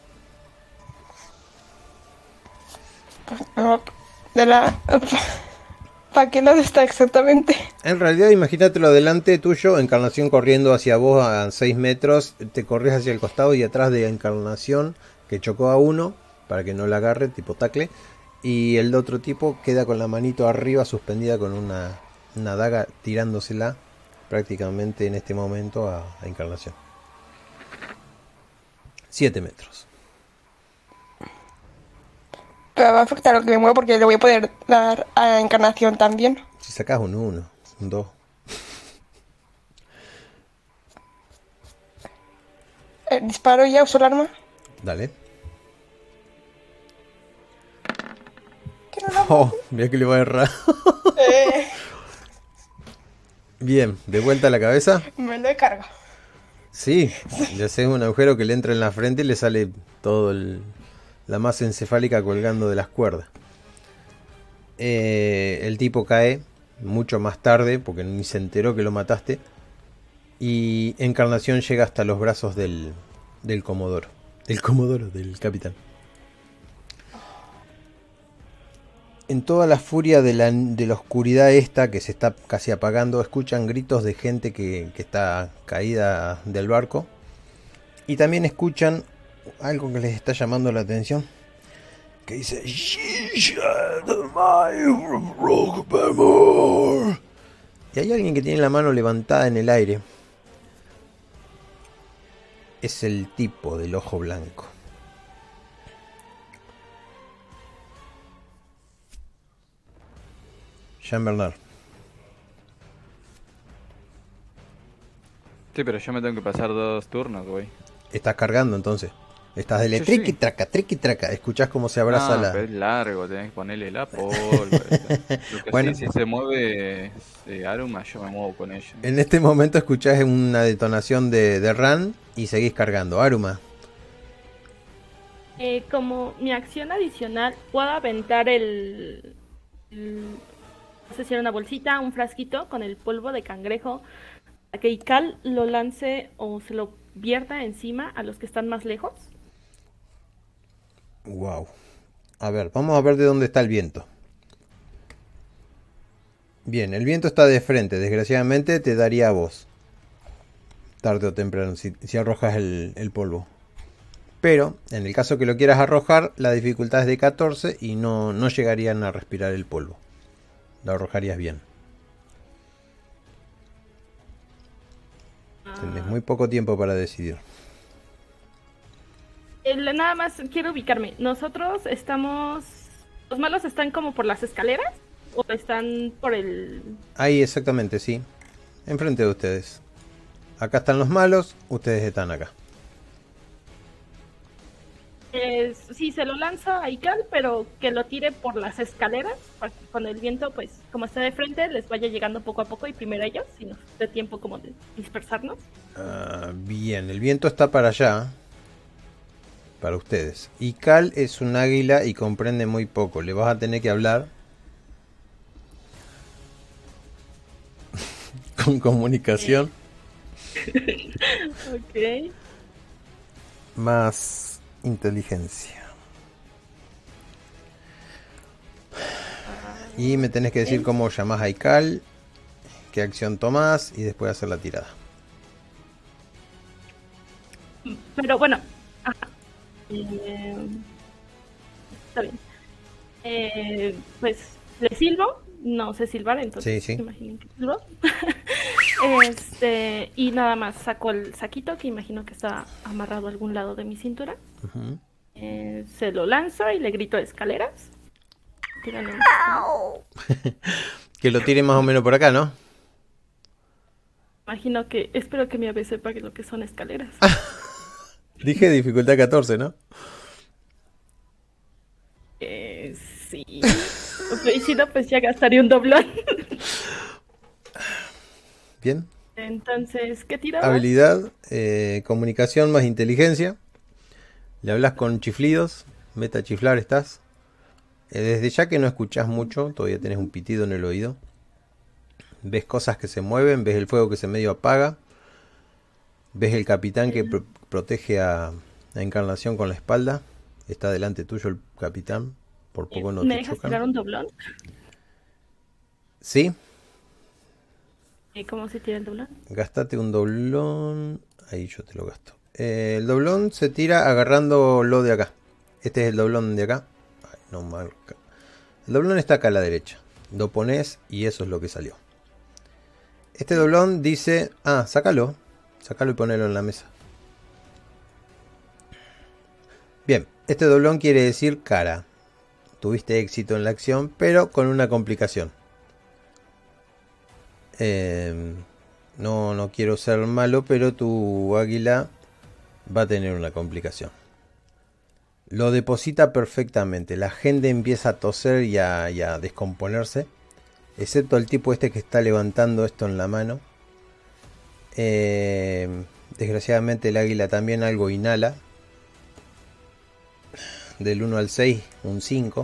No, de la... ¿Para qué lado está exactamente? En realidad, imagínatelo delante tuyo, Encarnación corriendo hacia vos a 6 metros, te corres hacia el costado y atrás de Encarnación, que chocó a uno, para que no la agarre, tipo tacle, y el otro tipo queda con la manito arriba suspendida con una daga tirándosela prácticamente en este momento a Encarnación. 7 metros. Pero va a afectar lo que me muevo porque le voy a poder dar a Encarnación también. Si sacas un 1, un 2. Disparo ya, uso el arma. Dale. Que no la... Oh, mira que le va a errar. Bien, de vuelta a la cabeza. Me lo he cargado. Sí, le haces un agujero que le entra en la frente y le sale todo la masa encefálica colgando de las cuerdas. El tipo cae mucho más tarde porque ni se enteró que lo mataste. Y Encarnación llega hasta los brazos del Comodoro. Del capitán. En toda la furia de la oscuridad esta que se está casi apagando, escuchan gritos de gente que está caída del barco. Y también escuchan algo que les está llamando la atención. Que dice... Y hay alguien que tiene la mano levantada en el aire. Es el tipo del ojo blanco. Jean Bernard. Sí, pero yo me tengo que pasar 2 turnos, güey. Estás cargando entonces. Estás de Sí, triqui sí. traca. Escuchás cómo se abraza Ah, la... pero es largo, tenés que ponerle la pólvora. Lo que Bueno. sí, si se mueve Aruma, yo me muevo con ella. En este momento escuchás una detonación de Ran y seguís cargando. Aruma. Como mi acción adicional, puedo aventar no sé si era una bolsita, un frasquito con el polvo de cangrejo, para que Ikal lo lance o se lo vierta encima a los que están más lejos. Wow. A ver, vamos a ver de dónde está el viento. Bien, el viento está de frente. Desgraciadamente te daría a vos. Tarde o temprano, si arrojas el polvo. Pero, en el caso que lo quieras arrojar, la dificultad es de 14 y no llegarían a respirar el polvo. Lo arrojarías bien. Tenés muy poco tiempo para decidir. Nada más quiero ubicarme. Nosotros estamos... ¿Los malos están como por las escaleras? ¿O están por el...? Ahí exactamente, sí. Enfrente de ustedes. Acá están los malos, ustedes están acá. Sí, se lo lanzo a Ikal, pero que lo tire por las escaleras, para que con el viento, pues, como está de frente, les vaya llegando poco a poco y primero a ellos, si nos dé tiempo como de dispersarnos. Bien, el viento está para allá. Para ustedes. Y Cal es un águila y comprende muy poco. Le vas a tener que hablar con comunicación Ok. más inteligencia. Y me tenés que decir cómo llamás a Ikal qué acción tomás y después hacer la tirada. Pero bueno, ajá. Eh, está bien. Pues le silbo, no sé silbar, entonces Sí. imaginen que silbo. Y nada más saco el saquito que imagino que está amarrado a algún lado de mi cintura. Ujú. Se lo lanzo y le grito escaleras. Tírale un- Que lo tire más o menos por acá, ¿no? Imagino que, espero que mi ave sepa que lo que son escaleras. Dije dificultad 14, ¿no? Sí. Ok, si no, pues ya gastaría un doblón. Bien. Entonces, ¿qué tiraba? Habilidad, comunicación más inteligencia. Le hablas con chiflidos. Meta chiflar estás. Desde ya que no escuchás mucho, todavía tenés un pitido en el oído. Ves cosas que se mueven, ves el fuego que se medio apaga. Ves el capitán que protege a Encarnación con la espalda. Está delante tuyo el capitán. Por poco no ¿Me te dejas chocan. tirar un doblón? Sí, ¿Cómo se tira el doblón? gastate un doblón. Ahí yo te lo gasto. El doblón se tira agarrando lo de acá. Este es el doblón de acá. Ay, no marca. El doblón está acá a la derecha. Lo pones y eso es lo que salió. Este doblón dice... Ah, sácalo. Sácalo y ponelo en la mesa. Bien, este doblón quiere decir cara. Tuviste éxito en la acción, pero con una complicación. No quiero ser malo, pero tu águila va a tener una complicación. Lo deposita perfectamente. La gente empieza a toser y a descomponerse. Excepto el tipo este que está levantando esto en la mano. Desgraciadamente el águila también algo inhala. Del 1 al 6, un 5.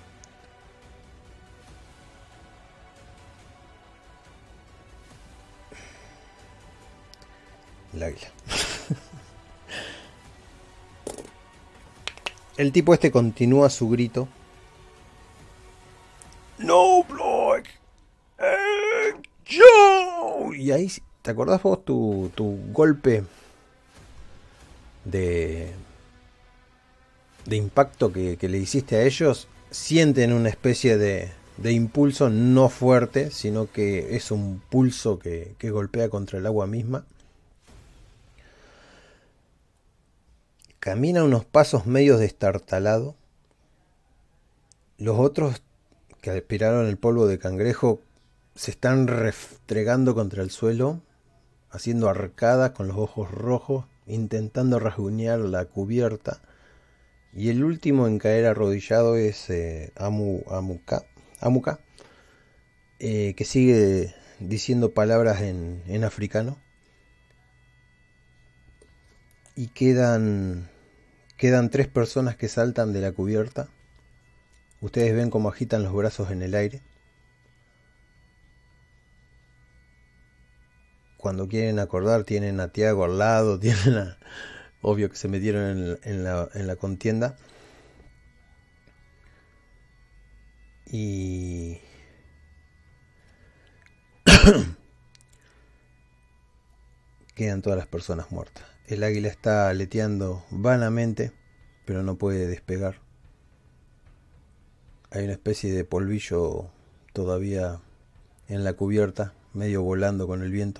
El águila. El tipo este continúa su grito. No, Black. Yo. Y ahí, ¿te acordás vos tu golpe de impacto que le hiciste a ellos? Sienten una especie de impulso no fuerte, sino que es un pulso que golpea contra el agua misma. Camina unos pasos medios destartalado. Los otros que aspiraron el polvo de cangrejo se están restregando contra el suelo, haciendo arcadas con los ojos rojos, intentando rasguñar la cubierta. Y el último en caer arrodillado es Amuka, que sigue diciendo palabras en africano. Y quedan 3 personas que saltan de la cubierta. Ustedes ven cómo agitan los brazos en el aire. Cuando quieren acordar, tienen a Tiago al lado, obvio que se metieron en la contienda. Y quedan todas las personas muertas. El águila está aleteando vanamente, pero no puede despegar. Hay una especie de polvillo todavía en la cubierta, medio volando con el viento.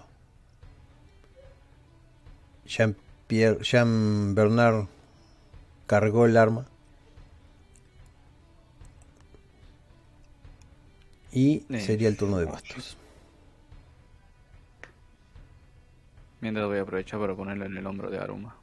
Jean Bernard cargó el arma y sería el turno de Bastos. Mientras voy a aprovechar para ponerlo en el hombro de Aruma.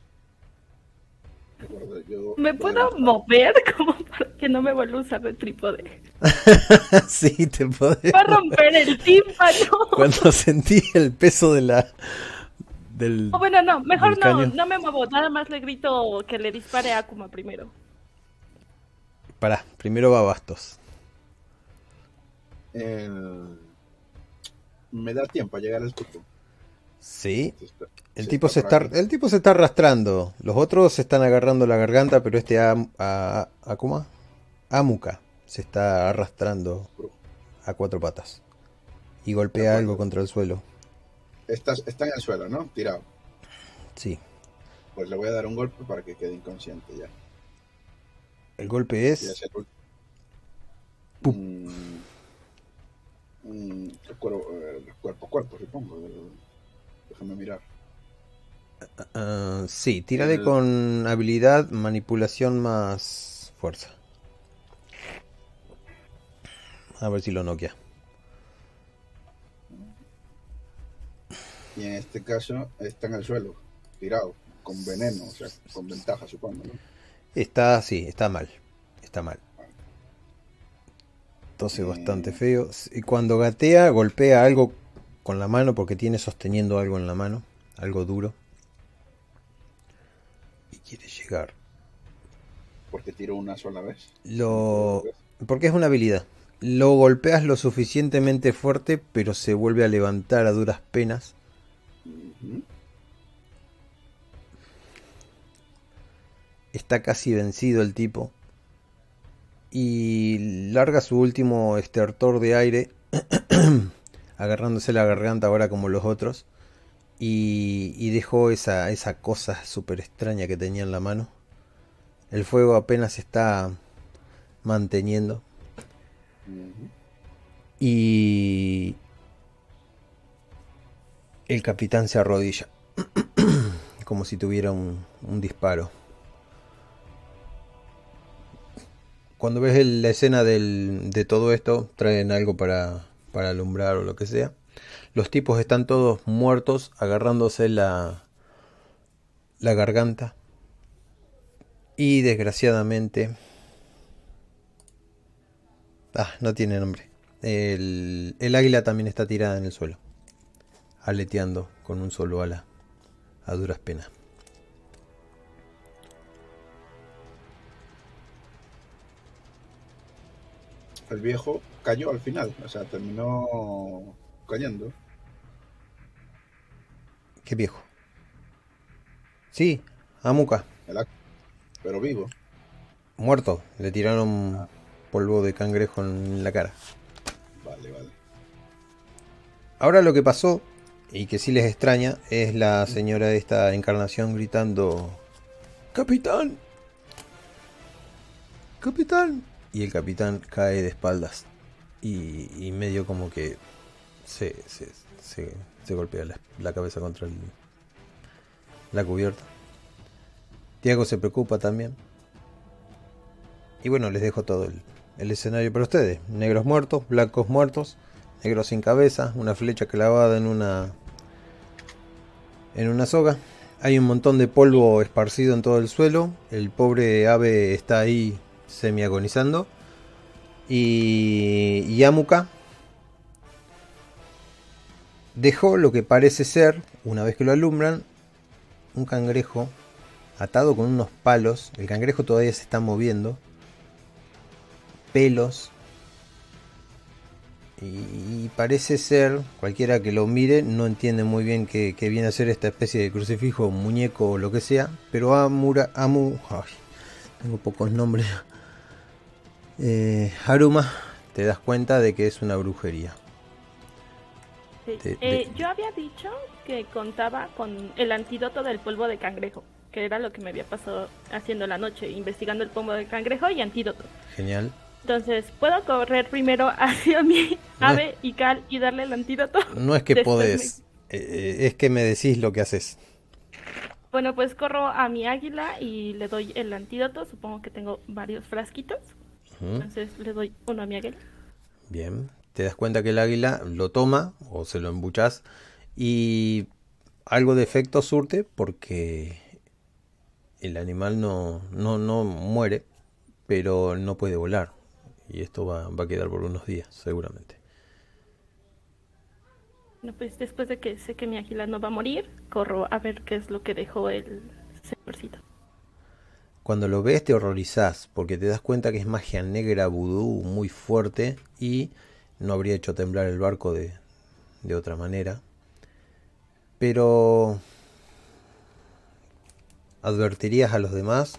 ¿Me puedo mover como para que no me vuelva a usar el trípode? Sí, te podés. Va a romper el tímpano. Cuando sentí el peso del Oh, bueno, no, mejor del caño. no me muevo. Nada más le grito que le dispare a Akuma primero. Pará, primero va Bastos. ¿Me da tiempo a llegar al tipo? Sí. El Sí, tipo se está por está, el tipo se está arrastrando. Los otros se están agarrando la garganta, pero este Amuka se está arrastrando a 4 patas. y golpea algo contra el suelo. Está en el suelo, ¿no? Tirado. Sí. Pues le voy a dar un golpe para que quede inconsciente ya. El golpe Y es... hacer cuerpo a cuerpo, supongo. Déjame mirar. sí, tírale con habilidad, manipulación más fuerza. A ver si lo noquea. Y en este caso está en el suelo, tirado, con veneno, o sea, con ventaja, supongo, ¿no? Sí, está mal. Está mal. Entonces bastante feo. Y cuando gatea, golpea algo con la mano porque tiene sosteniendo algo en la mano. Algo duro. Y quiere llegar. Porque tiro una sola vez. Porque es una habilidad. Lo golpeas lo suficientemente fuerte, pero se vuelve a levantar a duras penas. Está casi vencido el tipo. Y larga su último estertor de aire, agarrándose la garganta ahora como los otros. Y dejó esa cosa súper extraña que tenía en la mano. El fuego apenas está manteniendo. Y el capitán se arrodilla, como si tuviera un disparo. Cuando ves la escena de todo esto, traen algo para alumbrar o lo que sea. Los tipos están todos muertos, agarrándose la garganta. Y desgraciadamente... no tiene nombre. El águila también está tirada en el suelo, aleteando con un solo ala, a duras penas. El viejo cayó al final, o sea, terminó cayendo. ¿Qué viejo? Sí, Amuka. Pero vivo. Muerto, le tiraron polvo de cangrejo en la cara. Vale. Ahora lo que pasó, y que sí les extraña, es la señora de esta encarnación gritando: ¡Capitán! ¡Capitán! Y el capitán cae de espaldas. Y medio como que se golpea la cabeza contra la cubierta. Tiago se preocupa también. Y bueno, les dejo todo el escenario para ustedes. Negros muertos, blancos muertos, negros sin cabeza, una flecha clavada en una soga. Hay un montón de polvo esparcido en todo el suelo. El pobre ave está ahí semi-agonizando. Y Yamuka dejó lo que parece ser, una vez que lo alumbran, un cangrejo atado con unos palos. El cangrejo todavía se está moviendo. Pelos. Y parece ser, cualquiera que lo mire no entiende muy bien qué viene a ser esta especie de crucifijo, muñeco o lo que sea. Pero tengo pocos nombres. Haruma, te das cuenta de que es una brujería. Sí. Yo había dicho que contaba con el antídoto del polvo de cangrejo, que era lo que me había pasado haciendo la noche, investigando el polvo de cangrejo y antídoto. Genial. Entonces, ¿puedo correr primero hacia mi ave y Cal y darle el antídoto? No es que podés, es que me decís lo que haces. Bueno, pues corro a mi águila y le doy el antídoto. Supongo que tengo varios frasquitos. Entonces le doy uno a mi águila. Bien, te das cuenta que el águila lo toma o se lo embuchás y algo de efecto surte porque el animal no muere, pero no puede volar. Y esto va a quedar por unos días, seguramente. Bueno, pues después de que sé que mi águila no va a morir, corro a ver qué es lo que dejó el señorcito. Cuando lo ves te horrorizás porque te das cuenta que es magia negra vudú muy fuerte y no habría hecho temblar el barco de otra manera. Pero advertirías a los demás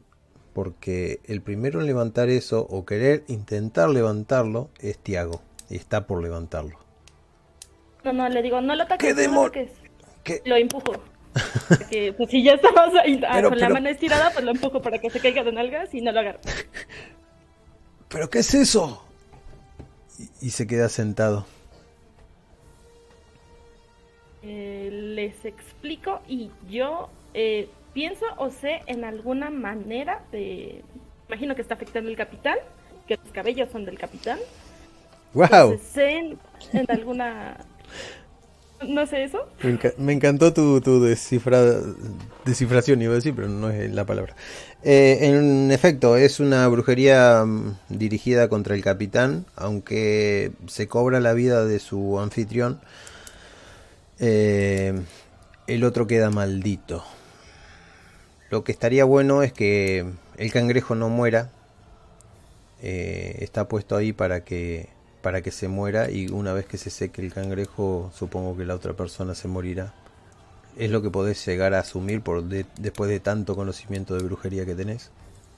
porque el primero en levantar eso o querer intentar levantarlo es Tiago. y está por levantarlo. No, le digo, no lo toques, ¿Qué no lo demon- toques. ¿Qué? Lo empujo. Porque, pues si ya estamos ahí Pero- con la pero- mano estirada, pues lo empujo para que se caiga de nalgas y no lo agarro. ¿Pero qué es eso? Y se queda sentado. Les explico y yo pienso o sé en alguna manera de... Imagino que está afectando el capitán, que los cabellos son del capitán. ¡Wow! Entonces, sé en alguna... No sé eso. Me encantó tu descifración, iba a decir, pero no es la palabra. En efecto, es una brujería dirigida contra el capitán, aunque se cobra la vida de su anfitrión. El otro queda maldito. Lo que estaría bueno es que el cangrejo no muera. Está puesto ahí para que se muera, y una vez que se seque el cangrejo, supongo que la otra persona se morirá. Es lo que podés llegar a asumir después de tanto conocimiento de brujería que tenés.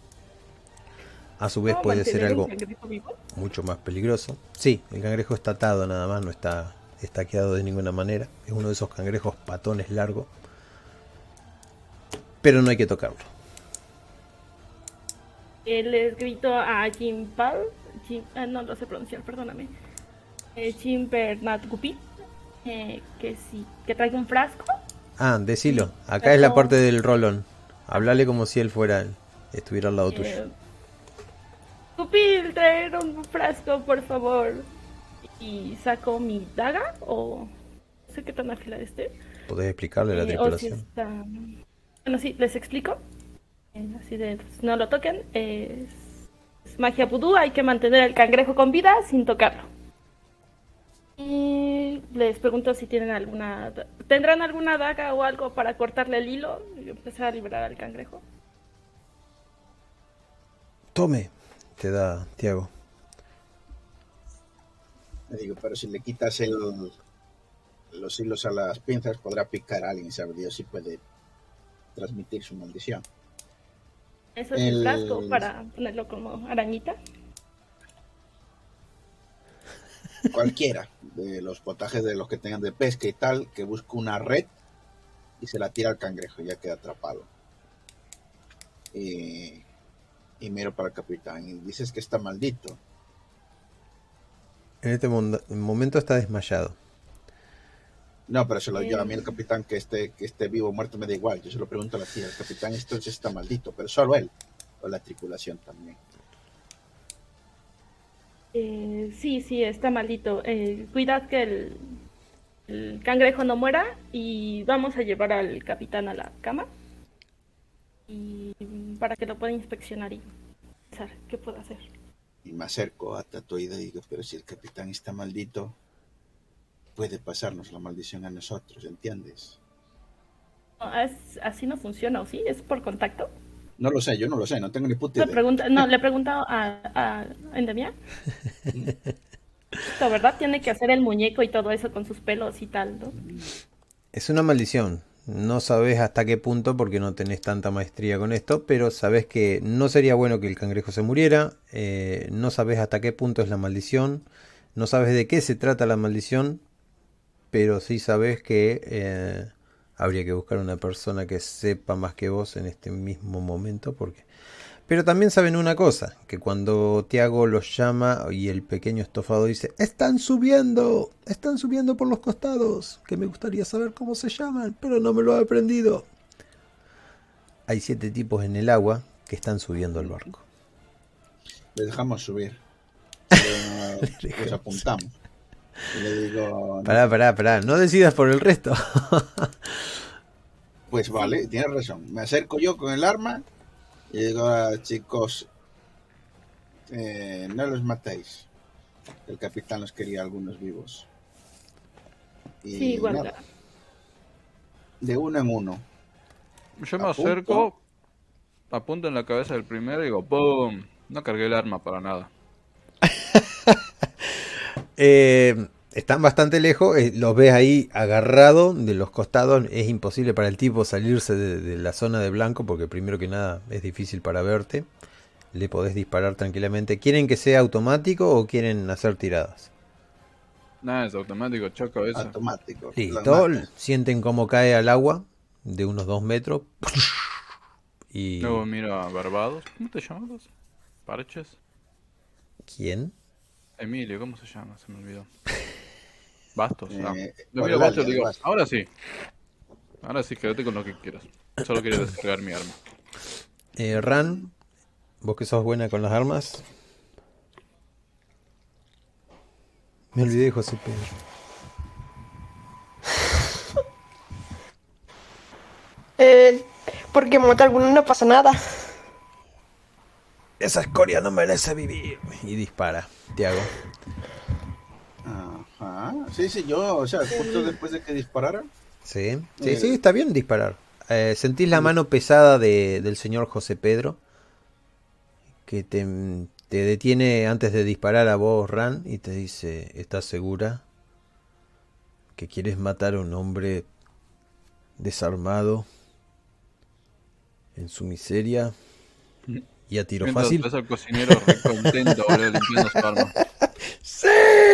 A su vez ¿Cómo puede ser mantener algo un cangrejo vivo? mucho más peligroso. Sí, el cangrejo está atado nada más, no está estaqueado de ninguna manera. Es uno de esos cangrejos patones largos. Pero no hay que tocarlo. Les grito a Jim Pal, no lo sé pronunciar, perdóname. Jim Bernat Gupi, que traiga un frasco. Ah, decilo. Acá pero- es la parte del rolón. Hablale como si él estuviera al lado tuyo. Gupi, traer un frasco, por favor. Y saco mi daga, o no sé qué tan afilada esté. ¿Podés explicarle a la O si tripulación? está... Bueno, sí, les explico. Así de, pues, no lo toquen. Es magia vudú, hay que mantener el cangrejo con vida sin tocarlo. Y les pregunto si tendrán alguna daga o algo para cortarle el hilo y empezar a liberar al cangrejo. Tome. Te da Tiago. Le digo, pero si le quitas los hilos a las pinzas, podrá picar a alguien, sabe Dios si puede transmitir su maldición. Eso es el frasco para ponerlo como arañita. Cualquiera de los potajes de los que tengan de pesca y tal, que busque una red y se la tira al cangrejo y ya queda atrapado. Y miro para el capitán y dices que está maldito. En este momento está desmayado. No, pero se lo digo a mí el capitán, que esté vivo o muerto me da igual. Yo se lo pregunto a la tía, el capitán esto está maldito, pero solo él, o la tripulación también. Sí, está maldito. Cuidad que el cangrejo no muera y vamos a llevar al capitán a la cama y para que lo pueda inspeccionar y pensar qué puede hacer. Y me acerco a Tatoida y digo, pero si el capitán está maldito, puede pasarnos la maldición a nosotros, ¿entiendes? No, así no funciona, ¿o sí? ¿Es por contacto? No lo sé, yo no lo sé, no tengo ni puta idea. Le pregunto a Endemia. Esto, ¿verdad? Tiene que hacer el muñeco y todo eso con sus pelos y tal, ¿no? Es una maldición. No sabes hasta qué punto porque no tenés tanta maestría con esto, pero sabes que no sería bueno que el cangrejo se muriera. No sabes hasta qué punto es la maldición. No sabes de qué se trata la maldición, pero sí sabes que habría que buscar una persona que sepa más que vos en este mismo momento, pero también saben una cosa, que cuando Tiago los llama y el pequeño estofado dice, están subiendo por los costados, que me gustaría saber cómo se llaman, pero no me lo he aprendido. Hay 7 tipos en el agua que están subiendo al barco. Les dejamos subir. Les apuntamos. Y le digo, Pará, no decidas por el resto. pues vale, tienes razón. Me acerco yo con el arma y digo, chicos, no los matéis. El capitán los quería algunos vivos. Y Sí, igual. nada, de uno en uno. Yo me Apunto. acerco, apunto en la cabeza del primero y digo, ¡pum! No cargué el arma para nada. Están bastante lejos, los ves ahí agarrado de los costados. Es imposible para el tipo salirse de la zona de blanco porque primero que nada es difícil para verte. Le podés disparar tranquilamente. ¿Quieren que sea automático o quieren hacer tiradas? Nada, es automático, choco eso. Automático. Las Listo, matas. sienten cómo cae al agua de unos 2 metros. Y... Luego miro a Barbados. ¿Cómo te llamas? ¿Parches? ¿Quién? Emilio, ¿cómo se llama? Se me olvidó. Bastos. No. Eh, Lo por miro el a Bastos y área, digo, Bastos. ahora sí. Ahora sí, quédate con lo que quieras. Solo quiero descargar mi arma. Ran, vos que sos buena con las armas. Me olvidé de José Pedro. Porque mata a alguno no pasa nada. Esa escoria no merece vivir. Y dispara, Tiago. Ajá. Sí, yo, o sea, justo después de que disparara, Sí, sí, está bien disparar. Sentís la mano pesada del señor José Pedro, que te detiene antes de disparar a vos, Ran, y te dice, ¿estás segura que quieres matar a un hombre desarmado en su miseria y a tiro Mientras fácil? ves al cocinero re contento, boludo, limpiando su arma. ¡Sí!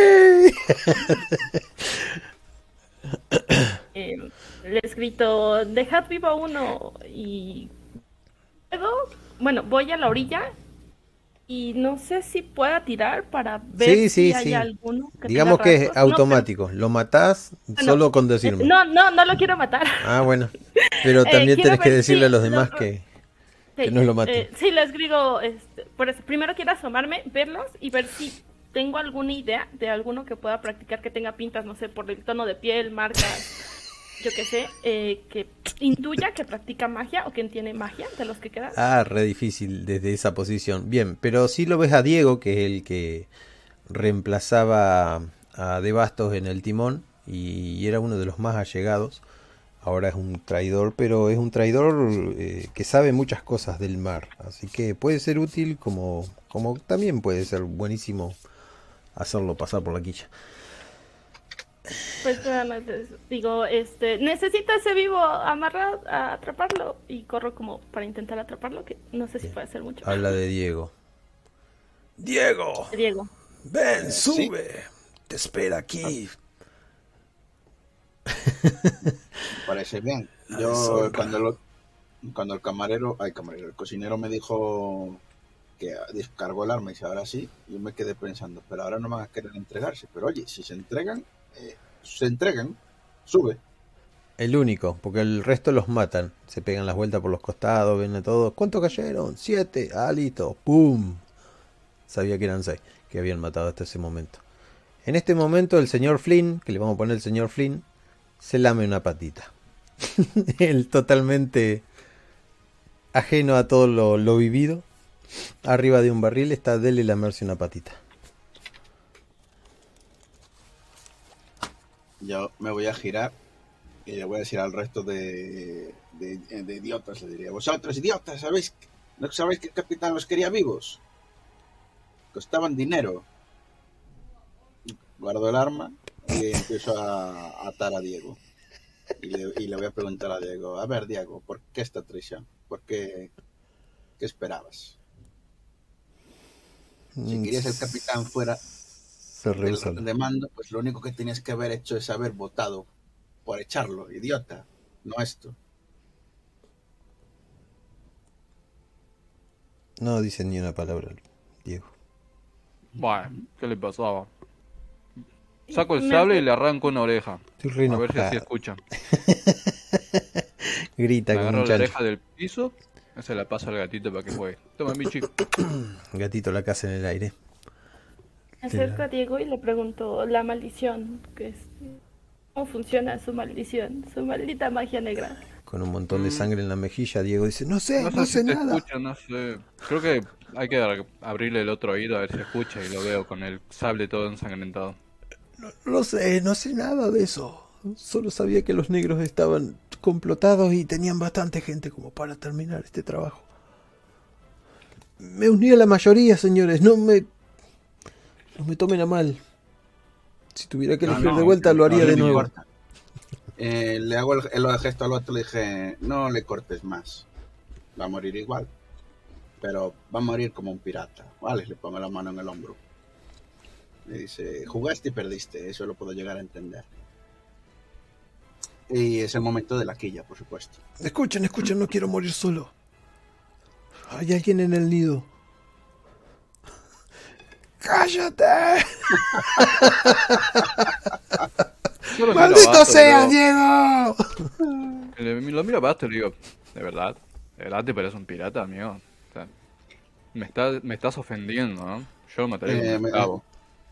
Les grito, dejad vivo a uno y luego, bueno, voy a la orilla y no sé si pueda tirar para ver Sí, si sí, hay sí. alguno que Digamos tenga que es rasgos. automático. Lo matás solo con decirme. No lo quiero matar. Ah, bueno. Pero también Quiero tenés que ver decirle a si los demás que no lo maten. sí, les digo, por eso, primero quiero asomarme, verlos y ver si tengo alguna idea de alguno que pueda practicar que tenga pintas, no sé, por el tono de piel, marcas, yo qué sé, que intuya que practica magia o que tiene magia de los que quedan. Ah, re difícil desde esa posición. Bien, pero sí lo ves a Diego, que es el que reemplazaba a De Bastos en el timón y era uno de los más allegados. Ahora es un traidor, pero es un traidor que sabe muchas cosas del mar. Así que puede ser útil como también puede ser buenísimo hacerlo pasar por la quilla. Pues nada más digo, necesito ese vivo amarrado a atraparlo y corro como para intentar atraparlo, que no sé si puede hacer mucho. Habla de Diego. ¡Diego! Diego. ¡Ven, sí. sube! Te espera aquí. me parece bien. Yo deshonra. cuando el cocinero me dijo que descargó el arma y dice, ahora sí, yo me quedé pensando, pero ahora no van a querer entregarse. Pero oye, si se entregan, sube. El único, porque el resto los matan. Se pegan las vueltas por los costados, ven a todos. ¿Cuántos cayeron? 7. Ah, listo. ¡Pum! Sabía que eran 6 que habían matado hasta ese momento. En este momento el señor Flynn, que le vamos a poner el señor Flynn, se lame una patita. Él totalmente ajeno a todo lo vivido. Arriba de un barril está dele lamerse una patita. Yo me voy a girar y le voy a decir al resto de idiotas, le diría, vosotros idiotas, ¿no sabéis que el capitán los quería vivos? Costaban dinero. Guardo el arma y empiezo a atar a Diego. Y le voy a preguntar a Diego, a ver Diego, ¿por qué esta traición? ¿Qué esperabas? Si querías el capitán fuera Se rehúsa. del de mando, pues lo único que tenías que haber hecho es haber votado por echarlo, idiota, no esto. No dice ni una palabra, Diego. Bueno, ¿qué le pasaba? Saco el sable y le arranco una oreja. Estoy re A ver si enojado. así escucha. Grita Me como agarro un la chancho. oreja del piso, se la paso al gatito para que juegue. Toma, Michi. Gatito la casa en el aire. Me acerco a Diego y le pregunto la maldición, ¿cómo funciona su maldición? Su maldita magia negra. Con un montón de sangre en la mejilla, Diego dice, no sé, No no sé sé si se nada. escucha, no sé. Creo que hay que abrirle el otro oído a ver si escucha y lo veo con el sable todo ensangrentado. No sé nada de eso. Solo sabía que los negros estaban complotados y tenían bastante gente como para terminar este trabajo. Me uní a la mayoría, señores. No me tomen a mal. Si tuviera que elegir de vuelta, lo haría no de me nuevo. importa. Le hago el gesto al otro, le dije, no le cortes más. Va a morir igual. Pero va a morir como un pirata. Vale, le pongo la mano en el hombro. Le dice, jugaste y perdiste, eso lo puedo llegar a entender. Y es el momento de la quilla, por supuesto. Escuchen, no quiero morir solo. Hay alguien en el nido. ¡Cállate! ¡Maldito seas, Diego! Lo miro a Basto y le digo, ¿de verdad te parece un pirata, amigo? O sea, me estás ofendiendo, ¿no? Yo mataré un cabo.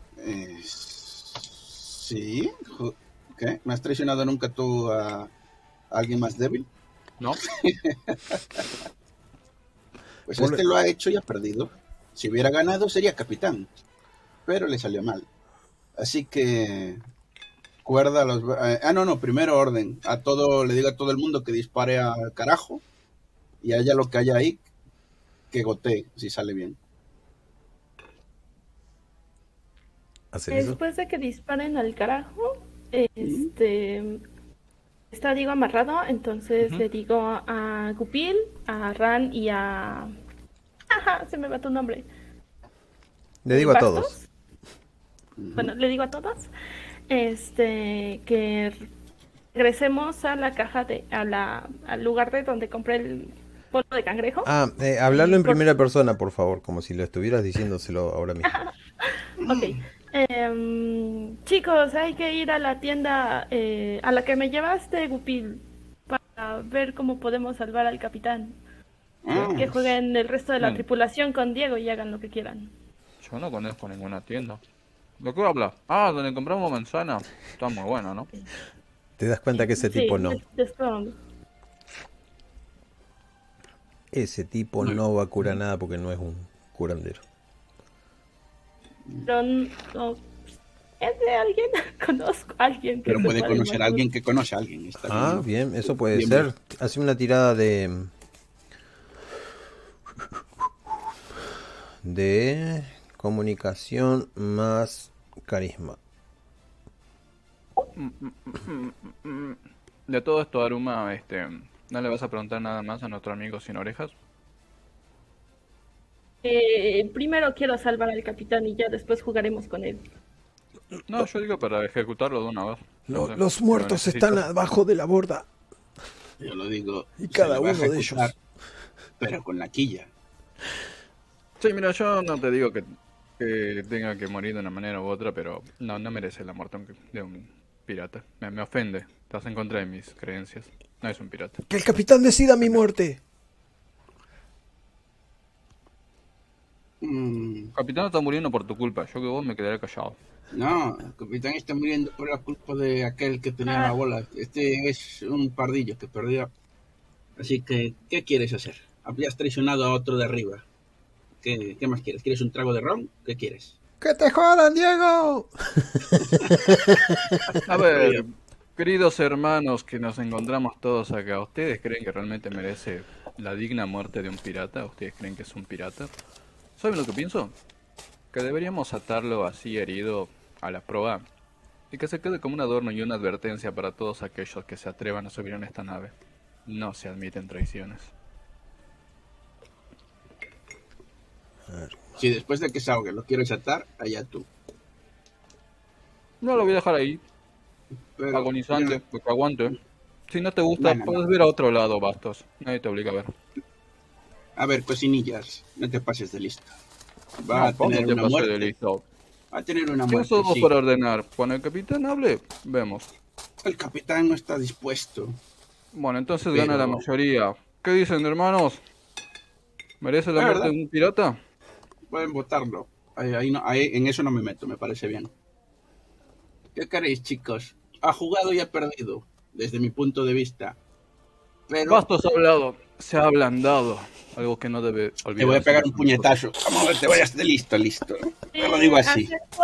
Sí. ¿Qué? ¿Me has traicionado nunca tú a alguien más débil? No. Pues este lo ha hecho y ha perdido. Si hubiera ganado sería capitán, pero le salió mal. Así que cuerda a los... primero orden. Le digo a todo el mundo que dispare al carajo y haya lo que haya ahí, que gotee, si sale bien. Después de que disparen al carajo, está Diego amarrado, entonces le digo a Gupil, a Ran y a... Ajá, se me va tu nombre. Le digo a todos. Bueno, le digo a todos que regresemos a la caja al lugar de donde compré el polvo de cangrejo. Hablarlo en primera persona, por favor, como si lo estuvieras diciéndoselo ahora mismo. Ok. Chicos, hay que ir a la tienda a la que me llevaste, Gupil, para ver cómo podemos salvar al capitán. Que jueguen el resto de la tripulación con Diego y hagan lo que quieran. Yo no conozco ninguna tienda. ¿De qué habla? Donde compramos manzana. Está muy bueno, ¿no? Te das cuenta que ese tipo no. Ese tipo no va a curar nada porque no es un curandero. Pero no, es de alguien, conozco a alguien que... Pero puede conocer a alguien que conoce a alguien. Está bien, eso puede ser. Hace una tirada de comunicación más carisma. De todo esto, Aruma, ¿no le vas a preguntar nada más a nuestro amigo sin orejas? Primero quiero salvar al capitán y ya después jugaremos con él. No, yo digo para ejecutarlo de una vez. Los muertos están abajo de la borda. Yo lo digo. Y cada uno de ellos. Pero con la quilla. Sí, mira, yo no te digo que tenga que morir de una manera u otra, pero no merece la muerte de un pirata. Me ofende. Estás en contra de mis creencias. No es un pirata. Que el capitán decida mi muerte. Capitán está muriendo por tu culpa. Yo que vos me quedaré callado. No, el capitán está muriendo por la culpa de aquel que tenía la bola. Este es un pardillo que perdió. Así que, ¿qué quieres hacer? Habías traicionado a otro de arriba. ¿Qué más quieres? ¿Quieres un trago de ron? ¿Qué quieres? ¡Que te jodan, Diego! A ver, queridos hermanos que nos encontramos todos acá, ¿ustedes creen que realmente merece la digna muerte de un pirata? ¿Ustedes creen que es un pirata? ¿Saben lo que pienso? Que deberíamos atarlo así herido a la proa y que se quede como un adorno y una advertencia para todos aquellos que se atrevan a subir en esta nave. No se admiten traiciones. Si después de que salga lo quieres atar, allá tú. No lo voy a dejar ahí. Pero, agonizante, porque aguante. Si no te gusta, puedes ver a otro lado, Bastos. Nadie te obliga a ver. A ver, cocinillas, no te pases de listo. Va a tener una muerte. Va a tener una muerte. ¿Qué somos para ordenar? Cuando el capitán hable, vemos. El capitán no está dispuesto. Bueno, entonces gana la mayoría. ¿Qué dicen, hermanos? ¿Merece la muerte de un pirata? Pueden votarlo. Ahí, en eso no me meto, me parece bien. ¿Qué queréis, chicos? Ha jugado y ha perdido, desde mi punto de vista. Pero... Bastos ha hablado, se ha ablandado. Algo que no debe olvidar. Te voy a pegar un puñetazo. Vamos a ver, te vayas de listo. Te lo digo así. Acerco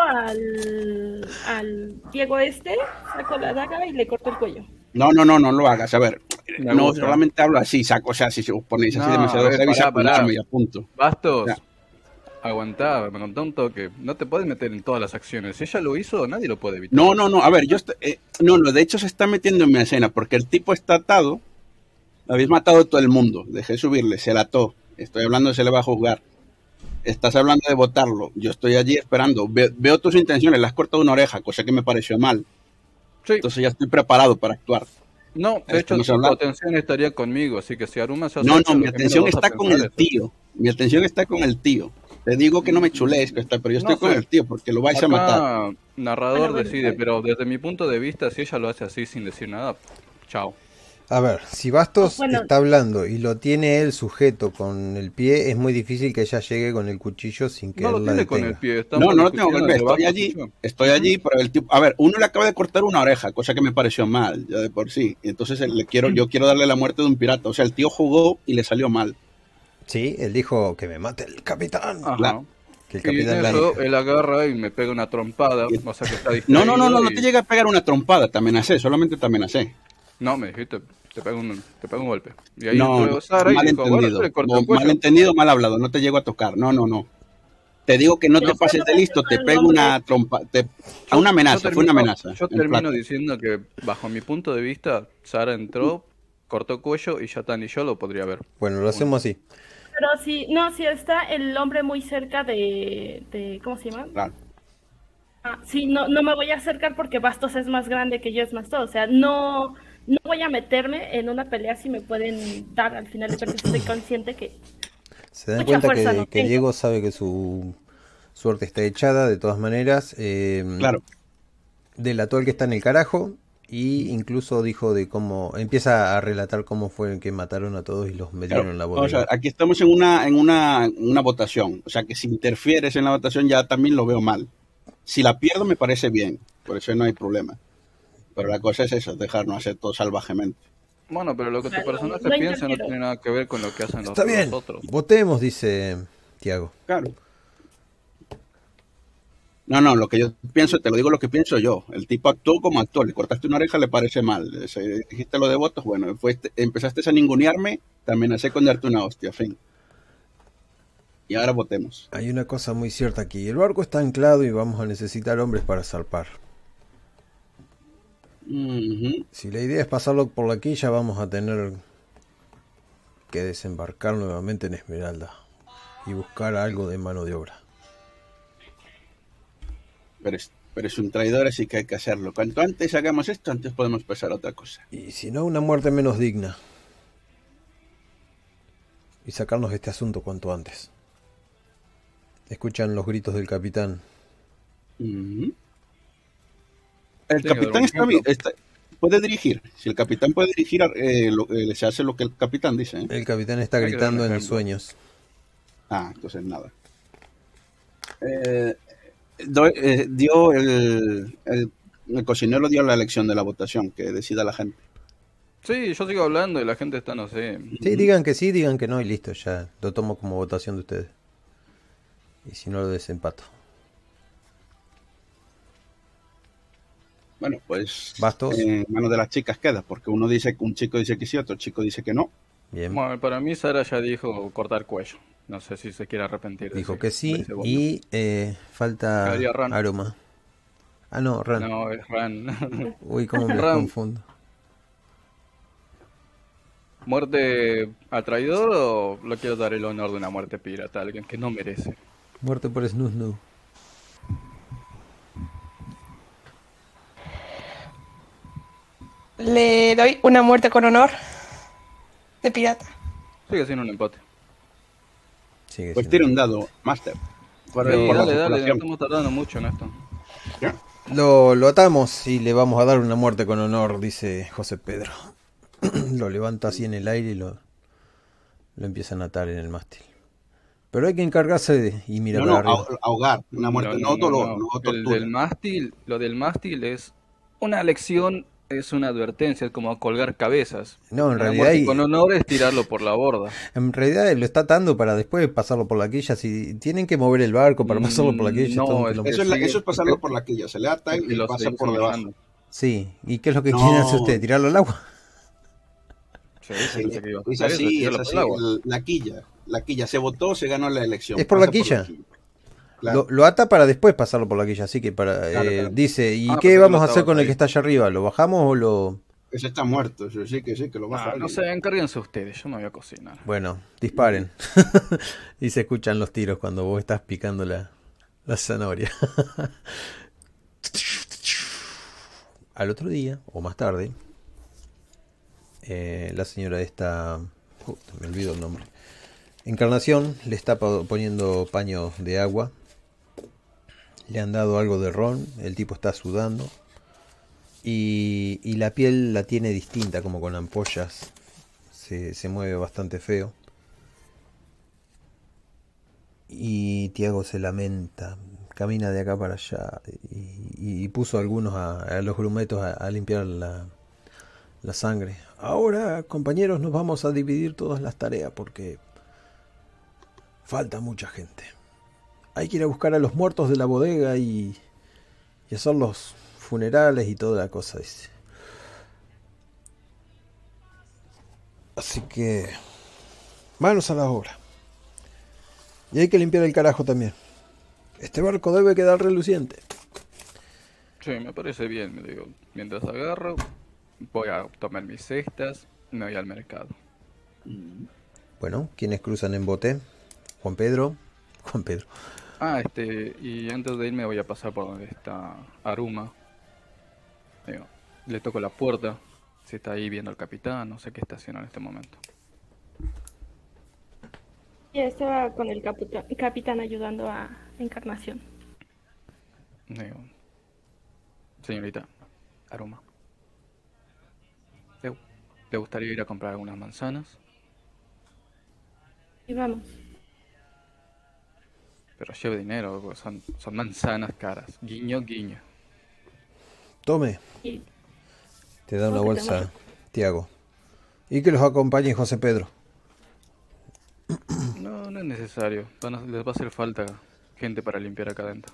al Diego saco la daga y le corto el cuello. No lo hagas. A ver, no solamente hablo así, saco, o sea, si os ponéis así demasiado heavy, saco un arma y apunto. Bastos, aguantá, me contó un toque. No te puedes meter en todas las acciones. Si ella lo hizo, nadie lo puede evitar. No, a ver, de hecho se está metiendo en mi escena, porque el tipo está atado. Lo habéis matado todo el mundo. Dejé subirle, se la ató. Estoy hablando, se le va a juzgar. estás hablando de votarlo. Yo estoy allí esperando. Veo tus intenciones, le has cortado una oreja, cosa que me pareció mal. Sí. Entonces ya estoy preparado para actuar. No, de hecho, tu atención estaría conmigo, así que si Aruma se No, mi atención está con el tío. Mi atención está con el tío. Te digo que no me chulees, pero yo estoy con el tío porque lo vais a matar. Narrador decide, pero desde mi punto de vista, si ella lo hace así sin decir nada, chao. A ver, si Bastos está hablando y lo tiene él sujeto con el pie, es muy difícil que ella llegue con el cuchillo sin que él la detenga. Con el pie, no lo tengo con el pie, estoy allí, pero el tipo, a ver, uno le acaba de cortar una oreja, cosa que me pareció mal, ya de por sí, y entonces yo quiero darle la muerte de un pirata, o sea, el tío jugó y le salió mal. Sí, él dijo que me mate el capitán. Claro. Que el capitán él agarra y me pega una trompada, o sea que está distraído. No te llega a pegar una trompada, te amenacé, solamente te amenacé. No, me dijiste, te pego un golpe. Y ahí mal entendido, mal hablado, no te llego a tocar. No. Te digo que no te pases de listo, te pego una trompa, una amenaza, fue una amenaza. Yo termino diciendo que bajo mi punto de vista, Sara entró, cortó cuello y Yatan y yo lo podría ver. Bueno, lo hacemos así. Pero si está el hombre muy cerca de ¿cómo se llama? Claro. Sí, no me voy a acercar porque Bastos es más grande que yo, es más todo, o sea, no voy a meterme en una pelea si me pueden dar al final de cuentas. Estoy consciente que se dan cuenta que Diego sabe que su suerte está echada de todas maneras. Claro. Delató al que está en el carajo y incluso dijo de cómo empieza a relatar cómo fue que mataron a todos y los metieron en la bodega. O sea, aquí estamos en una votación, o sea que si interfieres en la votación ya también lo veo mal. Si la pierdo me parece bien, por eso no hay problema. Pero la cosa es eso, dejarnos hacer todo salvajemente. Bueno, pero lo que tu personaje piensa no tiene nada que ver con lo que hacen los otros. Votemos, dice Tiago. Claro. No, lo que yo pienso, te lo digo lo que pienso yo. El tipo actuó como actor, le cortaste una oreja, le parece mal. Dijiste lo de votos, bueno, empezaste a ningunearme, te amenacé con darte una hostia, fin. Y ahora votemos. Hay una cosa muy cierta aquí. El barco está anclado y vamos a necesitar hombres para zarpar. Si la idea es pasarlo por la quilla, vamos a tener que desembarcar nuevamente en Esmeralda y buscar algo de mano de obra. Pero es un traidor, así que hay que hacerlo. Cuanto antes hagamos esto, antes podemos pasar a otra cosa. Y si no, una muerte menos digna. Y sacarnos de este asunto cuanto antes. Escuchan los gritos del capitán. El capitán puede dirigir. Si el capitán puede dirigir, se hace lo que el capitán dice. El capitán está gritando en sueños. Entonces nada. El cocinero dio la elección de la votación, que decida la gente. Sí, yo sigo hablando y la gente está, no sé. Sí, digan que sí, digan que no y listo, ya lo tomo como votación de ustedes. Y si no, lo desempato. Bueno, pues Bastos. En manos de las chicas queda, porque un chico dice que sí, otro chico dice que no. Bien. Bueno, para mí Sara ya dijo cortar cuello. No sé si se quiere arrepentir. Dijo que sí y falta Aroma. No, Ran. No, es Ran. Uy, cómo me confundo. ¿Muerte al traidor o lo quiero dar el honor de una muerte pirata a alguien que no merece? Muerte por Snoo. Le doy una muerte con honor de pirata. Sigue siendo un empate. Pues tira un dado, Master. Dale, estamos tardando mucho en esto. ¿Ya? Lo atamos y le vamos a dar una muerte con honor, dice José Pedro. Lo levanta así en el aire y lo empiezan a atar en el mástil. Pero hay que encargarse y mirar para arriba. Ahogar, una muerte, no dolor, no tortura. Lo del mástil es una lección, es una advertencia, es como colgar cabezas. No, en realidad con honor es tirarlo por la borda. En realidad lo está atando para después pasarlo por la quilla. Si tienen que mover el barco para pasarlo por la quilla. No, eso es pasarlo por la quilla. Se le ata y lo pasa por debajo. Sí, ¿y qué es lo que quieren hacer ustedes? ¿Tirarlo al agua? Es así, la quilla se votó, se ganó la elección. Es por la quilla. Claro. Lo ata para después pasarlo por la quilla, así que claro. Dice, ¿y qué vamos a hacer con el que está allá arriba? ¿Lo bajamos o lo...? ese está muerto, eso sí, que lo baja Ah, no alguien. sé, encárguense ustedes, yo me voy a cocinar. Bueno, disparen. Y se escuchan los tiros cuando vos estás picando la zanahoria. Al otro día, o más tarde, la señora esta... me olvido el nombre. Encarnación le está poniendo paños de agua. Le han dado algo de ron. El tipo está sudando. Y la piel la tiene distinta, como con ampollas. Se mueve bastante feo. Y Tiago se lamenta. Camina de acá para allá. Y puso a algunos a los grumetos a limpiar la sangre. Ahora, compañeros, nos vamos a dividir todas las tareas porque falta mucha gente. Hay que ir a buscar a los muertos de la bodega y hacer los funerales y toda la cosa, dice. Así que manos a la obra. Y hay que limpiar el carajo también. Este barco debe quedar reluciente. Sí, me parece bien, me digo. Mientras agarro, voy a tomar mis cestas, me voy al mercado. Bueno, ¿quiénes cruzan en bote? Juan Pedro. Juan Pedro. Ah, y antes de irme voy a pasar por donde está Aruma. Digo, le toco la puerta, si está ahí viendo al capitán, no sé qué está haciendo en este momento. Ya estaba con el capitán ayudando a Encarnación. Digo, señorita Aruma, ¿le gustaría ir a comprar algunas manzanas? Y vamos. Pero lleve dinero, porque son manzanas caras. Guiño, guiño. Tome. Y Te da una Ok, bolsa, Tiago. Y que los acompañe José Pedro. No, no es necesario. Les va a hacer falta gente para limpiar acá adentro.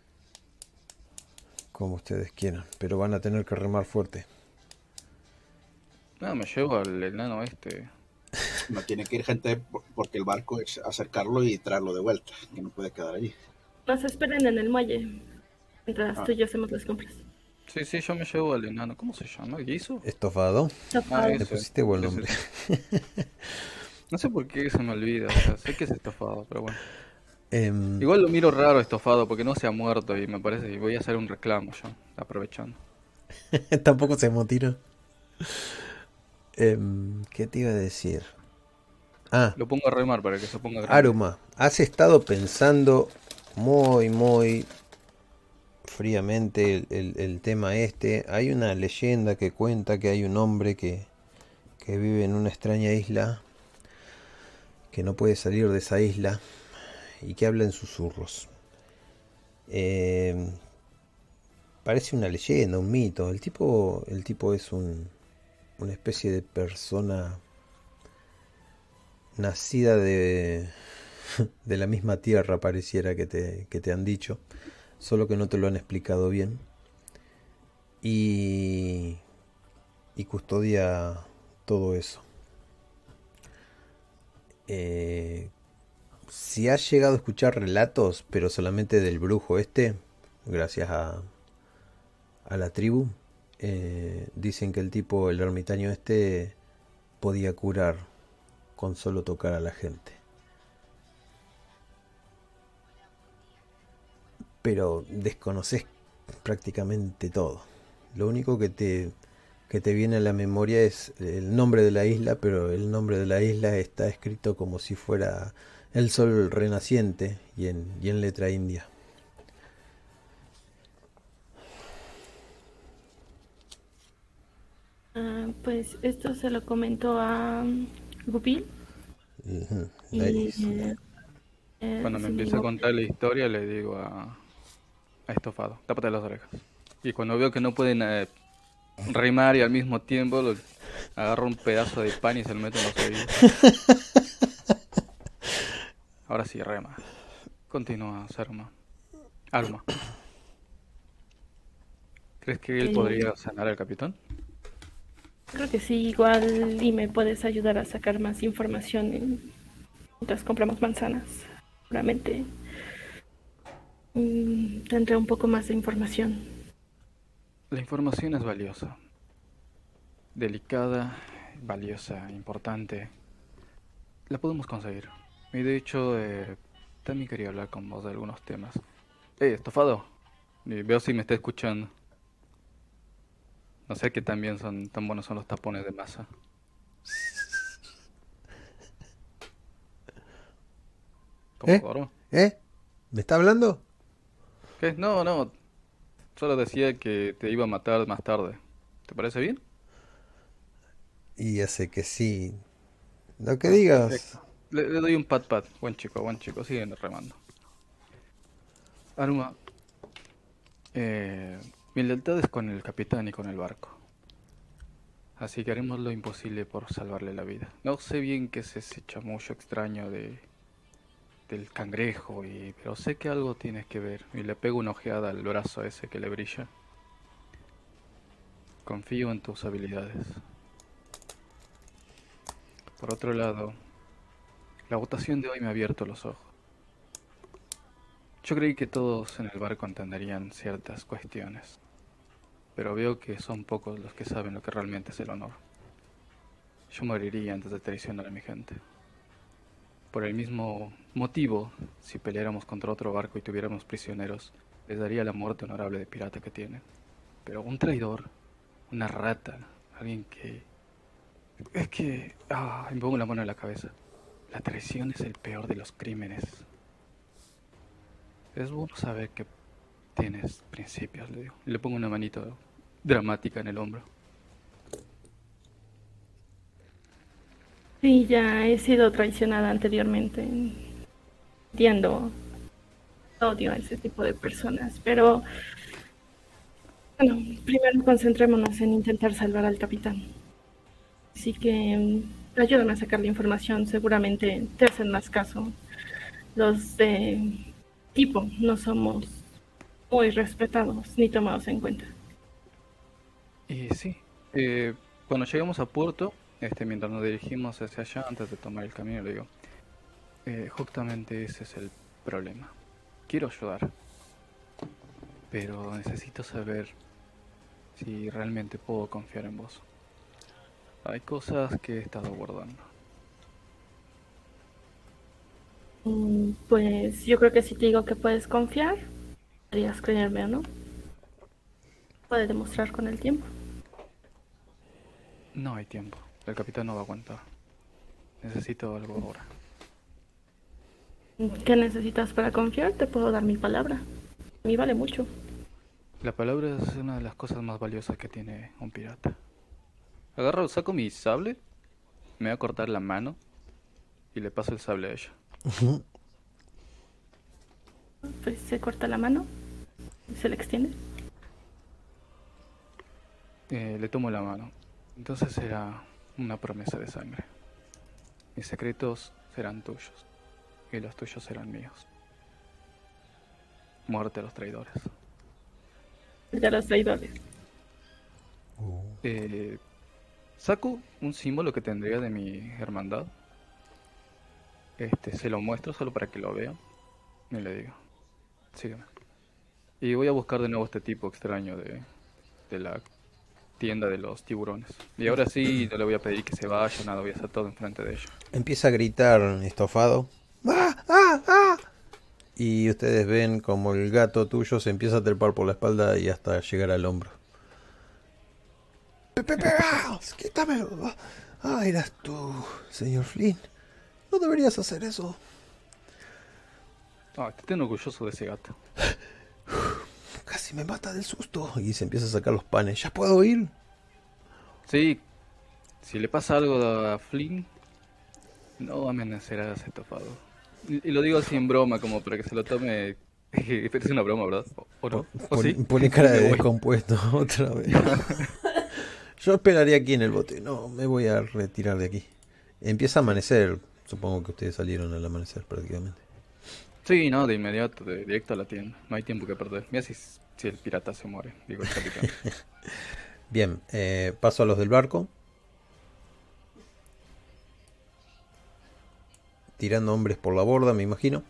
Como ustedes quieran, pero van a tener que remar fuerte. No, me llevo al enano este. No tiene que ir gente porque el barco es acercarlo y traerlo de vuelta, que no puede quedar allí. nos esperen en el muelle mientras Ah. tú y yo hacemos las compras. Sí, yo me llevo al enano. ¿Cómo se llama? ¿Guiso? Estofado. Ah, Le ese. pusiste buen Ese, nombre. ese. No sé por qué se me olvida. O sea, sé que es estofado, pero bueno. Igual lo miro raro estofado porque no se ha muerto y me parece que voy a hacer un reclamo yo, aprovechando. Tampoco se motiva. ¿Qué te iba a decir? Ah, Lo pongo a remar para que se ponga grande. Aruma, has estado pensando muy fríamente el tema este. Hay una leyenda que cuenta que hay un hombre que vive en una extraña isla, que no puede salir de esa isla y que habla en susurros. Parece una leyenda, un mito. El tipo es una especie de persona nacida de la misma tierra, pareciera que te han dicho, solo que no te lo han explicado bien. Y custodia todo eso. Si has llegado a escuchar relatos, pero solamente del brujo este, gracias a la tribu, dicen que el ermitaño este, podía curar con solo tocar a la gente. Pero desconoces prácticamente todo. Lo único que te viene a la memoria es el nombre de la isla, pero el nombre de la isla está escrito como si fuera el sol renaciente y en letra india. Pues esto se lo comento a Gupil. Y Nice. Cuando me sí, empieza a contar la historia le digo a estofado, tápate las orejas. Y cuando veo que no pueden rimar y al mismo tiempo agarro un pedazo de pan y se lo meto en los oídos. Ahora sí, rema. Continúa, Aruma. ¿Crees que él podría sanar al capitán? creo que sí, igual y me puedes ayudar a sacar más información mientras compramos manzanas. Seguramente tendré un poco más de información. La información es valiosa. delicada, valiosa, importante, la podemos conseguir. Y de hecho, también quería hablar con vos de algunos temas. Estofado, veo si me está escuchando. No sé qué tan bien son, tan buenos son los tapones de masa. ¿Cómo? ¿Me está hablando? ¿Qué? No, solo decía que te iba a matar más tarde. ¿Te parece bien? Y ya sé que sí. Lo que digas. Perfecto. Le doy un pat. Buen chico, siguen remando. Aruma, mi lealtad es con el capitán y con el barco. Así que haremos lo imposible por salvarle la vida. No sé bien qué es ese chamullo extraño del cangrejo, pero sé que algo tienes que ver. Y le pego una ojeada al brazo ese que le brilla. Confío en tus habilidades. Por otro lado, la votación de hoy me ha abierto los ojos. Yo creí que todos en el barco entenderían ciertas cuestiones, pero veo que son pocos los que saben lo que realmente es el honor. Yo moriría antes de traicionar a mi gente. Por el mismo motivo, si peleáramos contra otro barco y tuviéramos prisioneros, les daría la muerte honorable de pirata que tienen. Pero un traidor, una rata, alguien que... Es que... me pongo la mano en la cabeza. La traición es el peor de los crímenes. Es bueno saber que tienes principios, le digo. Y le pongo una manito dramática en el hombro. Sí, ya he sido traicionada anteriormente. Entiendo, odio a ese tipo de personas, pero bueno, primero concentrémonos en intentar salvar al capitán. Así que ayúdame a sacar la información, seguramente te hacen más caso. Los de tipo no somos muy respetados ni tomados en cuenta. Y sí, cuando llegamos a puerto, mientras nos dirigimos hacia allá, antes de tomar el camino, le digo, justamente ese es el problema. Quiero ayudar, pero necesito saber si realmente puedo confiar en vos. Hay cosas que he estado guardando. Pues yo creo que si te digo que puedes confiar, podrías creerme o no. Puede demostrar con el tiempo. No hay tiempo. El capitán no va a aguantar. Necesito algo ahora. ¿Qué necesitas para confiar? Te puedo dar mi palabra. A mí vale mucho. La palabra es una de las cosas más valiosas que tiene un pirata. Saco mi sable, me voy a cortar la mano y le paso el sable a ella. Pues se corta la mano, se le extiende. Le tomo la mano. Entonces será una promesa de sangre. Mis secretos serán tuyos y los tuyos serán míos. Muerte a los traidores. Ya los traidores. Saco un símbolo que tendría de mi hermandad. Se lo muestro solo para que lo vean. Y le digo, sígueme. Y voy a buscar de nuevo a este tipo extraño de la tienda de los tiburones. Y ahora sí, no le voy a pedir que se vaya, nada, voy a hacer todo enfrente de ellos. Empieza a gritar Estofado. ¡Ah, ah, ah! Y ustedes ven como el gato tuyo se empieza a trepar por la espalda y hasta llegar al hombro. ¡Quítame! Ah, eras tú, señor Flynn. No deberías hacer eso. Estoy orgulloso de ese gato. Casi me mata del susto. Y se empieza a sacar los panes. ¿Ya puedo ir? Sí, si le pasa algo a Flynn, no amenacerás, Estofado. Y lo digo así en broma, como para que se lo tome. Es una broma, ¿verdad? ¿O no? ¿O sí? Pone cara de descompuesto otra vez. Yo esperaría aquí en el bote. No, me voy a retirar de aquí. Empieza a amanecer. Supongo que ustedes salieron al amanecer prácticamente. Sí, no, de inmediato, directo a la tienda. No hay tiempo que perder. Mira si el pirata se muere, digo el capitán. Bien, paso a los del barco. Tirando hombres por la borda, me imagino.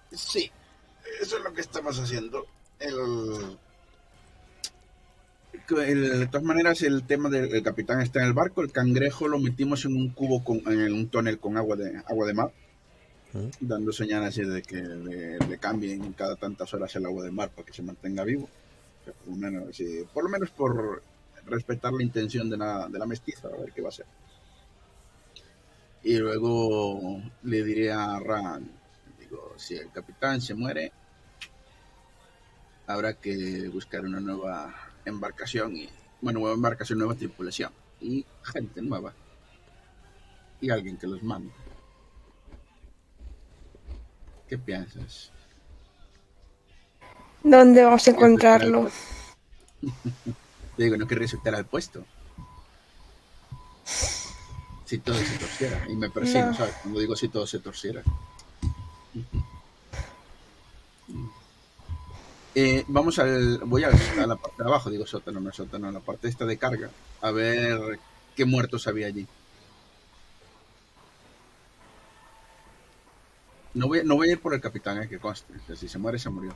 Sí, eso es lo que estamos haciendo. de todas maneras el tema del capitán está en el barco, el cangrejo lo metimos en un cubo, en un tonel con agua de mar, dando señales de que le cambien cada tantas horas el agua de mar para que se mantenga vivo. O sea, por lo menos por respetar la intención de la mestiza, a ver qué va a hacer. Y luego le diré a Ran, digo, si el capitán se muere, habrá que buscar una nueva embarcación nueva tripulación y gente nueva y alguien que los mande. ¿Qué piensas? ¿Dónde vamos a encontrarlo? Te digo, no querría soltar al puesto. Si todo se torciera. Y me persino, no. ¿Sabes? Cuando digo si todo se torciera. Voy a la parte de abajo, digo sótano, no sótano, la parte esta de carga, a ver qué muertos había allí. No voy a ir por el capitán, que conste, que si se muere, se murió.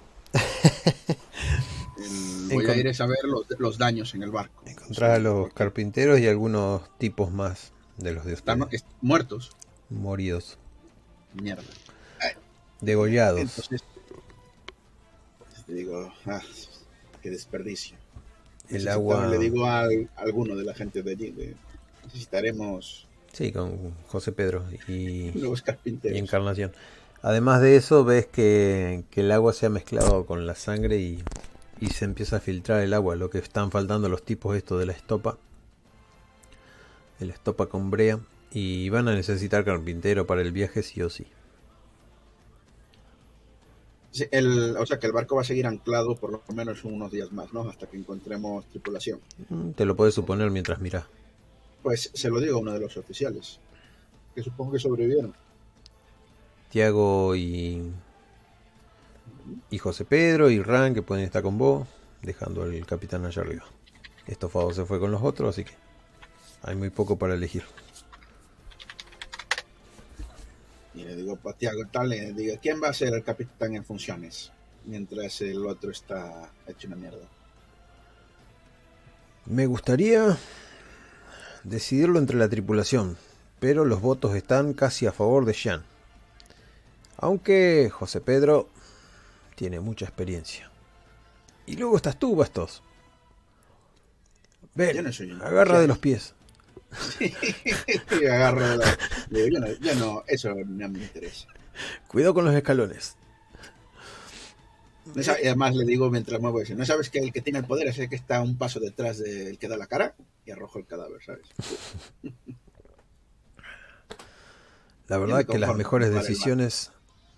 Voy a ir a saber los daños en el barco. Encontrar a los carpinteros y algunos tipos más de los de ustedes. Están muertos. Moridos. Mierda. Degollados. Entonces, te digo, qué desperdicio. El agua. Le digo a alguno de la gente de allí, necesitaremos. Sí, con José Pedro y nuevos carpinteros. Y Encarnación. Además de eso, ves que el agua se ha mezclado con la sangre y se empieza a filtrar el agua. Lo que están faltando los tipos estos de la estopa con brea, y van a necesitar carpintero para el viaje sí o sí. Sí, o sea que el barco va a seguir anclado por lo menos unos días más, ¿no? Hasta que encontremos tripulación. Te lo puedes suponer mientras miras. Pues se lo digo a uno de los oficiales, que supongo que sobrevivieron. Tiago y José Pedro y Ran, que pueden estar con vos, dejando al capitán allá arriba. Estofado se fue con los otros, así que hay muy poco para elegir. Y le digo a Tiago tal, le digo, ¿quién va a ser el capitán en funciones? Mientras el otro está hecho una mierda. Me gustaría decidirlo entre la tripulación, pero los votos están casi a favor de Jean. Aunque José Pedro tiene mucha experiencia. Y luego estás tú, Bastos. Ven, agarra de los pies. Sí, agarro de los... Yo no, eso no me interesa. Cuidado con los escalones. Y además le digo mientras muevo eso, ¿no sabes que el que tiene el poder es el que está un paso detrás del que da la cara? Y arrojo el cadáver, ¿sabes? La verdad es que las mejores decisiones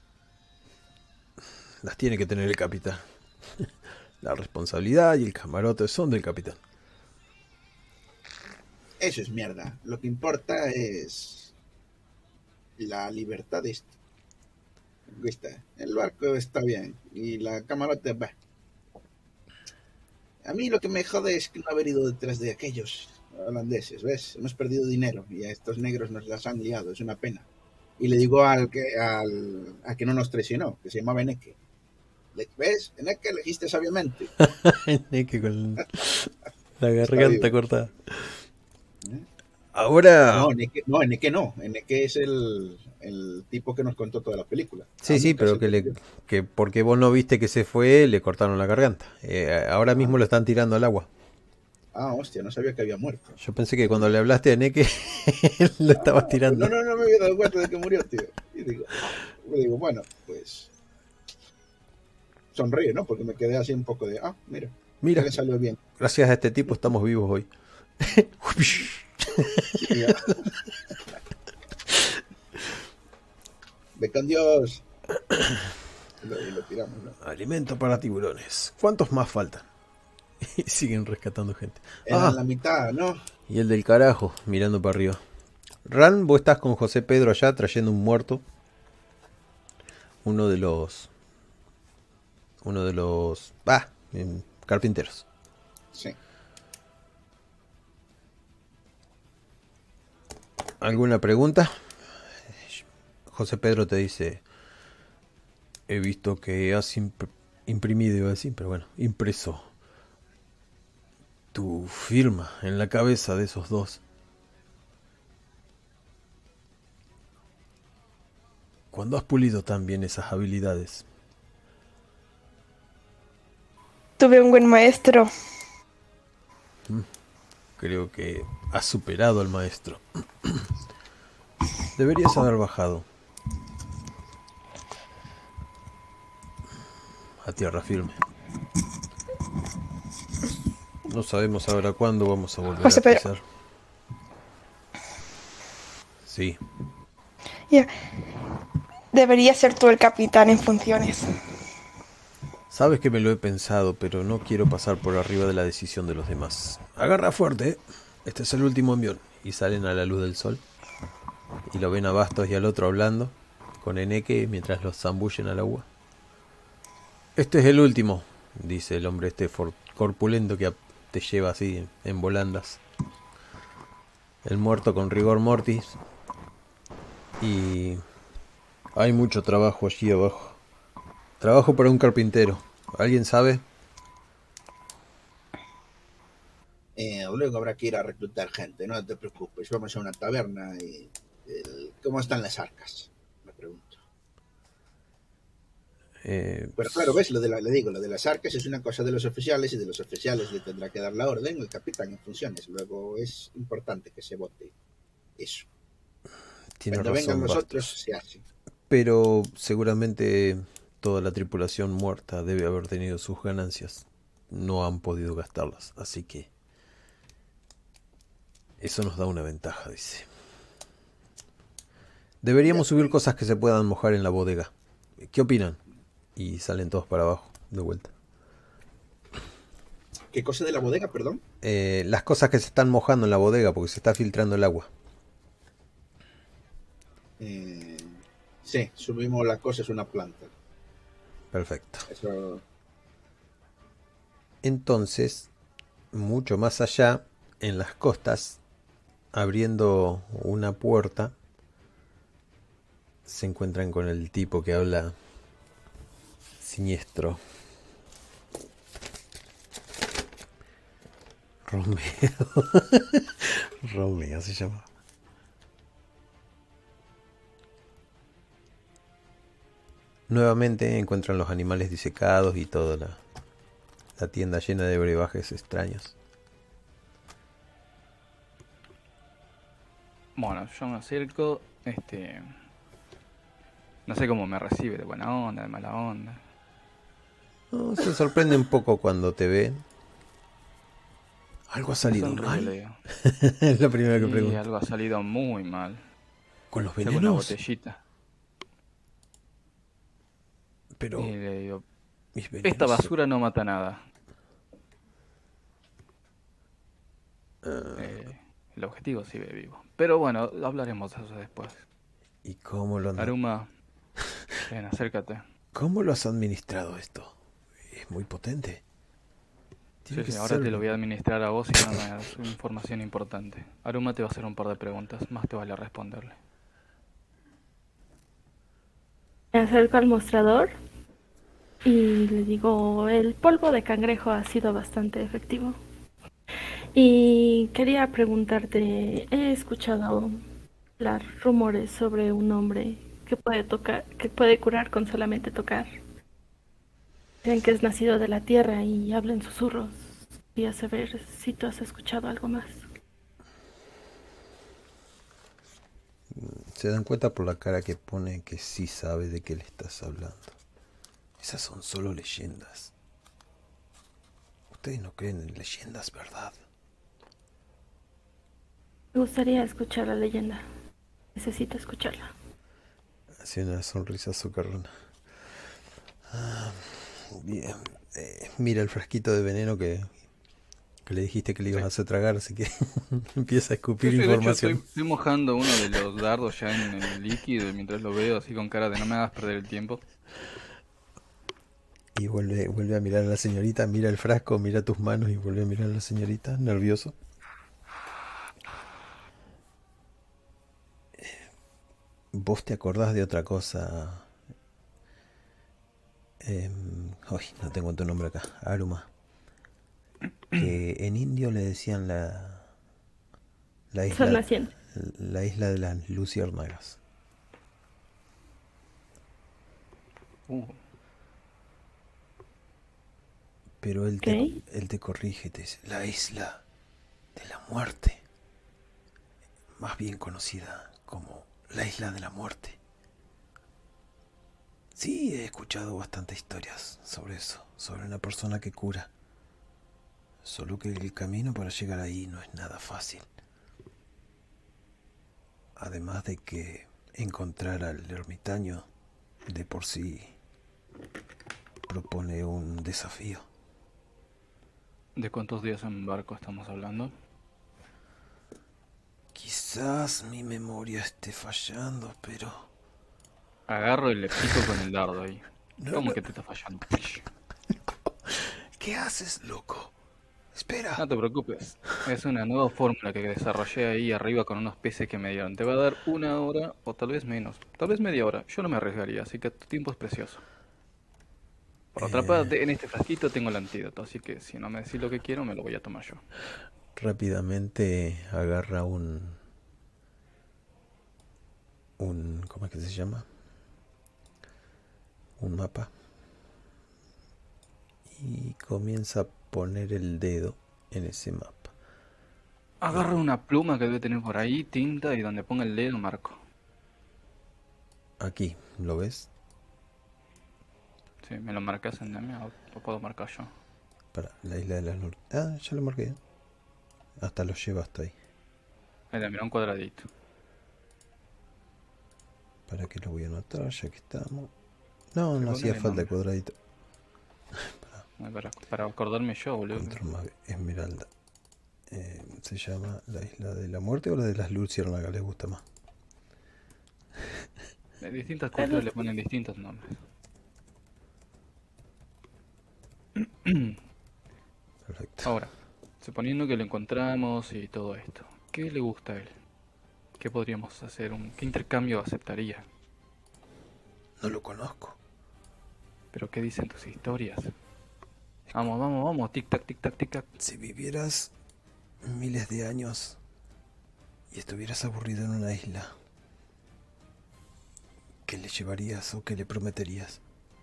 las tiene que tener el capitán. La responsabilidad y el camarote son del capitán. Eso es mierda. Lo que importa es la libertad de esto. ¿Viste? El barco está bien y la camarote va. A mí lo que me jode es que no haber ido detrás de aquellos holandeses, ¿ves? Hemos perdido dinero y a estos negros nos las han liado, es una pena. Y le digo al que no nos traicionó, que se llamaba Eneke. ¿Ves? Eneke elegiste sabiamente. Eneke con la garganta cortada. Ahora... No, Eneke no. Eneke es el tipo que nos contó toda la película. Sí, pero que porque vos no viste que se fue, le cortaron la garganta. Ahora mismo lo están tirando al agua. Ah, hostia, no sabía que había muerto. Yo pensé que cuando le hablaste a Eneke lo estabas tirando. No me había dado cuenta de que murió, tío. Y digo, bueno, pues sonríe, ¿no? Porque me quedé así un poco de, mira que salió bien. Gracias a este tipo estamos vivos hoy. Ve con Dios. Y lo tiramos, ¿no? Alimento para tiburones. ¿Cuántos más faltan? Y siguen rescatando gente. Eran la mitad, ¿no? Y el del carajo, mirando para arriba. Ran, vos estás con José Pedro allá trayendo un muerto. Uno de los carpinteros. Sí. ¿Alguna pregunta? José Pedro te dice: he visto que has imprimido, iba a decir, pero bueno, impreso tu firma en la cabeza de esos dos. ¿Cuándo has pulido tan bien esas habilidades? Tuve un buen maestro. Creo que has superado al maestro. Deberías haber bajado a tierra firme. No sabemos ahora cuándo vamos a volver José a Pedro. pisar. Sí, Ya. Debería ser tú el capitán en funciones. sabes que me lo he pensado, pero no quiero pasar por arriba de la decisión de los demás. Agarra fuerte, ¿eh? Este es el último envión. Y salen a la luz del sol. Y lo ven a Bastos y al otro hablando con Eneque mientras los zambullen al agua. Este es el último, dice el hombre este corpulento que te lleva así en volandas. El muerto con rigor mortis. Y hay mucho trabajo allí abajo. Trabajo para un carpintero. ¿Alguien sabe? Luego habrá que ir a reclutar gente, no te preocupes. Vamos a una taberna y... ¿Cómo están las arcas? Me pregunto. Pero claro, ves, le digo, lo de las arcas es una cosa de los oficiales y de los oficiales le tendrá que dar la orden el capitán en funciones. Luego es importante que se vote eso. Tiene Cuando razón, vengan los Bastos. otros, se hace. Pero seguramente toda la tripulación muerta debe haber tenido sus ganancias. No han podido gastarlas, así que eso nos da una ventaja, dice. Deberíamos subir cosas que se puedan mojar en la bodega. ¿Qué opinan? Y salen todos para abajo, de vuelta. ¿Qué cosa de la bodega, perdón? Las cosas que se están mojando en la bodega porque se está filtrando el agua. Sí, subimos la cosa, es una planta. Perfecto. Eso... Entonces, mucho más allá, en las costas, abriendo una puerta, se encuentran con el tipo que habla siniestro. Romeo. Romeo se llama. Nuevamente encuentran los animales disecados y toda la tienda llena de brebajes extraños. Bueno, yo me acerco, no sé cómo me recibe, de buena onda, de mala onda. No, se sorprende un poco cuando te ve. ¿Algo ha salido Sonrío, mal? le digo. Es lo primero que Sí, pregunto. algo ha salido muy mal. ¿Con los Saco una venenos? botellita. Pero Y le digo, mis venenos... esta basura no mata nada. El objetivo sigue vivo. Pero bueno, hablaremos de eso después. ¿Y cómo lo han... Aruma, ven, acércate. ¿Cómo lo has administrado esto? Es muy potente. Tiene Sí, que ahora ser- te lo voy a administrar a vos y no me das información importante. Aruma te va a hacer un par de preguntas, más te vale responderle. Me acerco al mostrador y le digo, el polvo de cangrejo ha sido bastante efectivo. Y quería preguntarte, he escuchado hablar rumores sobre un hombre que puede tocar, que puede curar con solamente tocar. Dicen que es nacido de la tierra y habla en susurros. Quería saber si tú has escuchado algo más. Se dan cuenta por la cara que pone que sí sabe de qué le estás hablando. Esas son solo leyendas. Ustedes no creen en leyendas, ¿verdad? Me gustaría escuchar la leyenda. Necesito escucharla. Hace una sonrisa socarrona. Bien. Mira el frasquito de veneno que le dijiste que le ibas a hacer tragar, así que empieza a escupir Sí, de hecho información. estoy mojando uno de los dardos ya en el líquido y mientras lo veo así con cara de no me hagas perder el tiempo. Y vuelve a mirar a la señorita, mira el frasco, mira tus manos y vuelve a mirar a la señorita, nervioso. ¿Vos te acordás de otra cosa? Ay, no tengo tu nombre acá. Aruma. que en indio le decían la Son isla, nacientes. la isla de las luciérnagas. Uh, Pero Ok. él te corrige, te dice, la isla de la muerte, más bien conocida como la isla de la muerte. Sí, he escuchado bastantes historias sobre eso, sobre una persona que cura. Solo que el camino para llegar ahí no es nada fácil. Además de que encontrar al ermitaño de por sí propone un desafío. ¿De cuántos días en barco estamos hablando? Quizás mi memoria esté fallando, pero... Agarro y le pico con el dardo ahí. No, ¿Cómo no. que te está fallando? ¿Qué haces, loco? Espera. No te preocupes. Es una nueva fórmula que desarrollé ahí arriba con unos peces que me dieron. Te va a dar 1 hora o tal vez menos. Tal vez media hora. Yo no me arriesgaría, así que tu tiempo es precioso. Por otra parte, en este frasquito tengo el antídoto, así que si no me decís lo que quiero, me lo voy a tomar yo. Rápidamente agarra ¿cómo es que se llama? Un mapa. Y comienza a poner el dedo en ese mapa. Agarro una pluma que debe tener por ahí, tinta, y donde ponga el dedo marco. Aquí, ¿lo ves? Sí, me lo marcas en Dame o lo puedo marcar yo. Para la isla de las Lourdes. Ah, ya lo marqué. Hasta lo llevo hasta ahí. Ahí, mira un cuadradito. ¿Para qué lo voy a anotar ya que estamos? No, no Ponle hacía el falta nombre. cuadradito. Para acordarme yo, boludo. Control más Esmeralda. ¿Se llama la isla de la muerte o la de las luciérnagas? ¿Les gusta más? Distintas culturas le ponen distintos nombres. Perfecto. Ahora, suponiendo que lo encontramos y todo esto, ¿qué le gusta a él? ¿Qué podríamos hacer? ¿Qué intercambio aceptaría? No lo conozco. ¿Pero qué dicen tus historias? Vamos, vamos, vamos, tic-tac, tic-tac, tic-tac. Si vivieras miles de años y estuvieras aburrido en una isla, ¿qué le llevarías o qué le prometerías?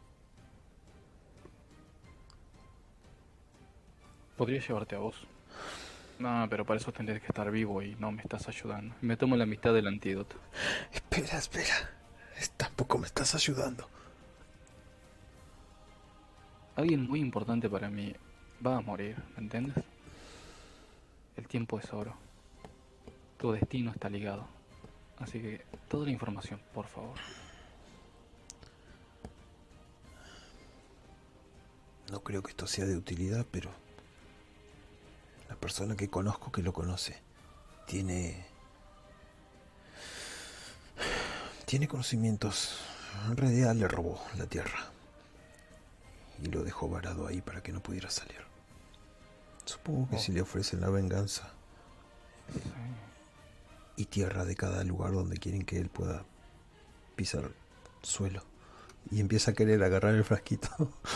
Podría llevarte a vos. No, pero para eso tendrías que estar vivo y no me estás ayudando. Me tomo la mitad del antídoto. Espera. Tampoco me estás ayudando. Alguien muy importante para mí va a morir, ¿me entiendes? El tiempo es oro. Tu destino está ligado. Así que toda la información, por favor. No creo que esto sea de utilidad, pero la persona que conozco que lo conoce tiene conocimientos. En realidad le robó la tierra y lo dejó varado ahí para que no pudiera salir. Supongo que si le ofrecen la venganza y tierra de cada lugar donde quieren que él pueda pisar suelo, y empieza a querer agarrar el frasquito.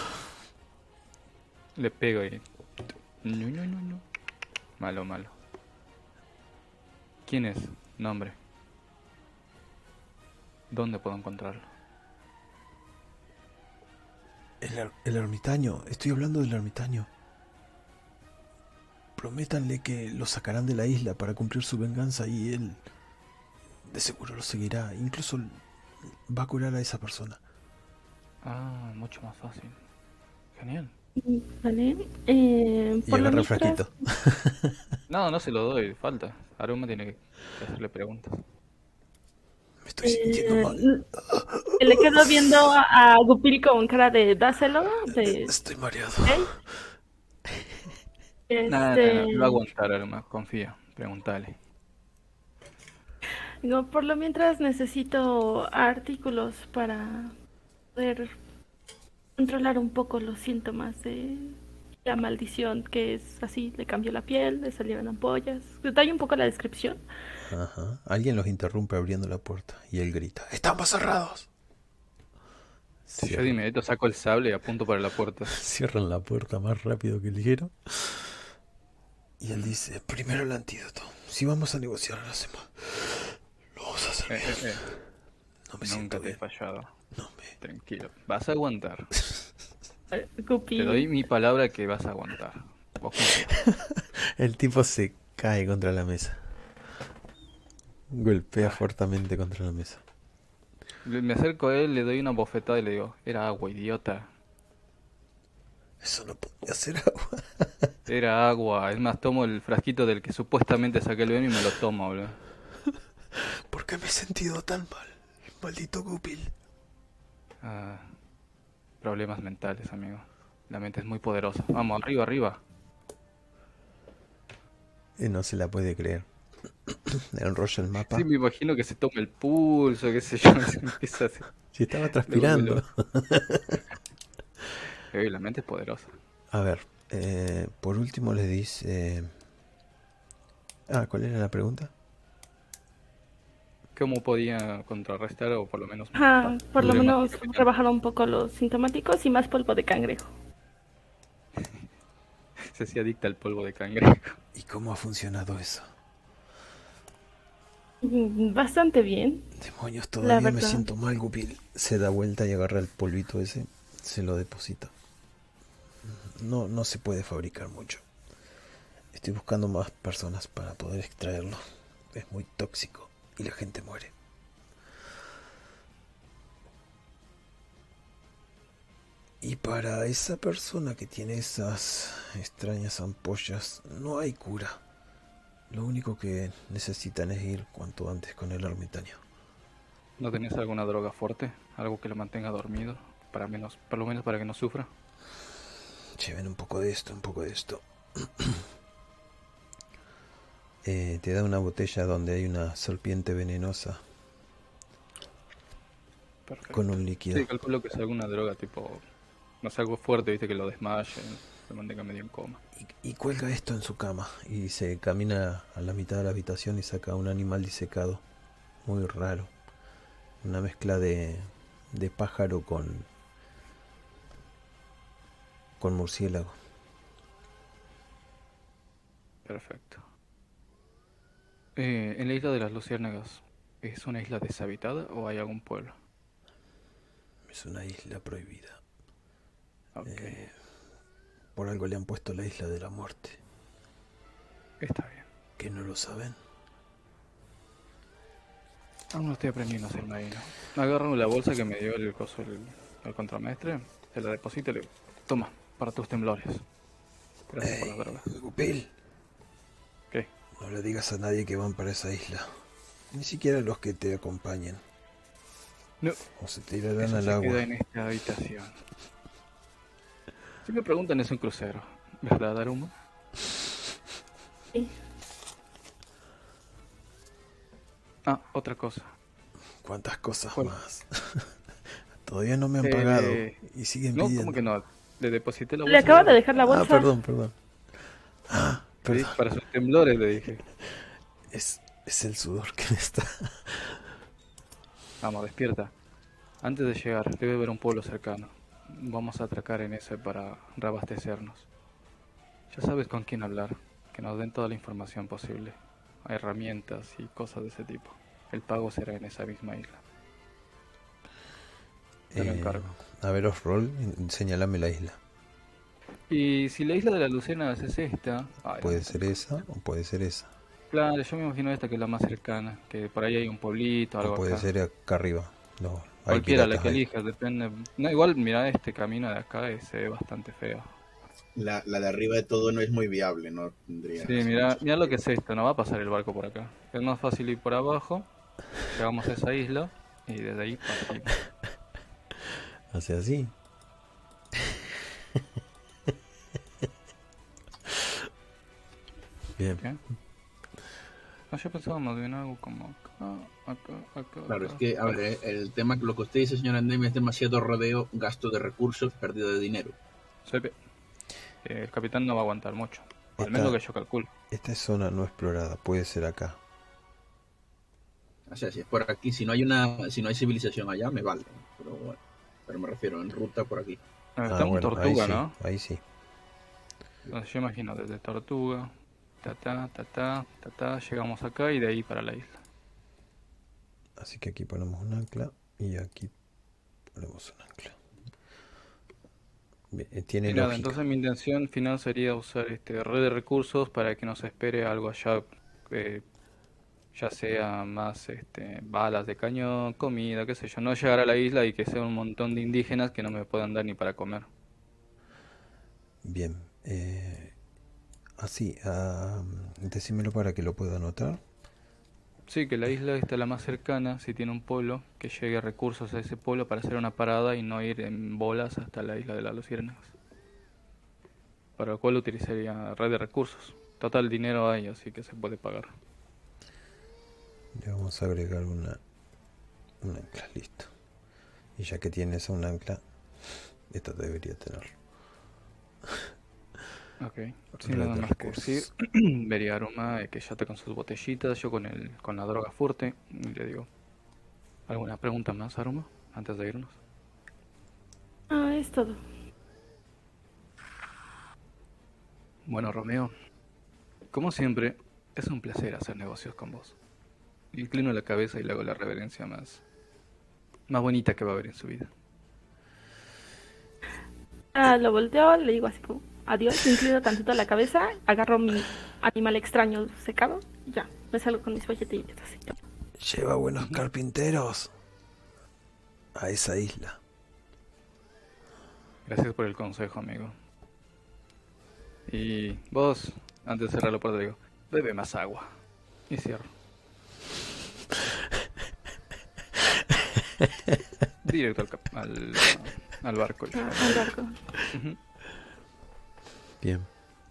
Le pego y... No. Malo, malo. ¿Quién es? Nombre. ¿Dónde puedo encontrarlo? El ermitaño, estoy hablando del ermitaño. Prométanle que lo sacarán de la isla para cumplir su venganza y él de seguro lo seguirá. Incluso va a curar a esa persona. Ah, mucho más fácil. Genial. Vale. Y Por lo agarra el mientras, frasquito. No se lo doy, falta. Aruma tiene que hacerle preguntas. Me estoy sintiendo mal. le quedo viendo a Gupil con cara de dáselo. Estoy mareado. Nada, lo va a aguantar, Aruma, confía. Pregúntale. Digo, por lo mientras necesito artículos para poder controlar un poco los síntomas de la maldición, que es así, le cambió la piel, le salieron ampollas. Detalla un poco la descripción. Ajá. Alguien los interrumpe abriendo la puerta y él grita: ¡Estamos cerrados! Yo de inmediato saco el sable y apunto para la puerta. Cierran la puerta más rápido que ligero. Y él dice, primero el antídoto. Si vamos a negociar, lo hacemos. Lo vamos a hacer bien. No me siento Nunca te he bien. fallado. No me... Tranquilo. Vas a aguantar. Guppy. Te doy mi palabra que vas a aguantar. Vos confía. El tipo se cae contra la mesa. Golpea fuertemente contra la mesa. Me acerco a él, le doy una bofetada y le digo, era agua, idiota. Eso no podía ser agua. Era agua. Es más, tomo el frasquito del que supuestamente saqué el veneno y me lo tomo, boludo. ¿Por qué me he sentido tan mal? Maldito Gupil. Ah, problemas mentales, amigo. La mente es muy poderosa. Vamos, arriba, arriba. No se la puede creer. Enrolla el mapa. Sí, me imagino que se toma el pulso, qué sé yo. Se empieza a hacer... Si estaba transpirando. La mente es poderosa. A ver, por último le dice... ¿cuál era la pregunta? ¿Cómo podía contrarrestar o por lo menos... Por lo problemas menos del capitán? rebajar un poco los sintomáticos y más polvo de cangrejo. Se hacía adicta al polvo de cangrejo. ¿Y cómo ha funcionado eso? Bastante bien. Demonios, La todavía me verdad. siento mal, Gupil. Se da vuelta y agarra el polvito ese. Se lo deposita. No se puede fabricar mucho. Estoy buscando más personas para poder extraerlo. Es muy tóxico y la gente muere. Y para esa persona que tiene esas extrañas ampollas, no hay cura. Lo único que necesitan es ir cuanto antes con el ermitaño. ¿No tenés alguna droga fuerte? ¿Algo que lo mantenga dormido? Por lo menos para que no sufra. Lleven un poco de esto, un poco de esto. Te da una botella donde hay una serpiente venenosa Perfecto. con un líquido. Sí, calculo que es alguna droga tipo... No sé, algo fuerte, viste, que lo desmaye, lo mantenga medio en coma. Y cuelga esto en su cama y se camina a la mitad de la habitación y saca un animal disecado, muy raro, una mezcla de pájaro con murciélago. Perfecto. En la isla de las Luciérnagas, ¿es una isla deshabitada o hay algún pueblo? Es una isla prohibida. Ok, Por algo le han puesto la isla de la muerte. está bien. ¿Que no lo saben? Aún no estoy aprendiendo a hacer marino. Agarro la bolsa que me dio el contramaestre, se la deposito y le digo, toma, para tus temblores. Gracias por la droga. Gupil, ¿Qué? no le digas a nadie que van para esa isla. Ni siquiera los que te acompañen. No, O se tirarán eso al se agua. queda en esta habitación. Si me preguntan, es un crucero, ¿verdad, Daruma? Sí. Ah, otra cosa. ¿Cuántas cosas ¿Cuál? más? Todavía no me han pagado y siguen No, pidiendo. ¿cómo que no? Le deposité la bolsa. Le acaba de dejar la bolsa. Perdón. Sí, para sus temblores le dije. Es el sudor que me está... Vamos, despierta. Antes de llegar, debe haber un pueblo cercano. Vamos a atracar en ese para reabastecernos. Ya sabes con quién hablar, que nos den toda la información posible. Hay herramientas y cosas de ese tipo. El pago será en esa misma isla. Te lo encargo. A ver, Osroll, señalame la isla. Y si la isla de las Lucianas es esta... Ay, Puede no, ser esa o puede ser esa. Claro, yo me imagino esta que es la más cercana. Que por ahí hay un pueblito, algo O puede acá. ser acá arriba. No, hay Cualquiera, la piratas que ahí. elijas, depende. No, igual, mira, este camino de acá se ve bastante feo. La de arriba de todo no es muy viable, no tendría. Sí, mira lo que es esto, no va a pasar el barco por acá. Es más fácil ir por abajo, llegamos a esa isla y desde ahí partimos. Hace así. Bien. ¿Qué? No, yo pensaba más bien algo como acá. Claro, es que, a ver, el tema que lo que usted dice, señor Andemi, es demasiado rodeo, gasto de recursos, pérdida de dinero. El capitán no va a aguantar mucho, al Esta- menos lo que yo calculo. Esta es zona no explorada, puede ser acá. O sea, si es por aquí, si no hay civilización allá, me vale. Pero bueno, pero me refiero en ruta por aquí. Estamos en bueno, Tortuga, ahí sí, ¿no? ahí sí. Entonces yo imagino desde Tortuga, Llegamos acá y de ahí para la isla. Así que aquí ponemos un ancla y aquí ponemos un ancla. Bien, tiene Y nada, lógica. entonces mi intención final sería usar red de recursos para que nos espere algo allá, eh, ya sea más balas de cañón, comida, qué sé yo, no llegar a la isla y que sea un montón de indígenas que no me puedan dar ni para comer. Bien. Así, decímelo para que lo pueda anotar. Sí, que la isla está la más cercana, si tiene un polo, que llegue recursos a ese polo para hacer una parada y no ir en bolas hasta la isla de las Luciérnagas. Para lo cual utilizaría red de recursos. Total dinero hay, así que se puede pagar. Le vamos a agregar un ancla, listo. Y ya que tienes un ancla, esto debería tenerlo. Ok, sin Red nada de más que decir, recursos. vería a Aruma que ya está con sus botellitas, yo con la droga fuerte, y le digo, ¿alguna pregunta más, Aruma, antes de irnos? Ah, es todo. Bueno, Romeo, como siempre, es un placer hacer negocios con vos. Inclino la cabeza y le hago la reverencia más bonita que va a haber en su vida. Lo volteo, le digo así como adiós, inclino tantito la cabeza, agarro mi animal extraño secado y ya, me salgo con mis folletillos así. Lleva buenos carpinteros a esa isla. Gracias por el consejo, amigo. Y vos, antes de cerrar la puerta, le digo, bebe más agua. Y cierro. Directo al barco. Al barco. Ujú. Bien.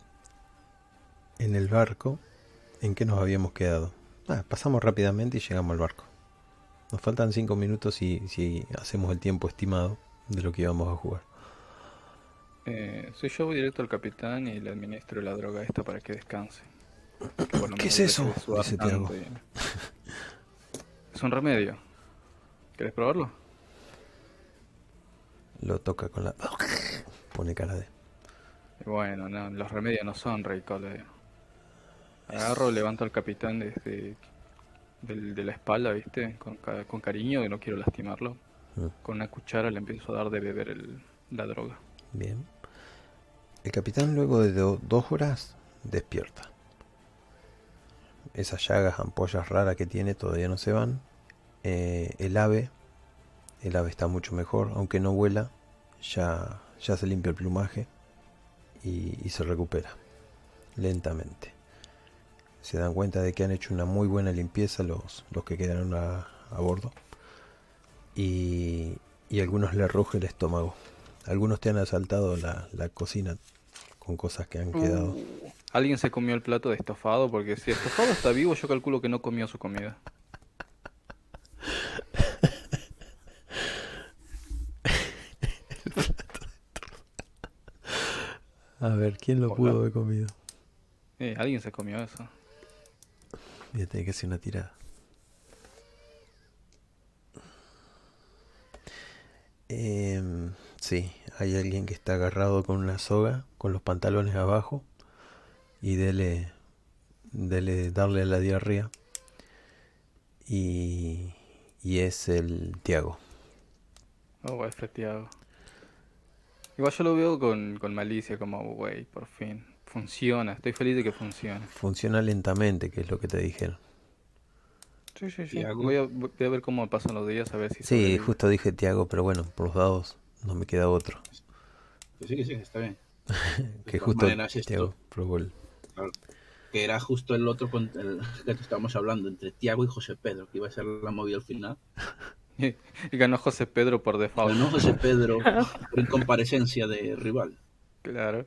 En el barco, ¿en qué nos habíamos quedado? Pasamos rápidamente y llegamos al barco. Nos faltan 5 minutos si hacemos el tiempo estimado de lo que íbamos a jugar. Soy yo, voy directo al capitán y le administro la droga esta para que descanse. Que por lo ¿Qué menos es deje eso? de sudar Dice tanto Tiago. Es un remedio. ¿Querés probarlo? Lo toca con la... Pone cara de... Y bueno, no, los remedios no son ricos. Agarro, levanto al capitán de la espalda, ¿viste? Con cariño, que no quiero lastimarlo. Con una cuchara le empiezo a dar de beber la droga. Bien. El capitán luego de 2 horas despierta. Esas llagas, ampollas raras que tiene todavía no se van. El ave está mucho mejor, aunque no vuela, ya se limpia el plumaje y se recupera lentamente. Se dan cuenta de que han hecho una muy buena limpieza los que quedaron a bordo y algunos le ruge el estómago. Algunos te han asaltado la cocina con cosas que han quedado. Alguien se comió el plato de estofado, porque si el estofado está vivo, yo calculo que no comió su comida. A ver, ¿quién lo Hola. pudo haber comido? Alguien se comió eso. Voy a tener que hacer una tirada. Sí, hay alguien que está agarrado con una soga, con los pantalones abajo, y darle a la diarrea. Y es el Tiago. Oh, Tiago. Igual yo lo veo con malicia, como, güey, por fin. Funciona, estoy feliz de que funcione. Funciona lentamente, que es lo que te dijeron. Sí. Tiago. Voy a ver cómo pasan los días, a ver si Sí, sobrevive. justo dije Tiago, pero bueno, por los dados no me queda otro. Que sí, está bien. Que De todas justo maneras, Tiago probó el... claro, que era justo el otro con el que estábamos hablando, entre Tiago y José Pedro, que iba a ser la movida al final. Y ganó José Pedro por default. Ganó José Pedro por incomparecencia de rival. Claro.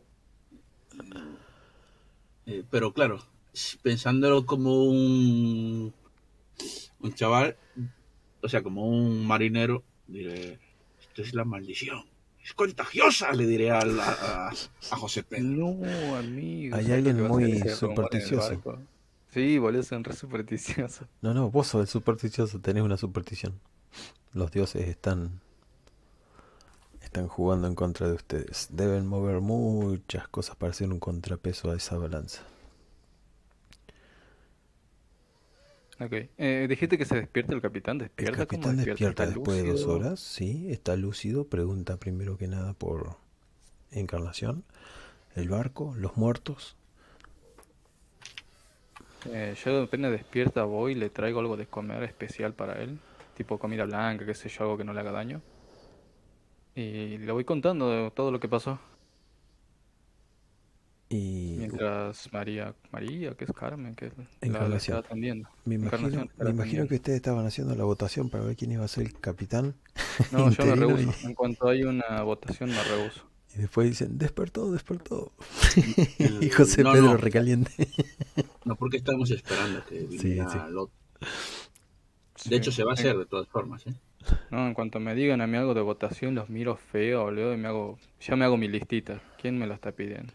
Pero claro, pensándolo como un chaval, o sea, como un marinero, diré, esto es la maldición. Es contagiosa, le diré a José Pedro. No, amigo. Hay ¿sabes alguien lo que va a muy hacer ese rumor en el supersticioso. barco? Sí, boludo, son re supersticiosos. No, vos sos el supersticioso, tenés una superstición. Los dioses están jugando en contra de ustedes. Deben mover muchas cosas para hacer un contrapeso a esa balanza. Ok. Dijiste que se despierta el capitán. El ¿Despierta? ¿Cómo capitán despierta? despierta ¿Está después de 2 lúcido? horas, sí, está lúcido, pregunta primero que nada por Encarnación, el barco, los muertos. Yo apenas despierta voy y le traigo algo de comer especial para él. Tipo comida blanca, qué sé yo, algo que no le haga daño. Y le voy contando de todo lo que pasó. Y Mientras María, que es Carmen, que es la que está Encarnación. atendiendo. Me Encarnación imagino, está me imagino que atendiendo. ustedes estaban haciendo la votación para ver quién iba a ser el capitán No, yo me interino y, rehúso. En cuanto hay una votación, me rehúso. y después dicen, despertó, despertó. Y El- José no, Pedro no, recaliente. no, porque estábamos esperando a que Sí, sí. viniera Lot. De Sí. hecho, se va a hacer de todas formas, ¿eh? No, en cuanto me digan a mí algo de votación, los miro feo, boludo, ya me hago mi listita. ¿Quién me la está pidiendo?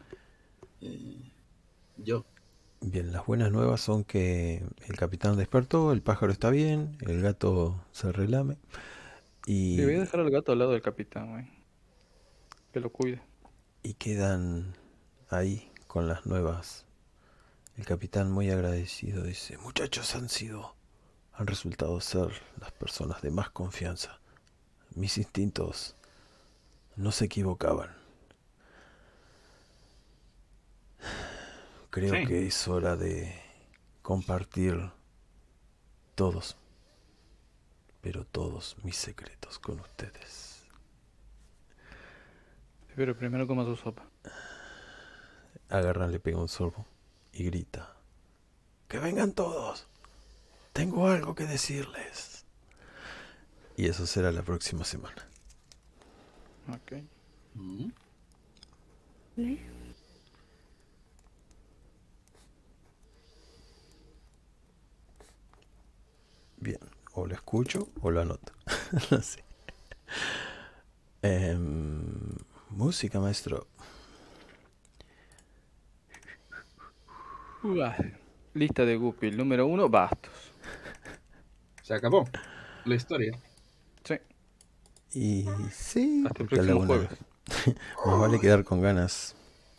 Yo. Bien, las buenas nuevas son que el capitán despertó, el pájaro está bien, el gato se relame Sí, voy a y, dejar al gato al lado del capitán, güey. Que lo cuide. y quedan ahí con las nuevas. El capitán muy agradecido dice, muchachos han resultado ser las personas de más confianza. Mis instintos no se equivocaban. Creo Sí. que es hora de compartir todos, pero todos mis secretos con ustedes. Pero primero coma su sopa. Agarra, le pega un sorbo y grita, ¡que vengan todos! Tengo algo que decirles. Y eso será la próxima semana. Ok. Mm. ¿Vale? Bien, o lo escucho o lo anoto. No sé. Música, maestro. Lista de Guppy. Número 1, Bastos. Se acabó la historia. Sí, Y sí, hasta el porque a la próximo una jueves. más vale quedar con ganas.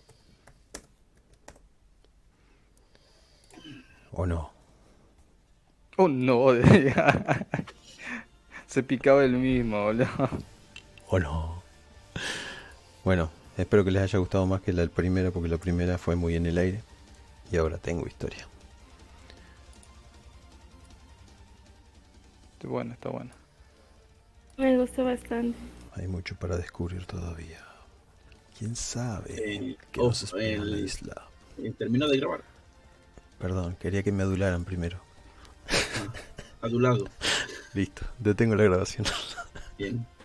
¿O no? Oh no, se picaba el mismo, boludo. ¿O no? Bueno, espero que les haya gustado más que la primera, porque la primera fue muy en el aire. Y ahora tengo historia. Está bueno, está bueno. Me gustó bastante. Hay mucho para descubrir todavía. ¿Quién sabe qué Oh, nos espera en la isla? terminó de grabar. Perdón, quería que me adularan primero. Adulado. Listo, detengo la grabación. Bien.